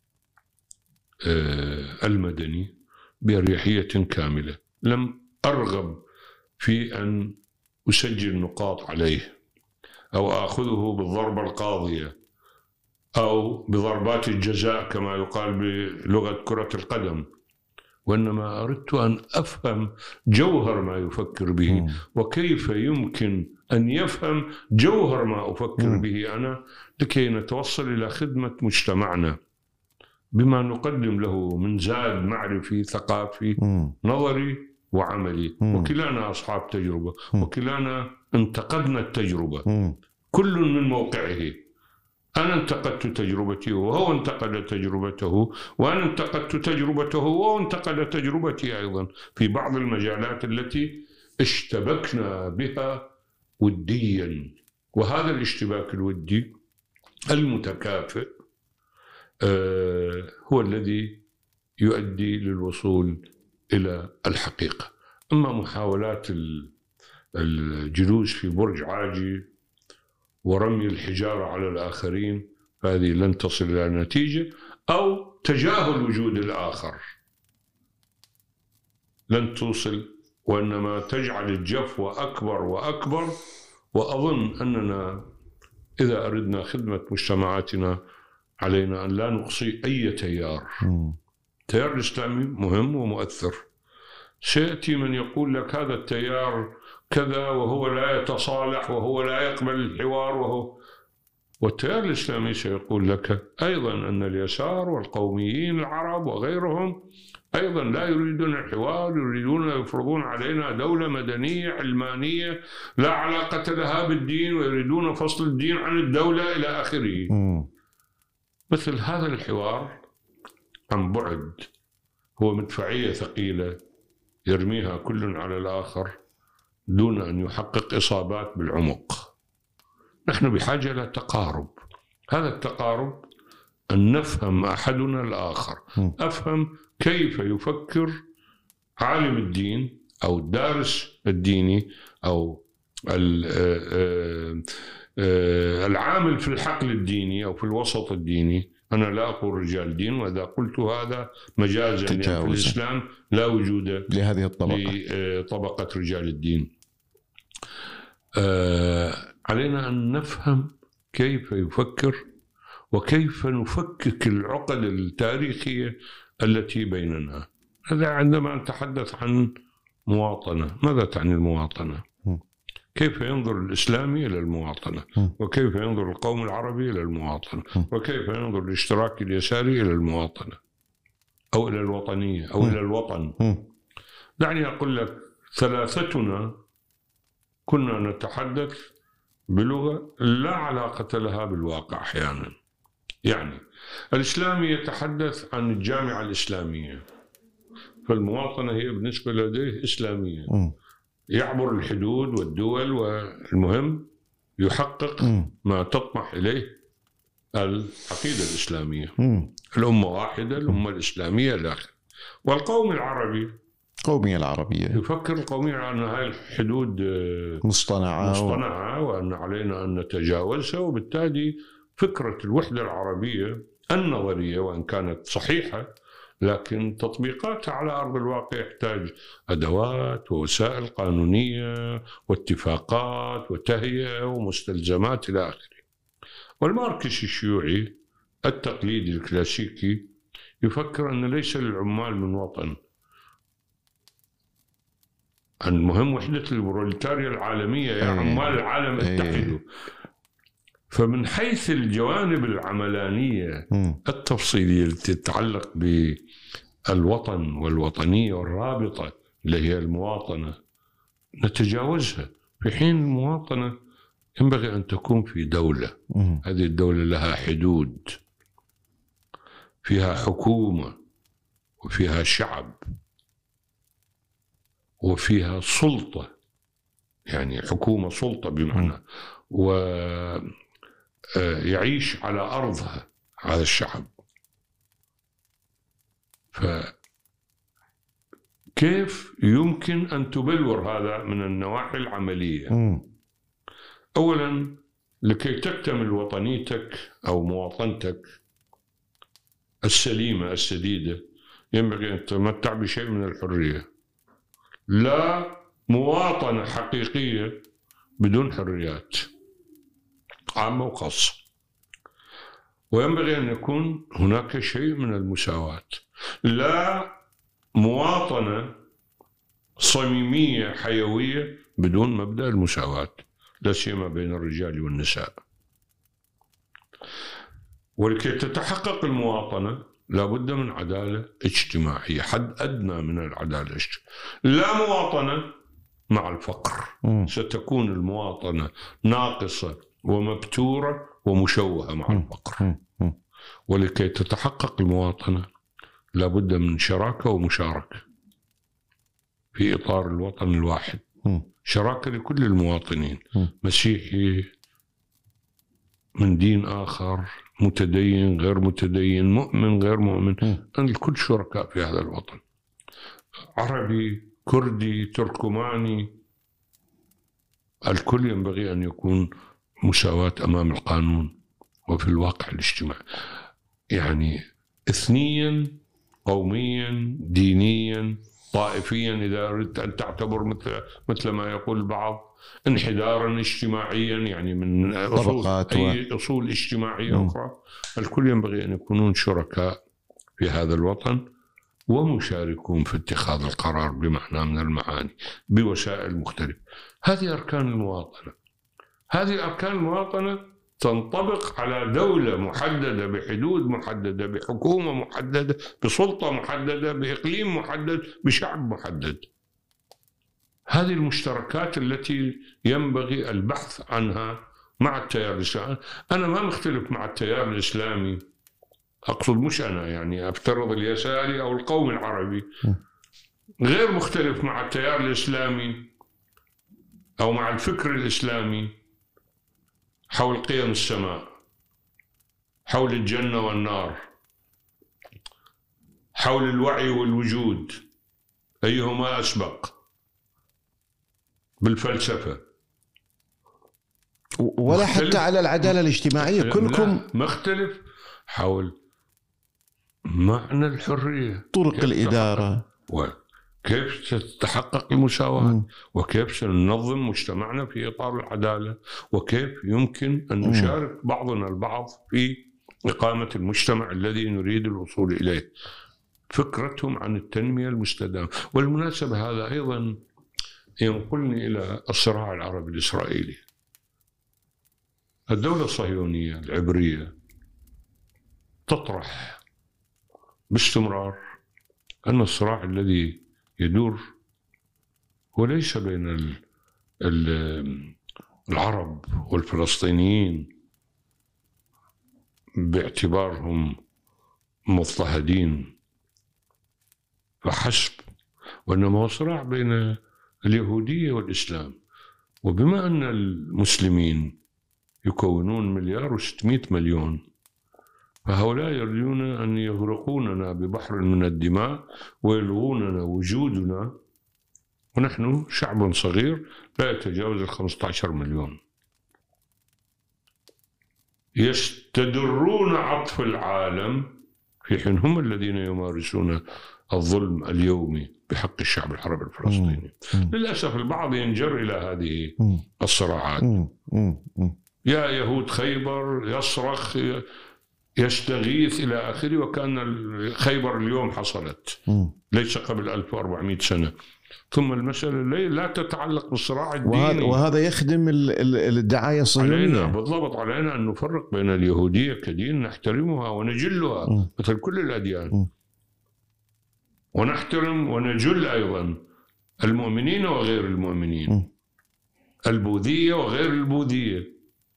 المدني بأريحية كاملة. لم أرغب في أن أسجل نقاط عليه أو أخذه بالضربة القاضية أو بضربات الجزاء كما يقال بلغة كرة القدم، وإنما أردت أن أفهم جوهر ما يفكر به وكيف يمكن أن يفهم جوهر ما أفكر به أنا، لكي نتوصل إلى خدمة مجتمعنا بما نقدم له من زاد معرفي ثقافي نظري وعملي. وكلانا أصحاب تجربة، وكلانا انتقدنا التجربة كل من موقعه. أنا انتقدت تجربتي وهو انتقد تجربته، وأنا انتقدت تجربته وهو انتقد تجربتي أيضا في بعض المجالات التي اشتبكنا بها وديا. وهذا الاشتباك الودي المتكافئ هو الذي يؤدي للوصول إلى الحقيقة. أما محاولات الجلوس في برج عاجي ورمي الحجارة على الآخرين فهذه لن تصل إلى نتيجة، أو تجاهل وجود الآخر لن توصل، وإنما تجعل الجفوة أكبر وأكبر. وأظن أننا إذا أردنا خدمة مجتمعاتنا علينا أن لا نقصي أي تيار. التيار الإسلامي مهم ومؤثر. سيأتي من يقول لك هذا التيار كذا وهو لا يتصالح وهو لا يقبل الحوار، وهو والتيار الإسلامي سيقول لك أيضا أن اليسار والقوميين العرب وغيرهم أيضا لا يريدون الحوار، يريدون يفرضون علينا دولة مدنية علمانية لا علاقة لها بالدين، ويريدون فصل الدين عن الدولة إلى آخره. مثل هذا الحوار عن بعد هو مدفعية ثقيلة يرميها كل على الآخر دون أن يحقق إصابات بالعمق. نحن بحاجة إلى تقارب. هذا التقارب أن نفهم أحدنا الآخر، أفهم كيف يفكر عالم الدين أو الدارس الديني أو العامل في الحقل الديني أو في الوسط الديني. أنا لا أقول رجال دين، وإذا قلت هذا مجازا يعني في الإسلام لا وجود لهذه الطبقة لطبقة رجال الدين. علينا أن نفهم كيف يفكر وكيف نفكك العقد التاريخية التي بيننا. هذا عندما نتحدث عن مواطنة، ماذا تعني المواطنة؟ كيف ينظر الإسلامي إلى المواطنة، وكيف ينظر القوم العربي إلى المواطنة، وكيف ينظر الاشتراكي اليساري إلى المواطنة أو إلى الوطنية أو إلى الوطن. دعني أقول لك ثلاثتنا كنا نتحدث بلغة لا علاقة لها بالواقع أحيانا. يعني الإسلامي يتحدث عن الجامعة الإسلامية، فالمواطنة هي بالنسبة لديه إسلامية، يعبر الحدود والدول، والمهم يحقق ما تطمح إليه العقيدة الإسلامية. الأمة واحدة، الأمة الإسلامية الآخر. والقوم العربي القومية العربية يفكر القومية أن هاي الحدود مصطنعة مصطنعة وأن علينا أن نتجاوزها، وبالتالي فكرة الوحدة العربية النظرية وإن كانت صحيحة لكن تطبيقاتها على أرض الواقع يحتاج أدوات ووسائل قانونية واتفاقات وتهيئة ومستلزمات إلى آخره. والماركسي الشيوعي التقليدي الكلاسيكي يفكر أن ليس للعمال من وطن، المهم وحدة البروليتاريا العالمية، يا عمال العالم اتحدوا. فمن حيث الجوانب العملانية التفصيلية التي تتعلق بالوطن والوطنية والرابطة اللي هي المواطنة نتجاوزها، في حين المواطنة ينبغي أن تكون في دولة. هذه الدولة لها حدود، فيها حكومة وفيها شعب وفيها سلطة، يعني حكومة سلطة بمعنى، ويعيش على أرضها هذا الشعب. فكيف يمكن أن تبلور هذا من النواحي العملية؟ أولا لكي تكتمل وطنيتك أو مواطنتك السليمة السديدة ينبغي أن تتمتع بشيء من الحرية. لا مواطنة حقيقية بدون حريات عامة وخاصة. وينبغي أن يكون هناك شيء من المساواة. لا مواطنة صميمية حيوية بدون مبدأ المساواة، لا سيما بين الرجال والنساء. ولكي تتحقق المواطنة لا بد من عدالة اجتماعية، حد أدنى من العدالة الاجتماعية. لا مواطنة مع الفقر. م. ستكون المواطنة ناقصة ومبتورة ومشوهة مع الفقر. ولكي تتحقق المواطنة لابد من شراكة ومشاركة في إطار الوطن الواحد، شراكة لكل المواطنين، مسيحي من دين آخر، متدين غير متدين، مؤمن غير مؤمن، الكل شركاء في هذا الوطن، عربي كردي تركماني، الكل ينبغي أن يكون مساواة أمام القانون وفي الواقع الاجتماعي، يعني إثنيا قوميا دينيا طائفيا إذا أردت أن تعتبر مثل مثل ما يقول البعض، انحدارا اجتماعيا يعني من أصول أي أصول اجتماعية م. أخرى، الكل ينبغي أن يكونون شركاء في هذا الوطن ومشاركون في اتخاذ القرار بمعنى من المعاني بوسائل مختلفة. هذه أركان المواطنة، هذه أركان المواطنة تنطبق على دولة محددة بحدود محددة بحكومة محددة بسلطة محددة بإقليم محدد بشعب محدد. هذه المشتركات التي ينبغي البحث عنها مع التيار الإسلامي. أنا ما مختلف مع التيار الإسلامي، أقصد مش أنا، يعني أفترض اليساري أو القوم العربي غير مختلف مع التيار الإسلامي أو مع الفكر الإسلامي حول قيم السماء، حول الجنة والنار، حول الوعي والوجود، أيهما أسبق بالفلسفة، ولا حتى على العدالة الاجتماعية، كلكم مختلف حول معنى الحرية، طرق الإدارة، وكيف تتحقق المساواة، م. وكيف سننظم مجتمعنا في إطار العدالة، وكيف يمكن أن نشارك م. بعضنا البعض في إقامة المجتمع الذي نريد الوصول إليه. فكرتهم عن التنمية المستدامة. والمناسبة هذا أيضا ينقلني إلى الصراع العربي الإسرائيلي. الدولة الصهيونية العبرية تطرح باستمرار أن الصراع الذي يدور هو ليس بين العرب والفلسطينيين باعتبارهم مضطهدين فحسب، وإنما هو صراع بين اليهودية والإسلام. وبما أن المسلمين يكونون مليار وستمائة مليون، فهؤلاء يريدون أن يغرقوننا ببحر من الدماء ويلغوننا وجودنا، ونحن شعب صغير لا يتجاوز الخمسة عشر مليون. يستدرون عطف العالم في حين هم الذين يمارسون الظلم اليومي بحق الشعب العربي الفلسطيني. للأسف البعض ينجر إلى هذه الصراعات، يا يهود خيبر، يصرخ، يستغيث إلى آخره، وكان خيبر اليوم حصلت ليس قبل ألف وأربعمائة سنة. ثم المسألة لا تتعلق بالصراع الديني، وهذا يخدم الدعاية الصهيونية. علينا بالضبط، علينا أن نفرق بين اليهودية كدين نحترمها ونجلها م. مثل كل الأديان، م. ونحترم ونجل أيضا المؤمنين وغير المؤمنين، م. البوذية وغير البوذية،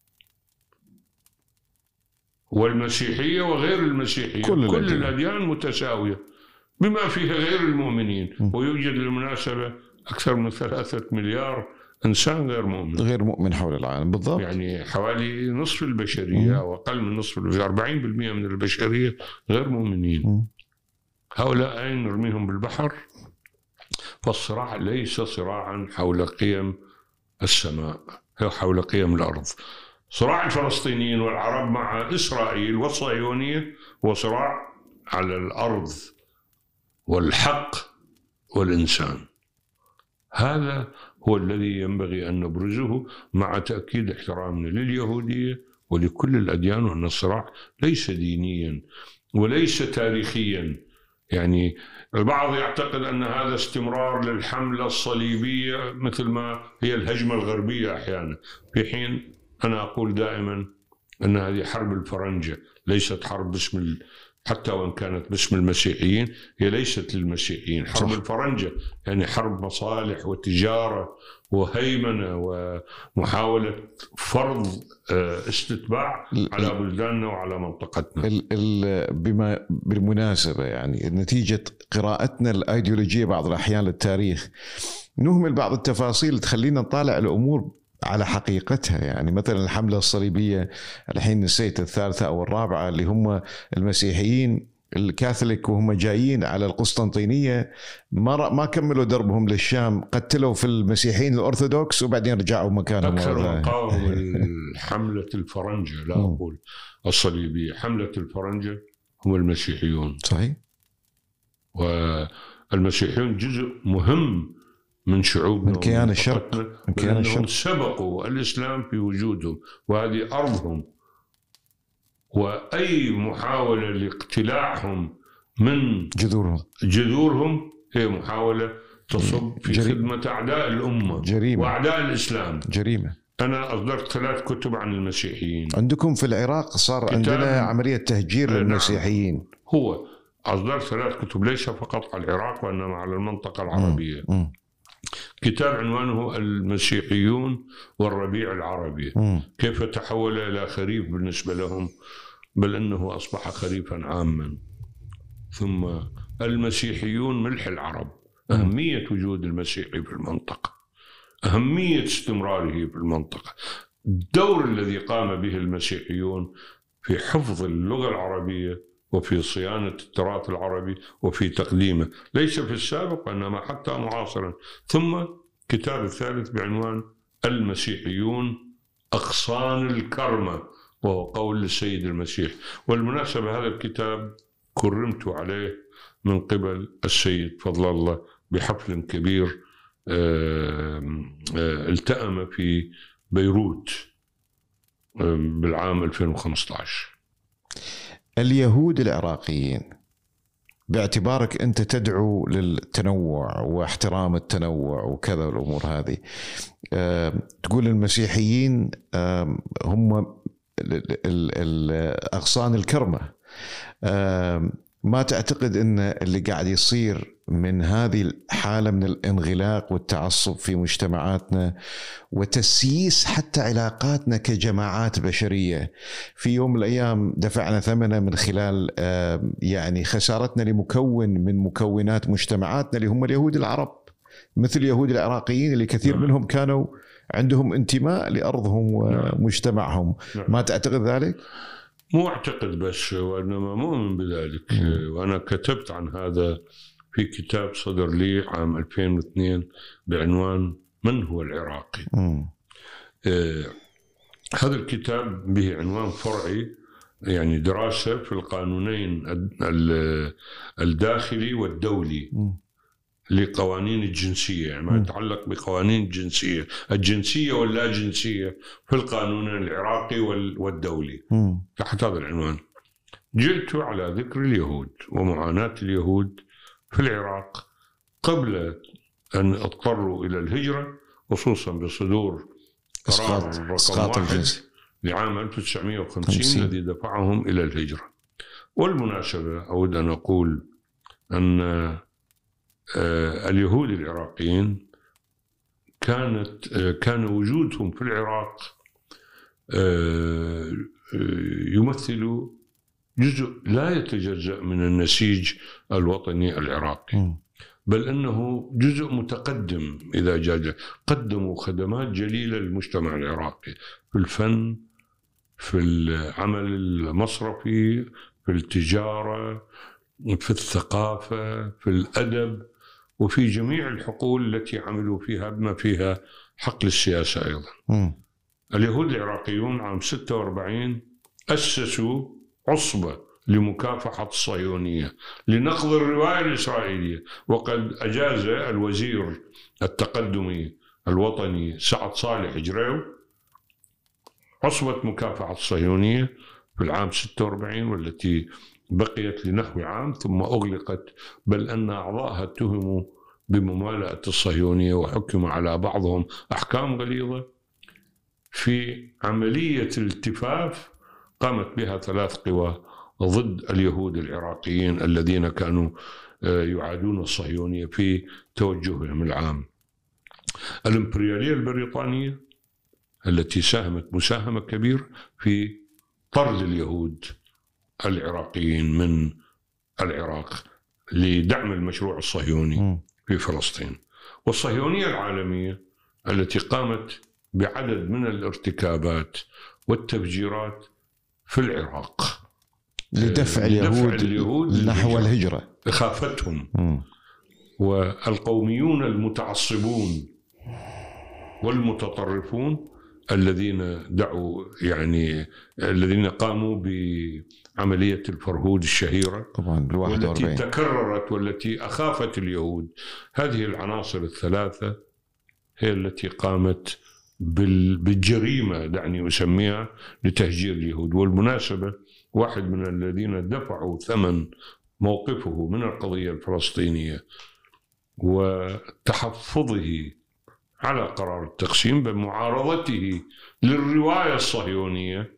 والمسيحية وغير المسيحية، كل, كل الأديان متساوية بما فيها غير المؤمنين. م. ويوجد للمناسبة أكثر من ثلاثة مليار إنسان غير مؤمن غير مؤمن حول العالم، بالضبط، يعني حوالي نصف البشرية أو أقل من نصف البشرية، أربعين بالمئة من البشرية غير مؤمنين. م. هؤلاء أين نرميهم بالبحر؟ فالصراع ليس صراعا حول قيم السماء، هو حول قيم الأرض. صراع الفلسطينيين والعرب مع إسرائيل والصهيونية هو صراع على الأرض والحق والإنسان. هذا هو الذي ينبغي أن نبرزه مع تأكيد احترامنا لليهودية ولكل الأديان، وأن الصراع ليس دينيا وليس تاريخيا. يعني البعض يعتقد أن هذا استمرار للحملة الصليبية مثل ما هي الهجمة الغربية أحيانا، في حين أنا أقول دائما أن هذه حرب الفرنجة، ليست حرب باسم حتى وإن كانت باسم المسيحيين هي ليست للمسيحيين. حرب صح. الفرنجة يعني حرب مصالح وتجارة وهيمنة ومحاولة فرض استتباع على بلداننا وعلى منطقتنا. ال ال بما بالمناسبة يعني نتيجة قراءتنا الأيديولوجية بعض الأحيان للتاريخ نهمل بعض التفاصيل تخلينا نطالع الأمور على حقيقتها. يعني مثلا الحملة الصليبية الحين نسيت الثالثة أو الرابعة اللي هم المسيحيين الكاثوليك وهم جايين على القسطنطينية ما ما كملوا دربهم للشام، قتلوا في المسيحيين الأرثوذكس وبعدين رجعوا مكانهم. أكثر مقاومة حملة الفرنجة لا أقول الصليبية، حملة الفرنجة هم المسيحيون. صحيح. والمسيحيون جزء مهم من شعوبنا من كيان الشرق، من كيان الشرق سبقوا الإسلام في وجودهم وهذه أرضهم، وأي محاولة لاقتلاعهم من جذورهم جذورهم هي محاولة تصب في جريمة. خدمة أعداء الأمة جريمة. وأعداء الإسلام. جريمة. أنا أصدرت ثلاث كتب عن المسيحيين. عندكم في العراق صار عندنا عملية تهجير للمسيحيين. نعم. هو أصدرت ثلاث كتب ليس فقط على العراق وإنما على المنطقة العربية. م. م. كتاب عنوانه المسيحيون والربيع العربي. م. كيف تحول إلى خريف بالنسبة لهم، بل أنه أصبح خريفا عاما. ثم المسيحيون ملح العرب، أهمية وجود المسيحي في المنطقة، أهمية استمراره في المنطقة، الدور الذي قام به المسيحيون في حفظ اللغة العربية وفي صيانة التراث العربي وفي تقديمه ليس في السابق وإنما حتى معاصرا. ثم كتاب الثالث بعنوان المسيحيون أغصان الكرمة، وهو قول للسيد المسيح. والمناسبة هذا الكتاب كرمت عليه من قبل السيد فضل الله بحفل كبير التأم في بيروت بالعام ألفين وخمسة عشر. اليهود العراقيين باعتبارك أنت تدعو للتنوع واحترام التنوع وكذا الأمور هذه، تقول المسيحيين هم الأغصان الكرمة، ما تعتقد أن اللي قاعد يصير من هذه الحالة من الانغلاق والتعصب في مجتمعاتنا وتسييس حتى علاقاتنا كجماعات بشرية في يوم من الأيام دفعنا ثمنه من خلال يعني خسارتنا لمكون من مكونات مجتمعاتنا اللي هم اليهود العرب مثل اليهود العراقيين اللي كثير منهم كانوا عندهم انتماء لأرضهم ومجتمعهم. ما تعتقد ذلك؟ مو أعتقد بس وإنما مؤمن بذلك. وأنا كتبت عن هذا في كتاب صدر لي عام ألفين واثنين بعنوان من هو العراقي. آه هذا الكتاب به عنوان فرعي يعني دراسة في القانونين الداخلي والدولي م. لقوانين الجنسية، يعني ما يتعلق بقوانين الجنسية الجنسية واللا جنسية في القانون العراقي والدولي م. تحت هذا العنوان. جئت على ذكر اليهود ومعاناة اليهود في العراق قبل أن اضطروا إلى الهجرة، خصوصا بصدور قرار رقم واحد لعام ألف وتسعمائة وخمسين الذي دفعهم إلى الهجرة. والمناسبة أود أن أقول أن اليهود العراقيين كانت كان وجودهم في العراق يمثل جزء لا يتجزأ من النسيج الوطني العراقي، بل أنه جزء متقدم. إذا جاء قدموا خدمات جليلة للمجتمع العراقي في الفن، في العمل المصرفي، في التجارة، في الثقافة، في الأدب، وفي جميع الحقول التي عملوا فيها بما فيها حقل السياسة أيضا. م. اليهود العراقيون عام ستة وأربعين أسسوا عصبة لمكافحة الصهيونية لنقض الرواية الإسرائيلية، وقد أجاز الوزير التقدمي الوطني سعد صالح جريو عصبة مكافحة الصهيونية في العام ستة وأربعين، والتي بقيت لنحو عام ثم أغلقت، بل أن أعضائها اتهموا بممالأة الصهيونية وحكم على بعضهم أحكام غليظة. في عملية الالتفاف قامت بها ثلاث قوى، ضد اليهود العراقيين الذين كانوا يعادون الصهيونية في توجههم العام. الإمبريالية البريطانية التي ساهمت مساهمة كبيرة في طرد اليهود العراقيين من العراق لدعم المشروع الصهيوني في فلسطين، والصهيونية العالمية التي قامت بعدد من الارتكابات والتفجيرات في العراق لدفع اليهود, اليهود نحو الهجرة، إخافتهم. م. والقوميون المتعصبون والمتطرفون الذين دعوا يعني الذين قاموا بعملية الفرهود الشهيرة طبعا والتي تكررت والتي أخافت اليهود. هذه العناصر الثلاثة هي التي قامت بالجريمة دعني أسميها لتهجير اليهود. والمناسبة واحد من الذين دفعوا ثمن موقفه من القضية الفلسطينية وتحفظه على قرار التقسيم بمعارضته للرواية الصهيونية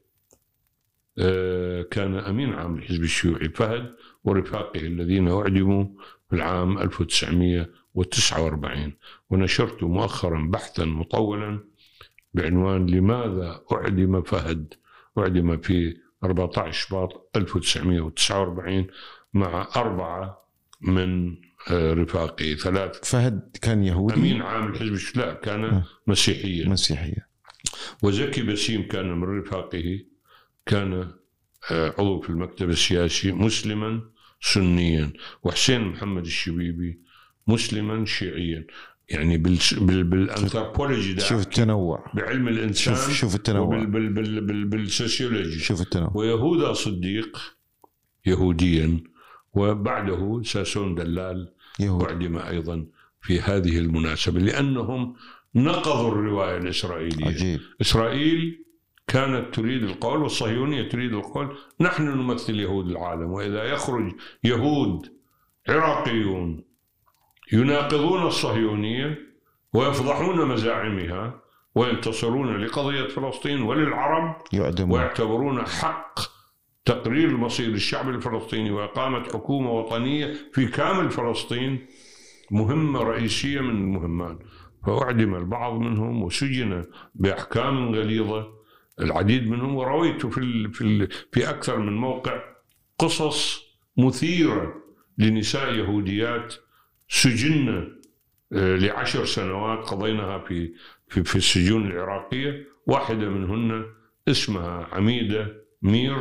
كان أمين عام الحزب الشيوعي فهد ورفاقه الذين أعدموا في العام ألف وتسعمئة وتسعة وأربعين. ونشرت مؤخرا بحثا مطولا بعنوان لماذا أعدم فهد. أعدم في أربعة عشر شباط ألف وتسعمئة وتسعة وأربعين مع أربعة من رفاقه. ثلاث فهد كان يهودي أمين عام الحزب، لا كان أه. مسيحيا مسيحيا. وزكي بسيم كان من رفاقه، كان عضو في المكتب السياسي مسلما سنيا. وحسين محمد الشبيبي مسلما شيعيا. يعني بالانثروبولوجي شوف التنوع، بعلم الانسان شوف, شوف التنوع بالسوسيولوجي شوف التنوع. ويهوذا صديق يهوديا، وبعده ساسون دلال أعدم أيضا في هذه المناسبة لأنهم نقضوا الرواية الإسرائيلية. عجيب. إسرائيل كانت تريد القول والصهيونية تريد القول نحن نمثل يهود العالم، وإذا يخرج يهود عراقيون يناقضون الصهيونية ويفضحون مزاعمها وينتصرون لقضية فلسطين وللعرب يعدمون. ويعتبرون حق تقرير مصير الشعب الفلسطيني وإقامة حكومة وطنية في كامل فلسطين مهمة رئيسية من المهمات. فأعدم البعض منهم وسجن بأحكام غليظة العديد منهم. ورويت في في في أكثر من موقع قصص مثيرة لنساء يهوديات سجن لعشر سنوات قضيناها في في في السجون العراقية. واحدة منهن اسمها عميدة مير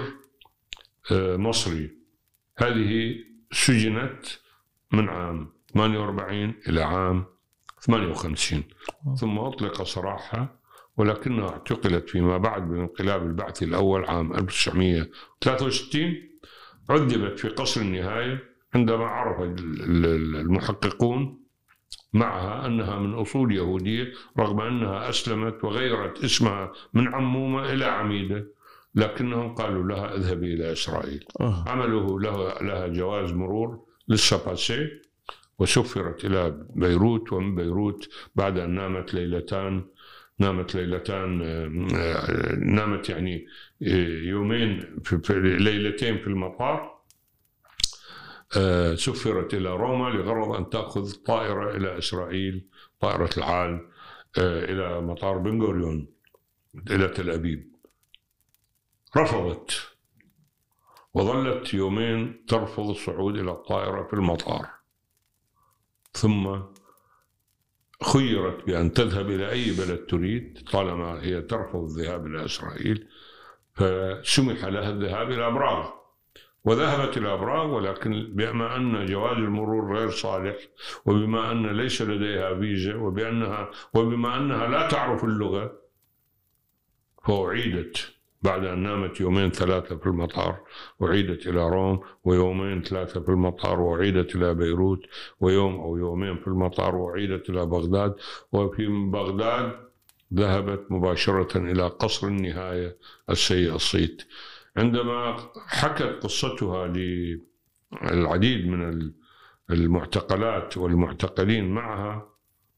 مصري، هذه سجنت من عام ثمانية وأربعين إلى عام ثمانية وخمسين ثم أطلق سراحها، ولكنها اعتقلت فيما بعد بالانقلاب البعثي الأول عام ألف وتسعمئة وثلاثة وستين. عذبت في قصر النهاية عندما عرف المحققون معها أنها من أصول يهودية رغم أنها أسلمت وغيرت اسمها من عمومة إلى عميدة، لكنهم قالوا لها اذهبي إلى إسرائيل. أوه. عملوا لها, لها جواز مرور للسباسي وسفرت إلى بيروت، ومن بيروت بعد أن نامت ليلتان نامت ليلتان نامت يعني يومين في ليلتين في المطار، سفرت إلى روما لغرض أن تأخذ طائرة إلى إسرائيل، طائرة العال إلى مطار بن غوريون إلى تل أبيب. رفضت وظلت يومين ترفض الصعود إلى الطائرة في المطار، ثم خيرت بأن تذهب إلى أي بلد تريد طالما هي ترفض الذهاب إلى إسرائيل، فسمح لها الذهاب إلى براغ، وذهبت إلى براغ، ولكن بما أن جواز المرور غير صالح وبما أن ليس لديها فيزا وبأنها وبما أنها لا تعرف اللغة، فأعيدت بعد أن نامت يومين ثلاثة في المطار، وعيدت إلى روم، ويومين ثلاثة في المطار، وعيدت إلى بيروت، ويوم أو يومين في المطار، وعيدت إلى بغداد. وفي بغداد ذهبت مباشرة إلى قصر النهاية السيء الصيت. عندما حكت قصتها للعديد من المعتقلات والمعتقلين معها،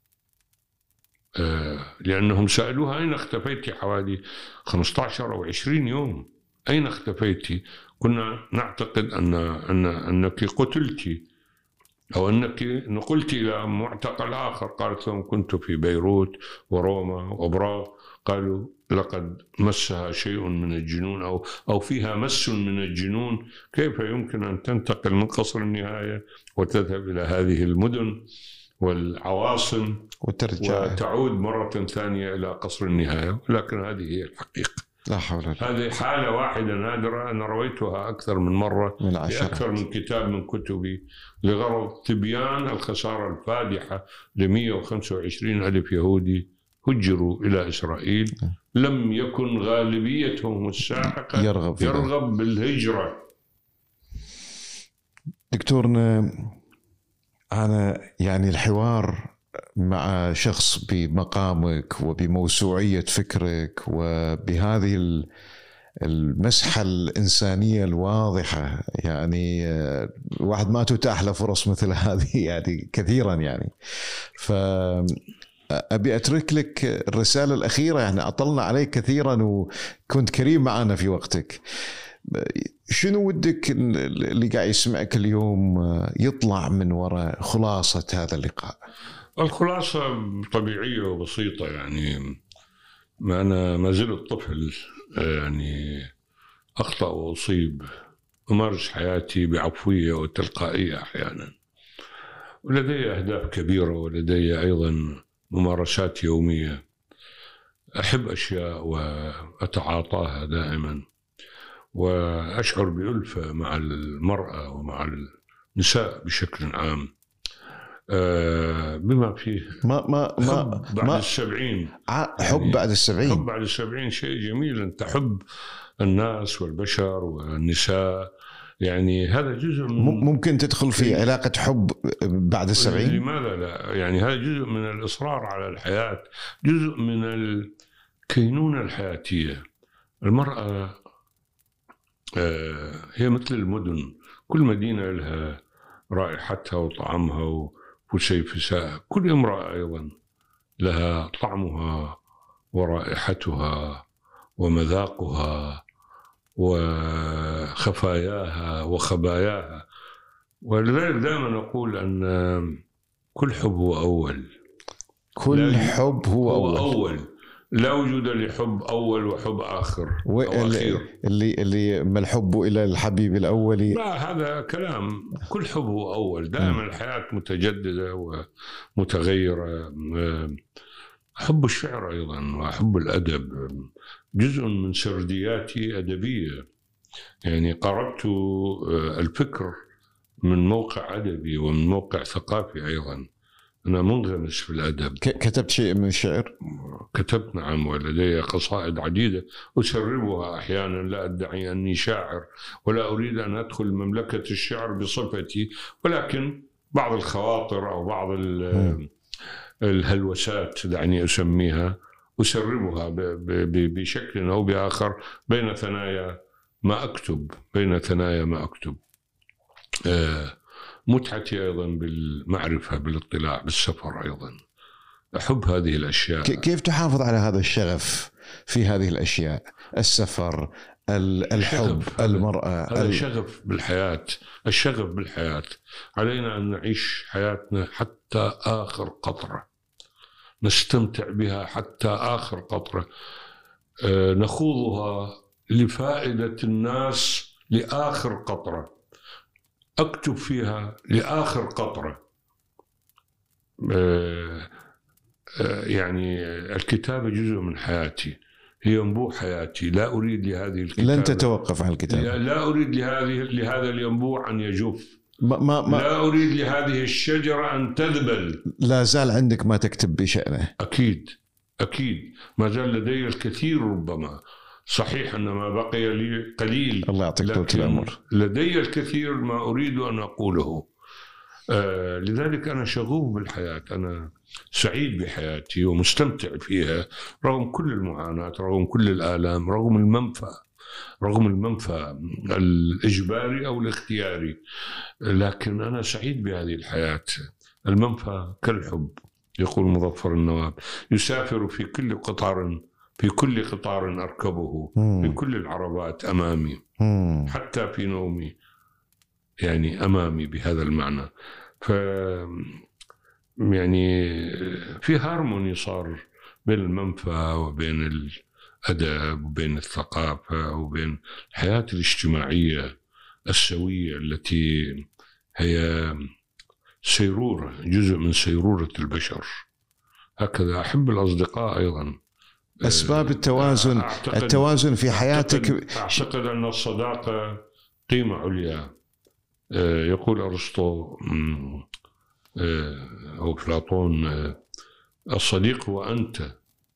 لأنهم سألوها أين اختفيتي حوالي خمسة عشر أو عشرين يوم، أين اختفيتي؟ كنا نعتقد أن أن أنك قتلت أو أنك نقلت إلى معتقل آخر. قالت لهم كنت في بيروت وروما وبراغ. قالوا لقد مسها شيء من الجنون أو أو فيها مس من الجنون. كيف يمكن أن تنتقل من قصر النهاية وتذهب إلى هذه المدن والعواصم وترجع وتعود مرة ثانية إلى قصر النهاية؟ لكن هذه هي الحقيقة. لا حول ولا قوة. هذه حالة واحدة نادرة أنا رويتها أكثر من مرة من في أكثر من كتاب من كتبي لغرض تبيان الخسارة الفادحة ل مئة وخمسة وعشرين ألف يهودي هجروا إلى إسرائيل. لم يكن غالبيتهم الساحقة يرغب, يرغب بالهجرة. دكتورنا، أنا يعني الحوار مع شخص بمقامك وبموسوعية فكرك وبهذه المسحة الإنسانية الواضحة، يعني واحد ما تتاح له فرص مثل هذه يعني كثيرا. يعني فأبي أترك لك الرسالة الأخيرة. يعني أطلنا عليك كثيرا وكنت كريم معنا في وقتك. شنو ودك اللي قاعد يسمعك اليوم يطلع من وراء خلاصة هذا اللقاء؟ الخلاصة طبيعية وبسيطة. يعني ما أنا ما زلت طفل، يعني أخطأ وأصيب، أمارس حياتي بعفوية وتلقائية أحيانا، ولدي أهداف كبيرة ولدي أيضا ممارسات يومية. أحب أشياء وأتعاطاها دائما، وأشعر بألفة مع المرأة ومع النساء بشكل عام، بما فيه ما ما ما بعد ما السبعين. حب يعني بعد السبعين حب بعد السبعين شيء جميل. أن تحب الناس والبشر والنساء، يعني هذا جزء من ممكن تدخل في علاقة حب بعد السبعين. لماذا لا؟ يعني هذا جزء من الإصرار على الحياة، جزء من الكينونة الحياتية. المرأة هي مثل المدن، كل مدينة لها رائحتها وطعمها وسيفساء. كل امرأة أيضا لها طعمها ورائحتها ومذاقها وخفاياها وخباياها. ولذلك دائما أقول أن كل حب هو أول. كل حب هو, هو أول. أول. لا وجود لحب أول وحب آخر أو أخير. اللي اللي ما الحب إلى الحبيب الأول. لا، هذا كلام. كل حب هو أول. دائما الحياة متجددة ومتغيرة. أحب الشعر أيضا وأحب الأدب، جزء من سردياتي أدبية. يعني قربت الفكر من موقع أدبي ومن موقع ثقافي أيضا. أنا منغمس في الأدب. كتبت شيء من الشعر؟ كتبت، نعم، ولدي قصائد عديدة أسربها أحيانا. لا أدعي أني شاعر ولا أريد أن أدخل مملكة الشعر بصفتي، ولكن بعض الخواطر أو بعض الهلوسات دعني أسميها أسربها بشكل أو بآخر بين ثنايا ما أكتب بين ثنايا ما أكتب. متعتي أيضا بالمعرفة، بالاطلاع، بالسفر أيضا. أحب هذه الأشياء. كيف تحافظ على هذا الشغف في هذه الأشياء؟ السفر، الحب، المرأة. هذا الشغف بالحياة. الشغف بالحياة. علينا أن نعيش حياتنا حتى آخر قطرة، نستمتع بها حتى آخر قطرة، نخوضها لفائدة الناس لآخر قطرة، أكتب فيها لآخر قطرة. يعني الكتابة جزء من حياتي، هي ينبوع حياتي. لا أريد لهذه الكتابة، لن تتوقف عن الكتابة. لا أريد لهذه لهذا الينبوع أن يجف. ما ما ما لا أريد لهذه الشجرة أن تذبل. لا زال عندك ما تكتب بشأنه. أكيد أكيد ما زال لدي الكثير. ربما صحيح أن ما بقي لي قليل، الله يعطيك طول العمر. لدي الكثير ما أريد أن أقوله. آه لذلك أنا شغوف بالحياة. أنا سعيد بحياتي ومستمتع فيها رغم كل المعاناة، رغم كل الآلام، رغم المنفى رغم المنفى الإجباري أو الاختياري. لكن أنا سعيد بهذه الحياة. المنفى كالحب، يقول مظفر النواب، يسافر في كل قطار في كل قطار أركبه، مم. في كل العربات أمامي، مم. حتى في نومي يعني أمامي بهذا المعنى. ف يعني في هارموني صار بين المنفى وبين الأدب وبين الثقافة وبين الحياة الاجتماعية السوية التي هي سيرورة، جزء من سيرورة البشر. هكذا أحب الأصدقاء أيضا. أسباب التوازن، التوازن في حياتك. أعتقد, أعتقد أن الصداقة قيمة عليا. يقول أرسطو أو أفلاطون: الصديق هو أنت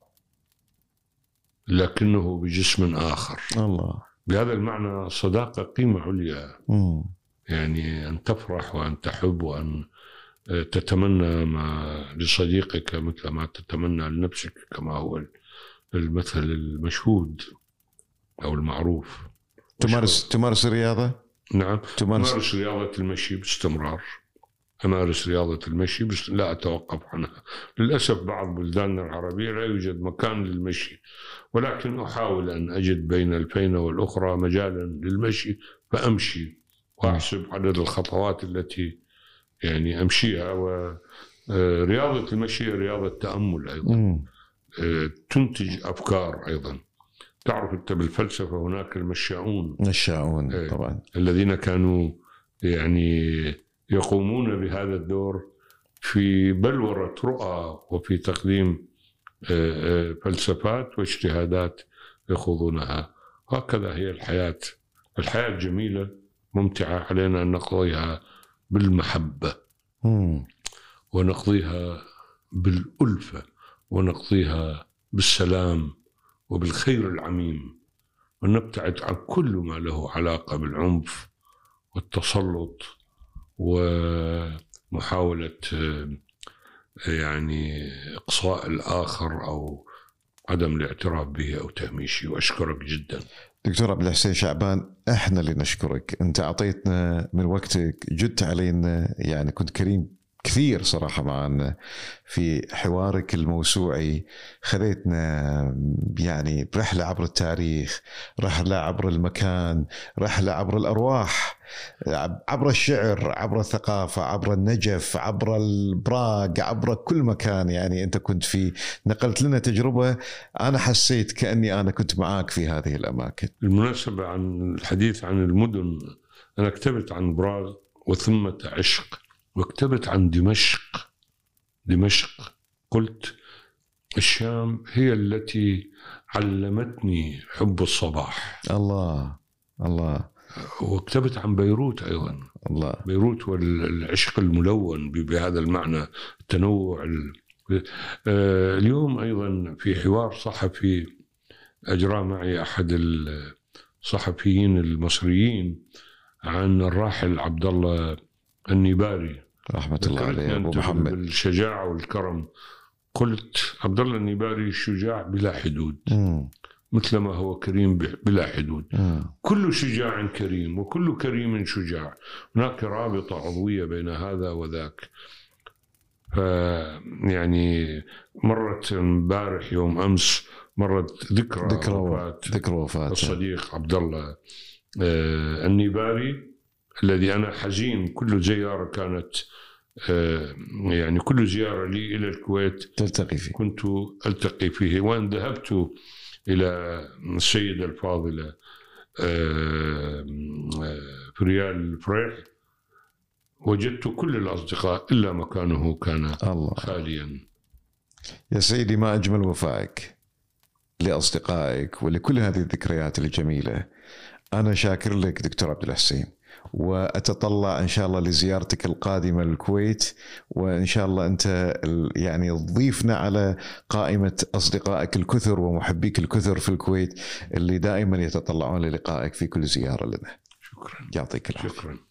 لكنه بجسم آخر. الله. بهذا المعنى الصداقة قيمة عليا. مم. يعني أن تفرح وأن تحب وأن تتمنى ما لصديقك مثل ما تتمنى لنفسك، كما هو المثل المشهود أو المعروف. تمارس تمارس الرياضة؟ نعم، تمارس, تمارس رياضة المشي باستمرار. أمارس رياضة المشي بس لا أتوقف عنها. للأسف بعض بلداننا العربية لا يوجد مكان للمشي، ولكن أحاول أن أجد بين الفينة والأخرى مجالا للمشي فأمشي وأحسب عدد الخطوات التي يعني أمشيها. ورياضة المشي رياضة تأمل أيضا. م. تنتج أفكار أيضا. تعرف أنت بالفلسفة هناك المشاؤون مشاؤون طبعا الذين كانوا يعني يقومون بهذا الدور في بلورة رؤى وفي تقديم فلسفات واجتهادات يخوضونها. هكذا هي الحياة. الحياة جميلة ممتعة، علينا أن نقضيها بالمحبة مم. ونقضيها بالألفة ونقضيها بالسلام وبالخير العميم، ونبتعد عن كل ما له علاقة بالعنف والتسلط ومحاولة يعني إقصاء الآخر أو عدم الاعتراف به أو تهميشه. وأشكرك جدا دكتور عبد الحسين شعبان. احنا اللي نشكرك، انت اعطيتنا من وقتك، جدت علينا، يعني كنت كريم كثير صراحة معنا في حوارك الموسوعي. خذيتنا يعني برحلة عبر التاريخ، رحلة عبر المكان، رحلة عبر الأرواح، عبر الشعر، عبر الثقافة، عبر النجف، عبر البراغ، عبر كل مكان يعني أنت كنت فيه. نقلت لنا تجربة أنا حسيت كأني أنا كنت معاك في هذه الأماكن. بالمناسبة عن الحديث عن المدن، أنا كتبت عن براغ وثمة عشق، وكتبت عن دمشق. دمشق قلت الشام هي التي علمتني حب الصباح. الله الله. وكتبت عن بيروت أيضا. الله. بيروت والعشق الملون بهذا المعنى، التنوع. اليوم أيضا في حوار صحفي أجرى معي أحد الصحفيين المصريين عن الراحل عبد الله النيباري رحمة الله عليه أبو محمد، بالشجاعة والكرم. قلت عبد الله النيباري شجاع بلا حدود، م. مثلما هو كريم بلا حدود. م. كل شجاع كريم وكل كريم شجاع. هناك رابطة عضوية بين هذا وذاك. ف يعني مرت امبارح يوم أمس مرت ذكرى ذكرى وفاة ذكرى وفاة الصديق عبد الله النيباري، الذي أنا حزين. كل زيارة كانت يعني كل زيارة لي إلى الكويت تلتقي فيه، كنت ألتقي فيه. وأن ذهبت إلى السيدة الفاضلة فريال فريح وجدت كل الأصدقاء إلا مكانه كان الله. خاليا. يا سيدي ما أجمل وفائك لأصدقائك ولكل هذه الذكريات الجميلة. أنا شاكر لك دكتور عبد الحسين، وأتطلع إن شاء الله لزيارتك القادمة للكويت، وإن شاء الله أنت يعني تضيفنا على قائمة أصدقائك الكثر ومحبيك الكثر في الكويت اللي دائما يتطلعون للقائك في كل زيارة لنا. شكرا. يعطيك العافية. شكرا.